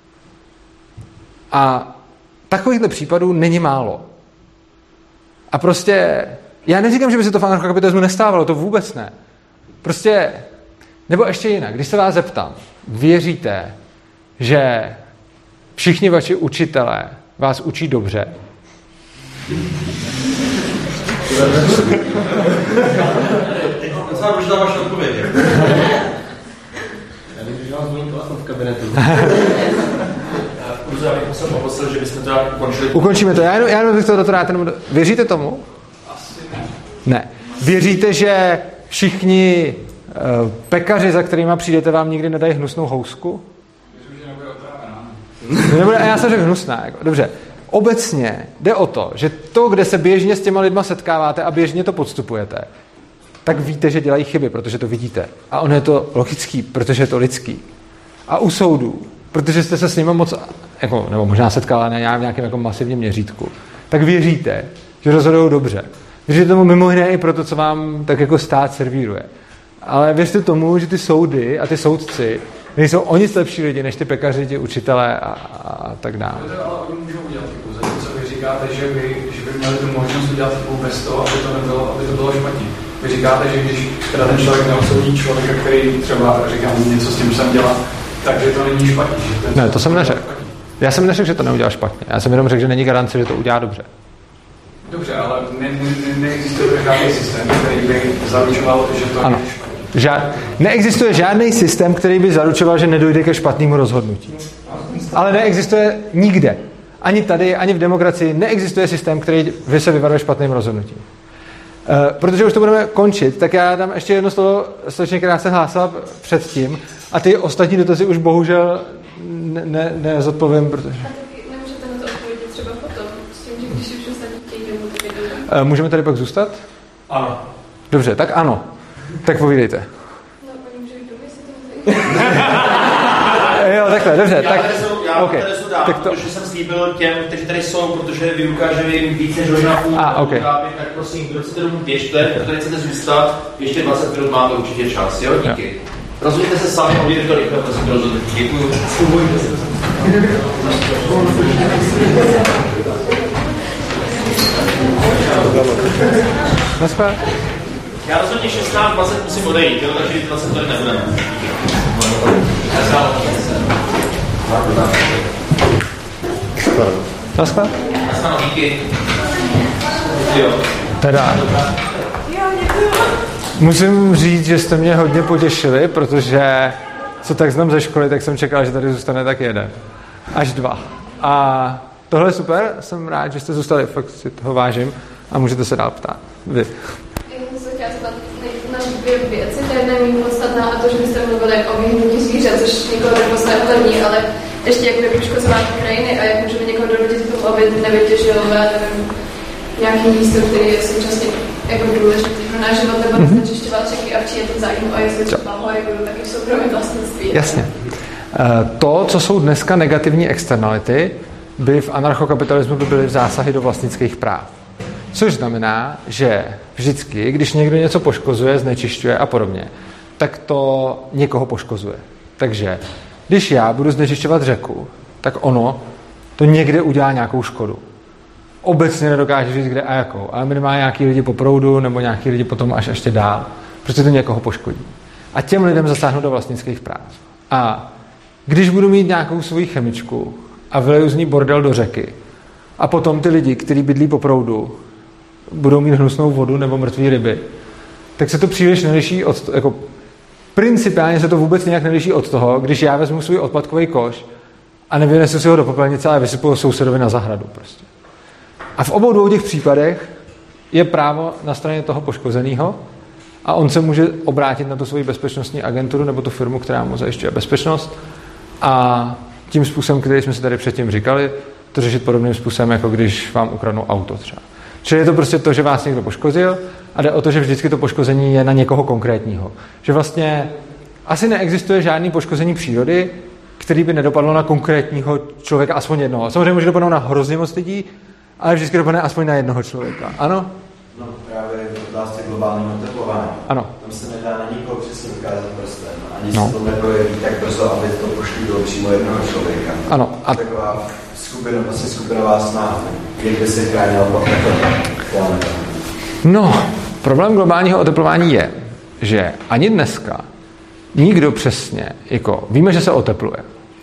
A takovýchhle případů není málo. A prostě, já neříkám, že by se to v anarchokapitalismu nestávalo, to vůbec ne. Prostě, nebo ještě jinak, když se vás zeptám, věříte, že všichni vaši učitelé vás učí dobře? Docela možná vaše odpověď. Já bych vás budu v kabinetu. Já bych se poprosil, že bychom to ukončili. Ukončíme to. Já jenom bych to rád. Věříte tomu? Asi ne. Věříte, že všichni pekaři, za kterýma přijdete, vám nikdy nedají hnusnou housku? myslím, že nebude otrávená. Nebude, a já jsem řekl hnusná. Jako, dobře. Obecně jde o to, že to, kde se běžně s těma lidma setkáváte a běžně to podstupujete, tak víte, že dělají chyby, protože to vidíte. A ono je to logický, protože je to lidský. A u soudů, protože jste se s nimi moc, jako, nebo možná setkala na nějakém jako masivním měřítku, tak věříte, že rozhodují dobře. Věříte tomu mimo jiné i proto, co vám tak jako stát servíruje. Ale věřte tomu, že ty soudy a ty soudci nejsou o nic lepší lidi, než ty pekaři, ti učitelé a tak dále. Ale oni můžou udělat chybu. Zatímco vy říkáte, že by měli tu možnost udělat chybu bez toho, aby to bylo špatně. Vy říkáte, že když teda ten člověk neodsoudí člověka, který třeba říká něco s tím, jsem dělal, takže to není špatně. Ne, to jsem neřekl. Já jsem neřekl, že to neudělal špatně. Já jsem jenom řekl, že není garance, že to udělá dobře. Dobře, ale neexistuje žádný systém, který by zaručoval, že to ano. je špatně. Neexistuje žádný systém, který by zaručoval, že nedojde ke špatnému rozhodnutí. Ale neexistuje nikde. Ani tady, ani v demokracii neexistuje systém, který se vyvaruje špatným rozhodnutím. Protože už to budeme končit, tak já dám ještě jedno slovo slečně, která se hlásila předtím, a ty ostatní dotazy už bohužel nezodpovím, protože... A taky nemůžete na to odpovědět třeba potom, s tím, že když už ostatní chtějí domů, tak je dobré. Můžeme tady pak zůstat? Ano. Dobře, tak ano. Tak povídejte. No, oni můžou jít domů, jestli to Jo, takhle, dobře. Já tak, já okay. Teresu dám, tak to... protože jsem slíbil těm, kteří tady jsou, protože vy ukážeme jim víc než hodina půl. Okay. Tak prosím, kdo chcete domů běžte, kdo tady chcete zůstat, ještě 20 minut máte určitě čas, jo? Díky. Rozhodněte se sami, objedete to rychle, prosím, rozhodnutí. Děkuju. Ubojte se. Já rozhodně 16:20 musím odejít, jo? Takže 20 tady nebudeme. Naschle? Naschle, díky. Jo. Teda. Musím říct, že jste mě hodně potěšili, protože co tak znám ze školy, tak jsem čekal, že tady zůstane tak jeden. Až 2. A tohle je super, jsem rád, že jste zůstali, fakt si toho vážím a můžete se dál ptát. Vy. Já jsem chtěla zeptat na 2 věci. To jedna je méně podstatná a to, že byste mluvili o vyhnutí zvířat, což nikoho neposledně hlavní, ale ještě jak by poškozování krajiny a jak můžeme někoho donutit k tomu, aby nevytěžil, nevím, nějaký místo, který je současně jako důležitý pro náš život, nebo neznečišťovat řeky a přijít ten zájem o jestli třeba hory budou taky v soukromém vlastnictví. Jasně. To, co jsou dneska negativní externality, by v anarchokapitalismu byly zásahy do vlastnických práv. Což znamená, že vždycky, když někdo něco poškozuje, znečišťuje a podobně, tak to někoho poškozuje. Takže když já budu znečišťovat řeku, tak ono to někde udělá nějakou škodu. Obecně nedokáže říct, kde a jakou, ale minimálně nějaký lidi po proudu nebo nějaký lidi potom až ještě dál, protože to někoho poškodí. A těm lidem zasáhnou do vlastnických práv. A když budu mít nějakou svoji chemičku a vyleju z ní bordel do řeky a potom ty lidi, kteří bydlí po proudu, budou mít hnusnou vodu nebo mrtvé ryby, tak se to příliš neliší od jako principiálně se to vůbec nějak neliší od toho, když já vezmu svůj odpadkový koš a nevynesu si ho do popelnice, ale vysypu ho sousedovi na zahradu prostě. A v obou dvou těch případech je právo na straně toho poškozeného a on se může obrátit na tu svoji bezpečnostní agenturu nebo tu firmu, která mu zajišťuje bezpečnost a tím způsobem, který jsme si tady předtím říkali, to řešit podobným způsobem, jako když vám ukradnou auto třeba. Čili je to prostě to, že vás někdo poškozil a jde o to, že vždycky to poškození je na někoho konkrétního. Že vlastně asi neexistuje žádný poškození přírody, který by nedopadlo na konkrétního člověka, aspoň jednoho. Samozřejmě může dopadnout na hrozně moc lidí, ale vždycky dopadne aspoň na jednoho člověka. Ano? No právě v otázce globálního oteplování. Ano. Tam se nedá na nikoho přesně ukázat prstem. Ani se to neprojeví tak brzo, aby to poškodilo přímo jednoho člověka. Ano. A taková skupinová snaha, jak by se chránila planeta. No, problém globálního oteplování je, že ani dneska nikdo přesně, jako víme, že se otepluje.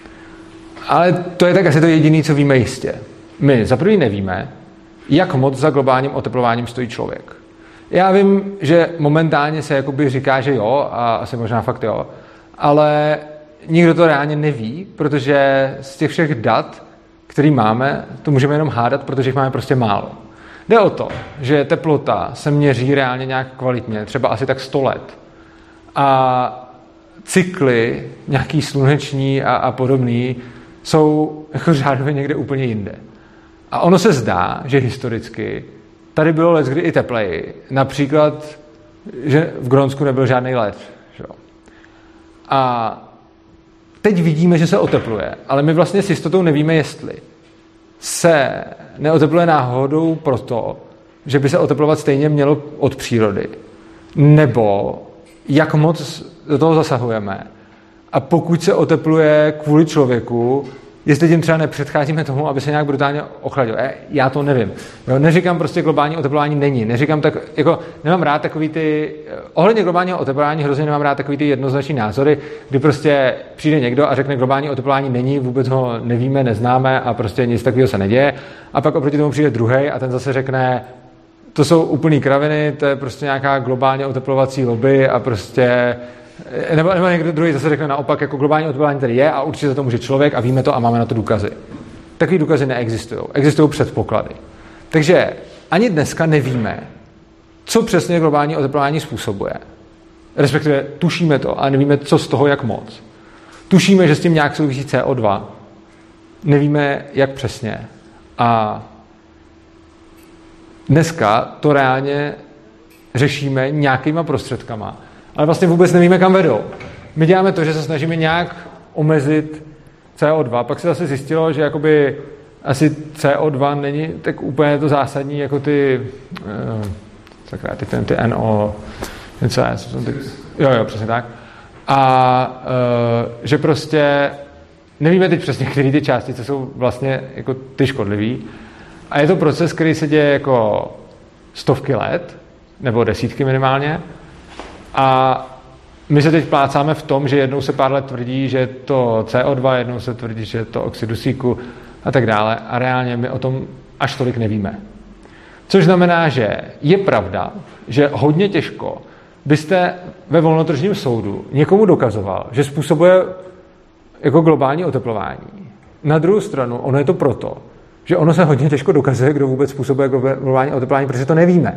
Ale to je tak asi to jediné, co víme jistě. My za první nevíme, jak moc za globálním oteplováním stojí člověk. Já vím, že momentálně se jakoby říká, že jo, a asi možná fakt jo, ale nikdo to reálně neví, protože z těch všech dat, který máme, to můžeme jenom hádat, protože jich máme prostě málo. Jde o to, že teplota se měří reálně nějak kvalitně, třeba asi tak 100 let. A cykly, nějaký sluneční a podobný, jsou jako řádově někde úplně jinde. A ono se zdá, že historicky tady bylo leckdy i tepleji. Například, že v Grónsku nebyl žádný led. Že? A teď vidíme, že se otepluje, ale my vlastně s jistotou nevíme, jestli se neotepluje náhodou proto, že by se oteplovat stejně mělo od přírody, nebo jak moc do toho zasahujeme. A pokud se otepluje kvůli člověku, jestli tím třeba nepředcházíme tomu, aby se nějak brutálně ochladil. Já to nevím. Jo, neříkám prostě globální oteplování není. Neříkám tak, jako nemám rád takový ty, ohledně globálního oteplování hrozně nemám rád takový ty jednoznačný názory, kdy prostě přijde někdo a řekne globální oteplování není, vůbec ho nevíme, neznáme a prostě nic takového se neděje. A pak oproti tomu přijde druhej a ten zase řekne, to jsou úplný kraviny, to je prostě nějaká globálně oteplovací lobby a prostě nebo někdo druhý zase řekne naopak, jako globální oteplování tady je a určitě to může člověk a víme to a máme na to důkazy. Takový důkazy neexistují. Existují předpoklady. Takže ani dneska nevíme, co přesně globální oteplování způsobuje. Respektive tušíme to, ale nevíme, co z toho, jak moc. Tušíme, že s tím nějak souvisí CO2. Nevíme, jak přesně. A dneska to reálně řešíme nějakýma prostředkama, ale vlastně vůbec nevíme, kam vedou. My děláme to, že se snažíme nějak omezit CO2, pak se zase zjistilo, že jakoby asi CO2 není tak úplně to zásadní, jako ty NO, něco je, jo, přesně tak. A že prostě nevíme teď přesně, které ty částice jsou vlastně jako ty škodlivý. A je to proces, který se děje jako stovky let, nebo desítky minimálně. A my se teď plácáme v tom, že jednou se pár let tvrdí, že je to CO2, jednou se tvrdí, že je to oxid dusíku a tak dále. A reálně my o tom až tolik nevíme. Což znamená, že je pravda, že hodně těžko byste ve volnotržním soudu někomu dokazoval, že způsobuje jako globální oteplování. na druhou stranu, ono je to proto, že ono se hodně těžko dokazuje, kdo vůbec způsobuje globální oteplování, protože to nevíme.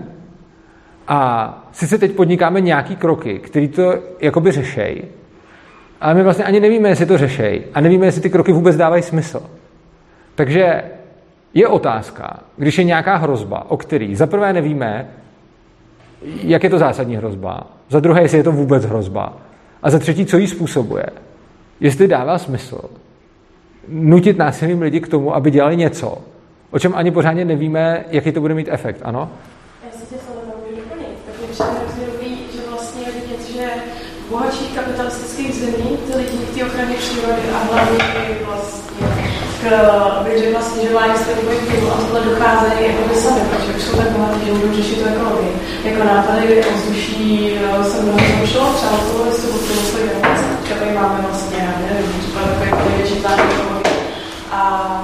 A sice teď podnikáme nějaký kroky, které to jakoby řešejí, ale my vlastně ani nevíme, jestli to řešejí a nevíme, jestli ty kroky vůbec dávají smysl. Takže je otázka, když je nějaká hrozba, o který za prvé nevíme, jak je to zásadní hrozba, za druhé, jestli je to vůbec hrozba a za třetí, co jí způsobuje. Jestli dává smysl nutit násilím lidi k tomu, aby dělali něco, o čem ani pořádně nevíme, jaký to bude mít efekt, ano? Já si tě tohle můžu doplnit. Tak mě přijde hrozně dobrý, že vlastně je vidět, že v bohatších kapitalistických zemích ty lidi k té ochraně přírody a hlavně vlastně k snižování skleníkových plynů a tohle docházejí jako by sami, protože už jsou tak bohatí, že můžou řešit tu ekologii. Jako náklady ovzduší se mnoho zlepšilo, třeba od toho listu od toho svojí generace. Třeba tady máme vlastně, já nevím, třeba takový největší plán ekologii. A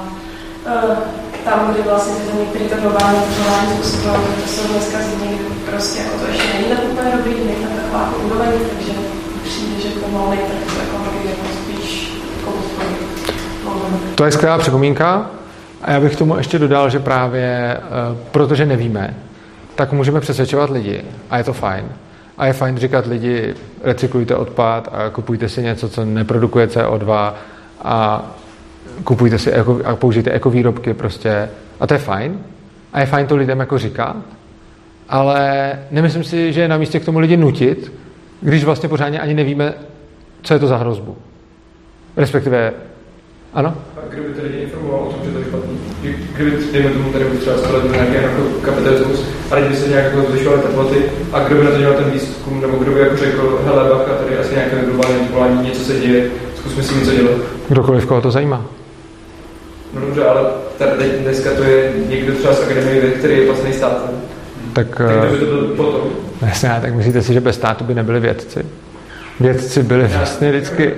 tam, kde vlastně ty země, které to globální oteplování způsobilo, to jsou dneska země, kde prostě jako to ještě není tak úplně dobrý, není tam taková úroveň, takže přijde, že pomalu tak to ekologii jako spíš jako podpoří. To je skvělá připomínka a já bych k tomu ještě dodal, že právě protože nevíme, tak můžeme přesvědčovat lidi a je to fajn. A je fajn říkat lidi, recyklujte odpad a kupujte si něco, co neprodukuje CO2 a kupujte si a použijte ekovýrobky prostě. A to je fajn. A je fajn to lidem jako říkat, ale nemyslím si, že je na místě k tomu lidi nutit, když vlastně pořádně ani nevíme, co je to za hrozbu. Respektive ano? A kdyby ty lidi informoval o tom, že to je špatný? Kdyby, dejme tomu, tady by třeba stalo nějaký kapitalismus, a lidi by se nějak jako zvyšovaly teploty, a kdo by na to dělal ten výzkum, nebo kdo by jako řekl, hele, bacha, tady asi nějaké globální oteplování, něco se děje, zkusme si něco dělat. Kdokoliv, koho to zajímá. No dobře, ale tady dneska to je někdo třeba z akademie, který je vlastní státem. Tak by to byl potom. Jasně, tak myslíte si, že bez státu by nebyli vědci? Vědci byli vlastně vždycky...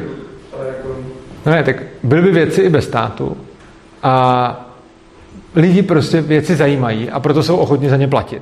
No ne, tak byli by vědci i bez státu a lidi prostě věci zajímají a proto jsou ochotni za ně platit.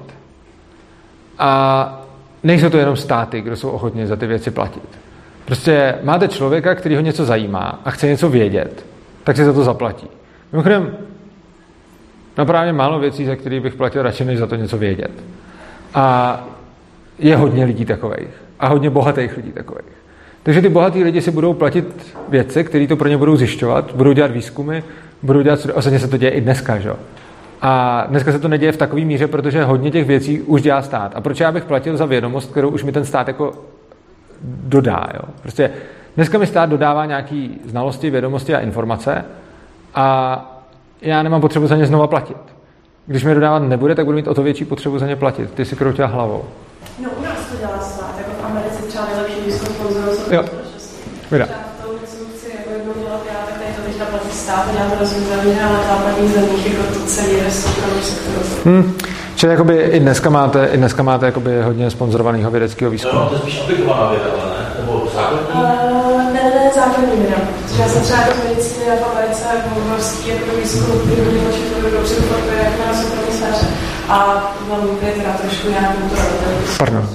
A nejsou to jenom státy, kdo jsou ochotni za ty věci platit. Prostě máte člověka, který ho něco zajímá a chce něco vědět, tak si za to zaplatí. Mimochodem, napravně málo věcí, za které bych platil radši, než za to něco vědět. A je hodně lidí takovejch a hodně bohatých lidí takovejch. Takže ty bohatý lidi si budou platit věci, které to pro ně budou zjišťovat, budou dělat výzkumy, budou dělat, ostatně se to děje i dneska, že? A dneska se to neděje v takové míře, protože hodně těch věcí už dělá stát. A proč já bych platil za vědomost, kterou už mi ten stát jako dodá, jo? Prostě dneska mi stát dodává nějaký znalosti, vědomosti a informace a já nemám potřebu za ně znova platit. Když mi dodávat nebude, tak budu mít o to větší potřebu za ně platit. Ty si kroutila hlavou. No u nás to dělá stát, jako v Americe třeba nejlepší výzkum sponzorů jsou společnosti. Vyda. Třeba v tom, co chci jako jednou dělat já, tak tady to teďka platí stát, já to rozumím země, ale v západních zemích jako to celý je soukromý sektor. Čili jakoby i dneska máte jakoby hodně sponzorovaného vědeckého výzkumu. No, to je spíš aplikovaná věda, ale ne? Nebo základní? Ne, základní věda. Protože já jsem třeba jako z medicíny a v Americe obrovský jako výzkum, který hodně počítal dobře funguje jak na soukromé sféře. A mám je teda trošku nějakou Pardon.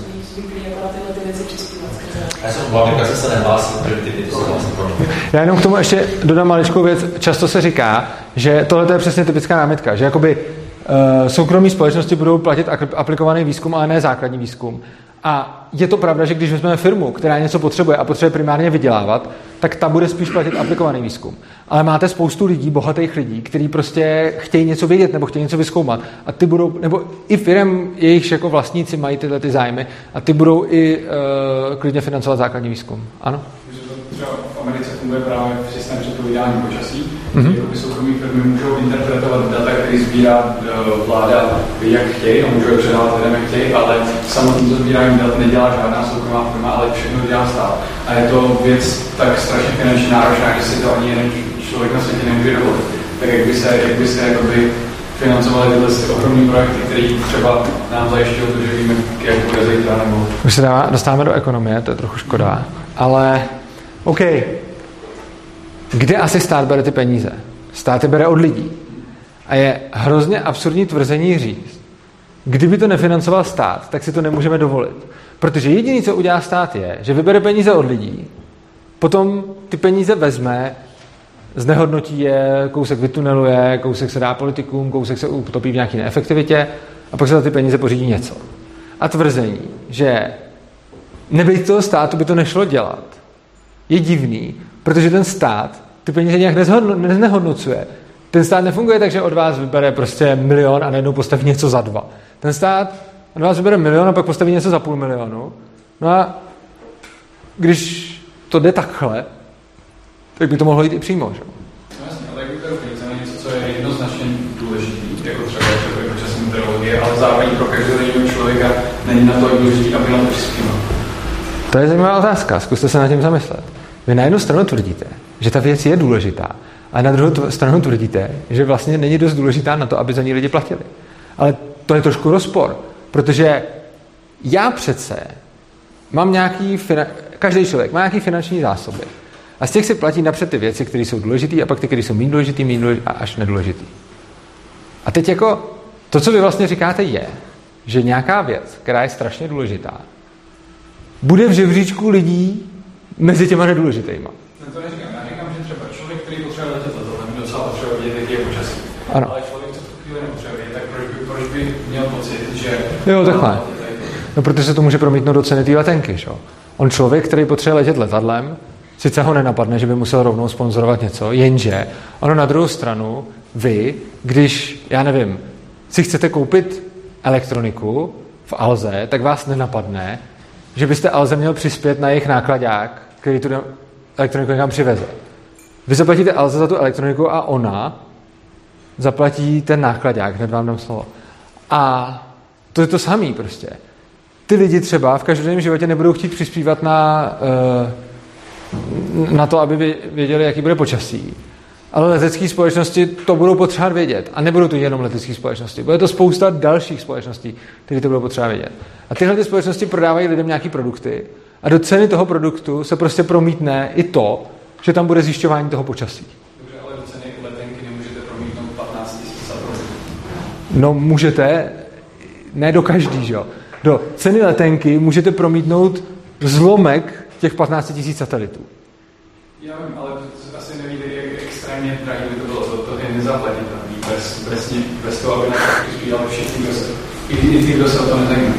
Já jsem v aplikaci se nehlásím, protože ty se hlásím pro mě. Já jenom k tomu ještě dodám maličkou věc. Často se říká, že tohle je přesně typická námitka, že jakoby soukromé společnosti budou platit aplikovaný výzkum, ale ne základní výzkum. A je to pravda, že když vezmeme firmu, která něco potřebuje a potřebuje primárně vydělávat, tak ta bude spíš platit aplikovaný výzkum. Ale máte spoustu lidí, bohatých lidí, kteří prostě chtějí něco vědět nebo chtějí něco vyzkoumat. A ty budou, nebo i firem, jejichž jako vlastníci mají tyhle ty zájmy a ty budou i klidně financovat základní výzkum. Ano? Třeba v Americe funguje právě systém předpovídání počasí, kdy soukromí firmy můžou interpretovat data, které sbírá vláda, jak chtějí, a můžou je předávat lidem, jak chtějí, ale samotný to sbírání dat nedělá žádná soukromá firma, ale všechno dělá stát. A je to věc tak strašně finančně náročná, že si to ani jeden člověk na světě nemůže dovolit. Tak jak by se jakoby financovali tyhle ohromné projekty, které třeba nám zajišťují to, že víme, jak bude zítra nebo... Už se dostáváme do ekonomie, to je trochu škoda, ale OK. Kde asi stát bere ty peníze? Stát je bere od lidí. A je hrozně absurdní tvrzení říct, kdyby to nefinancoval stát, tak si to nemůžeme dovolit. Protože jediné, co udělá stát, je, že vybere peníze od lidí, potom ty peníze vezme znehodnotí je, kousek vytuneluje, kousek se dá politikům, kousek se utopí v nějaké neefektivitě a pak se za ty peníze pořídí něco. A tvrzení, že nebejt toho státu by to nešlo dělat, je divný, protože ten stát ty peníze nějak neznehodnocuje. Ten stát nefunguje tak, že od vás vybere prostě 1 milion a najednou postaví něco za 2. Ten stát od vás vybere 1 milion a pak postaví něco za 500 000. No a když to jde takhle, tak by to mohlo jít i přímo, že? No jasně, ale jak vyberou peníze na něco, co je jednoznačně důležitý, jako třeba počasí meteorologie, ale zároveň pro každého člověka není na to důležitý, aby na to přispíval. To je zajímavá otázka, zkuste se nad tím zamyslet. Vy na jednu stranu tvrdíte, že ta věc je důležitá, a na druhou stranu tvrdíte, že vlastně není dost důležitá na to, aby za ní lidi platili. Ale to je trošku rozpor, protože já přece mám každý člověk má nějaký finanční zásoby. A z těch si platí napřed ty věci, které jsou důležité, a pak ty, které jsou méně důležité a až nedůležité. A teď jako to, co vy vlastně říkáte, je, že nějaká věc, která je strašně důležitá, bude v žebříčku lidí mezi těma nedůležitýma. No to neříkám. Já říkám, že třeba člověk, který potřebuje letět letadlem, docela potřebuje vědět, jaký je počasí. Ano. Ale člověk, co v tu chvíli nepotřebuje, tak proč by měl pocit, že... Jo, takhle. No, protože se to může promítnout do ceny té letenky, že? On člověk, který potřebuje letět letadlem, sice ho nenapadne, že by musel rovnou sponzorovat něco, jenže ono na druhou stranu, vy, když, já nevím, si chcete koupit elektroniku v Alze, tak vás nenapadne, že byste Alze měl přispět na jejich nákladák, který tu elektroniku někam přiveze. Vy zaplatíte Alze za tu elektroniku a ona zaplatí ten nákladák, hned vám dám slovo. A to je to samý prostě. Ty lidi třeba v každodenním životě nebudou chtít přispívat na to, aby věděli, jaký bude počasí. Ale letecké společnosti to budou potřebovat vědět. A nebudou to jenom letecké společnosti. Bude to spousta dalších společností, které to budou potřebovat vědět. A tyhle ty společnosti prodávají lidem nějaké produkty a do ceny toho produktu se prostě promítne i to, že tam bude zjišťování toho počasí. Dobře, ale do ceny letenky nemůžete promítnout 15 000 satelitů. No můžete, ne do každý, že jo. Do ceny letenky můžete promítnout zlomek těch 15 000 satelitů. Já vím, ale asi nevíte, jak extrémně drahý by to bylo. To je nezaplatitelný. Bez toho, aby na to přispívali všichni, i ty, kdo se o to nezajímají.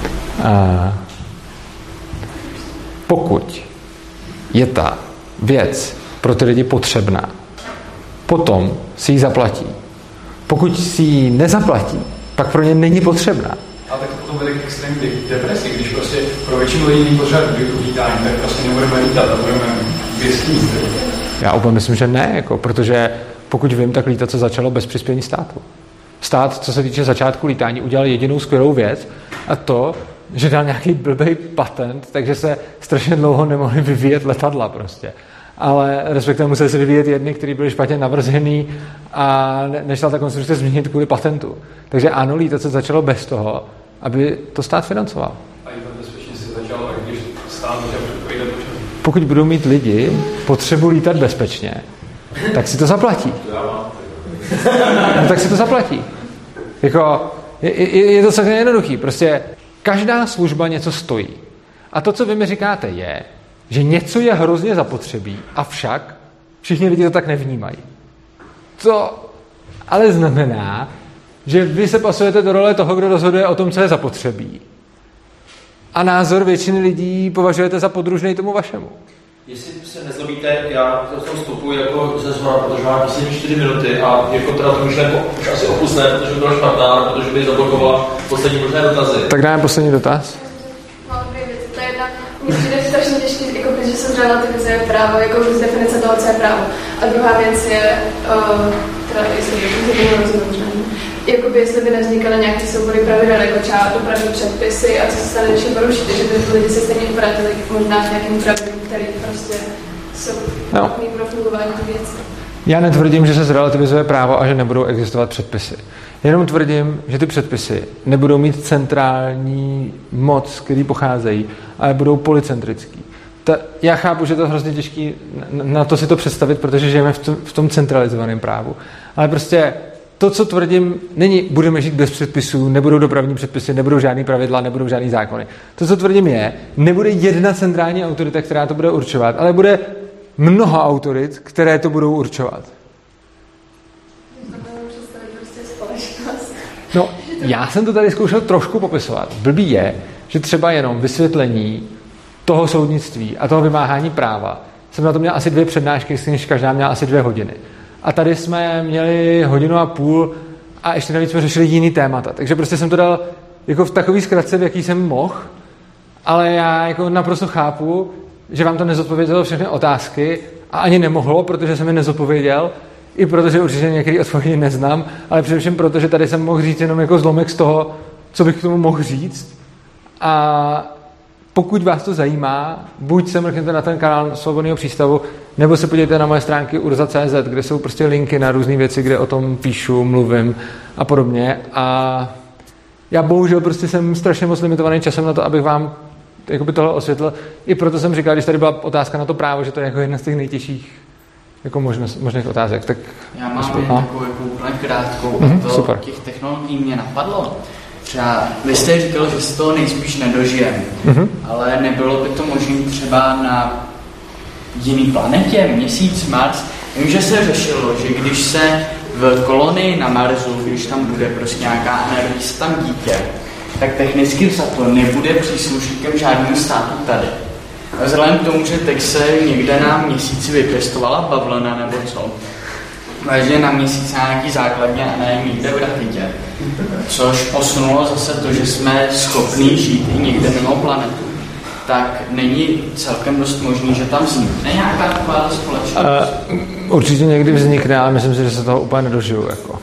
Pokud je ta věc pro ty lidi potřebná, potom si ji zaplatí. Pokud si ji nezaplatí, pak pro ně není potřebná. A tak to potom vede k extrémní depresi, když prostě pro většinu lidí není potřeba vítání, tak prostě nebudeme lítat a budeme věstní. Já úplně myslím, že ne, jako, protože pokud vím, tak lítat se začalo bez přispění státu. Stát, co se týče začátku lítání, udělal jedinou skvělou věc a to, že dal nějaký blbej patent, takže se strašně dlouho nemohli vyvíjet letadla prostě. Ale respektive museli se vyvíjet jedny, které byly špatně navržený a nešla ta konstrukce změnit kvůli patentu. Takže ano, lítat se začalo bez toho, aby to stát financoval. A i to bezpečně se začalo, když stát začal předpovídat počasí. Pokud budou mít lidi potřebu lítat bezpečně, tak si to zaplatí. No, tak si to zaplatí. Jako, je to celkem jednoduchý. Prostě každá služba něco stojí. A to, co vy mi říkáte, je, že něco je hrozně zapotřebí, avšak všichni lidi to tak nevnímají. To ale znamená, že vy se pasujete do role toho, kdo rozhoduje o tom, co je zapotřebí. A názor většiny lidí považujete za podružnej tomu vašemu. Jestli se nezlobíte, já to tom vstupuji jako ze zvona, protože mám poslední 4 minuty a jako teda to myšlenko už asi opusne, protože by byla špatná, protože by zablokovala poslední možné dotazy. Tak dáme poslední dotaz. Mám dvě věci. To je jedna, mně přijde strašně těžký, jako že se zrelativizuje právo, jako z definice toho, co je právo. A druhá věc je, teda jestli to rozumím, jakoby jestli by nevznikaly nějaké soubory pravidel, jako třeba dopravní předpisy a co se stane, když je porušíte, že by lidi se stejně vrátili možná k nějakým pravidlům, které prostě jsou špatný pro fungování ty věci. Já netvrdím, že se zrelativizuje právo a že nebudou existovat předpisy. Jenom tvrdím, že ty předpisy nebudou mít centrální moc, který pocházejí, ale budou polycentrický. Já chápu, že to je hrozně těžký na to si to představit, protože žijeme v tom centralizovaném právu. Ale prostě to, co tvrdím, není, budeme žít bez předpisů, nebudou dopravní předpisy, nebudou žádný pravidla, nebudou žádný zákony. To, co tvrdím, je, nebude jedna centrální autorita, která to bude určovat, ale bude mnoho autorit, které to budou určovat. No, já jsem to tady zkoušel trošku popisovat. Blbý je, že třeba jenom vysvětlení toho soudnictví a toho vymáhání práva jsem na to měl asi 2 přednášky, z nichž každá měla asi 2 hodiny. A tady jsme měli 1,5 hodiny a ještě navíc jsme řešili jiný témata. Takže prostě jsem to dal jako v takový zkratce, v jaký jsem mohl, ale já jako naprosto chápu, že vám to nezodpovědělo všechny otázky a ani nemohlo, protože jsem je nezodpověděl, i protože určitě některé odpovědi neznám, ale především proto, že tady jsem mohl říct jenom jako zlomek z toho, co bych k tomu mohl říct. A pokud vás to zajímá, buď se mrkněte na ten kanál Svobodného přístavu, nebo se podívejte na moje stránky urza.cz, kde jsou prostě linky na různé věci, kde o tom píšu, mluvím a podobně. A já bohužel prostě jsem strašně moc limitovaný časem na to, abych vám jakoby tohle osvětlil. I proto jsem říkal, když tady byla otázka na to právo, že to je jako jedna z těch nejtěžších jako možných otázek. Tak já mám takovou jako úplně krátkou. To super. Těch technologií mě napadlo. Třeba vy jste říkal, že se toho nejspíš nedožijeme, ale nebylo by to možné třeba na jiný planetě, Měsíc, Mars. Vím, že se řešilo, že když se v kolonii na Marsu, když tam bude prostě nějaká energie, tam dítě, tak technicky za to nebude příslušníkem žádného státu tady. A vzhledem k tomu, že teď se někde na Měsíci vypěstovala bavlna nebo co, takže na Měsíci nějaký základně a ne někde v raketě. Což posunulo zase to, že jsme schopní žít i někde mimo planetu. Tak není celkem dost možný, že tam vznikne nějaká taková společnost? Určitě někdy vznikne, ale myslím si, že se toho úplně nedožiju. Jako.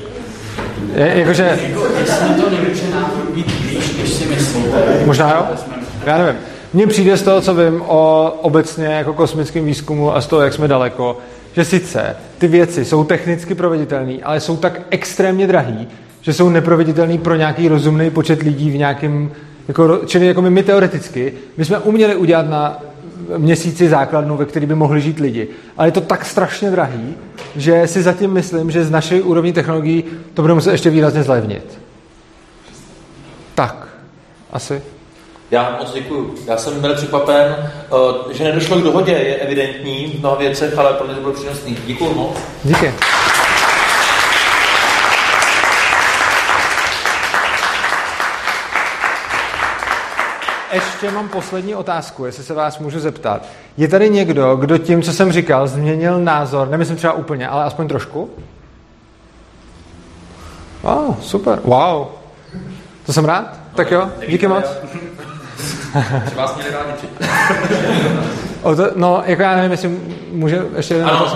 Jakože... Jestli to nemůže náhodou být blíž, než si myslíte. Možná jo? Já nevím. Mně přijde z toho, co vím o obecně jako kosmickém výzkumu a z toho, jak jsme daleko, že sice ty věci jsou technicky proveditelné, ale jsou tak extrémně drahý, že jsou neproveditelný pro nějaký rozumný počet lidí v nějakém, jako, čili jako my teoreticky, my jsme uměli udělat na Měsíci základnu, ve který by mohli žít lidi. Ale je to tak strašně drahý, že si zatím myslím, že z naší úrovní technologií to bude muset ještě výrazně zlevnit. Tak, asi. Já moc děkuju. Já jsem byl překvapen, že nedošlo k dohodě, je evidentní v mnoha věcech, ale pro mě to bylo přínosný. Děkuju moc. Díky. Ještě mám poslední otázku, jestli se vás můžu zeptat. Je tady někdo, kdo tím, co jsem říkal, změnil názor, nemyslím třeba úplně, ale aspoň trošku? Wow, super, wow. To jsem rád? Tak jo, díky moc. Třeba vás měli rádi. No, jako já nevím, jestli může ještě jeden dotaz.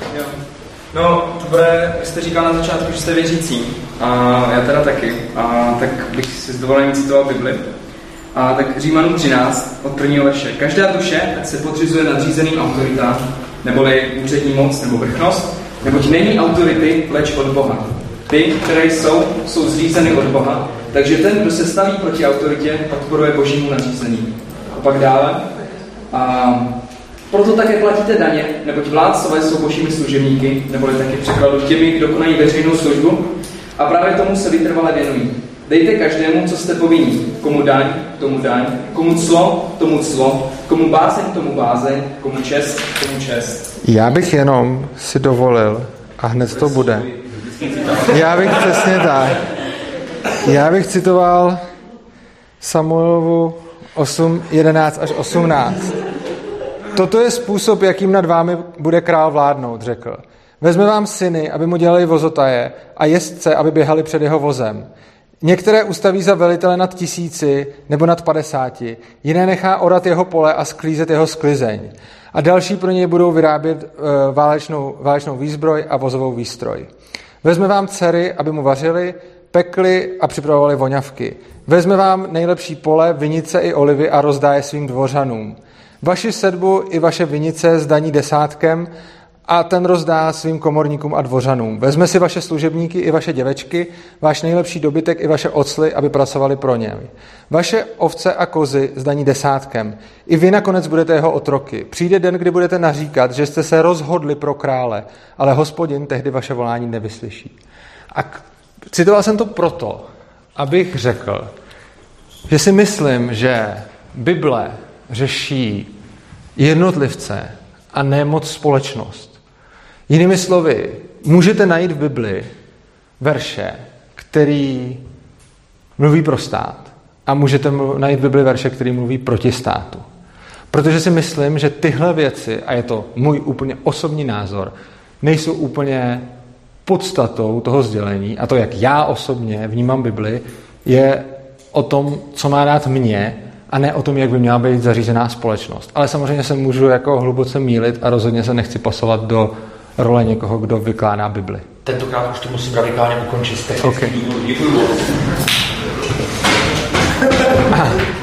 No, dobré, vy jste říkal na začátku, že jste věřící. A já teda taky. A tak bych si s dovolením citoval Bibli. A tak Římanům 13 od 1. verše. Každá duše, ať se podřizuje nadřízeným autoritám, neboli úřední moc nebo vrchnost, neboť není autority, leč od Boha. Ty, které jsou zřízeny od Boha, takže ten, kdo se staví proti autoritě, odporuje božímu nařízení. A pak dále. A proto také platíte daně, neboť vládcové jsou božími služebníky, neboli taky překladu těmi, kdo konají veřejnou službu, a právě tomu se vytrvale věnují. Dejte každému, co jste povinní. Komu daň, tomu daň, komu clo, tomu clo, komu bázeň, tomu bázeň, komu čest, tomu čest. Já bych jenom si dovolil, a hned to bude. Já bych přesně tak. Já bych citoval Samuelovu 8:11 až 18. Toto je způsob, jakým nad vámi bude král vládnout, řekl. Vezme vám syny, aby mu dělali vozotaje, a jezdce, aby běhali před jeho vozem. Některé ustaví za velitele nad 1000 nebo nad 50, jiné nechá orat jeho pole a sklízet jeho sklizeň. A další pro něj budou vyrábět válečnou výzbroj a vozovou výstroj. Vezme vám dcery, aby mu vařili, pekli a připravovali voňavky. Vezme vám nejlepší pole, vinice i olivy a rozdá je svým dvořanům. Vaši sedbu i vaše vinice zdaní 10 a ten rozdá svým komorníkům a dvořanům. Vezme si vaše služebníky i vaše děvečky, váš nejlepší dobytek i vaše ocly, aby pracovali pro něj. Vaše ovce a kozy zdaní 10. I vy nakonec budete jeho otroky. Přijde den, kdy budete naříkat, že jste se rozhodli pro krále, ale Hospodin tehdy vaše volání nevyslyší. A citoval jsem to proto, abych řekl, že si myslím, že Bible řeší jednotlivce a ne moc společnost. Jinými slovy, můžete najít v Bibli verše, který mluví pro stát a můžete najít v Bibli verše, který mluví proti státu. Protože si myslím, že tyhle věci, a je to můj úplně osobní názor, nejsou úplně podstatou toho sdělení a to, jak já osobně vnímám Bibli, je o tom, co má dát mě a ne o tom, jak by měla být zařízená společnost. Ale samozřejmě se můžu jako hluboce mýlit a rozhodně se nechci pasovat do role někoho, kdo vykládá Bibli. Tentokrát už to musím radikálně ukončit. Okay. Děkuju.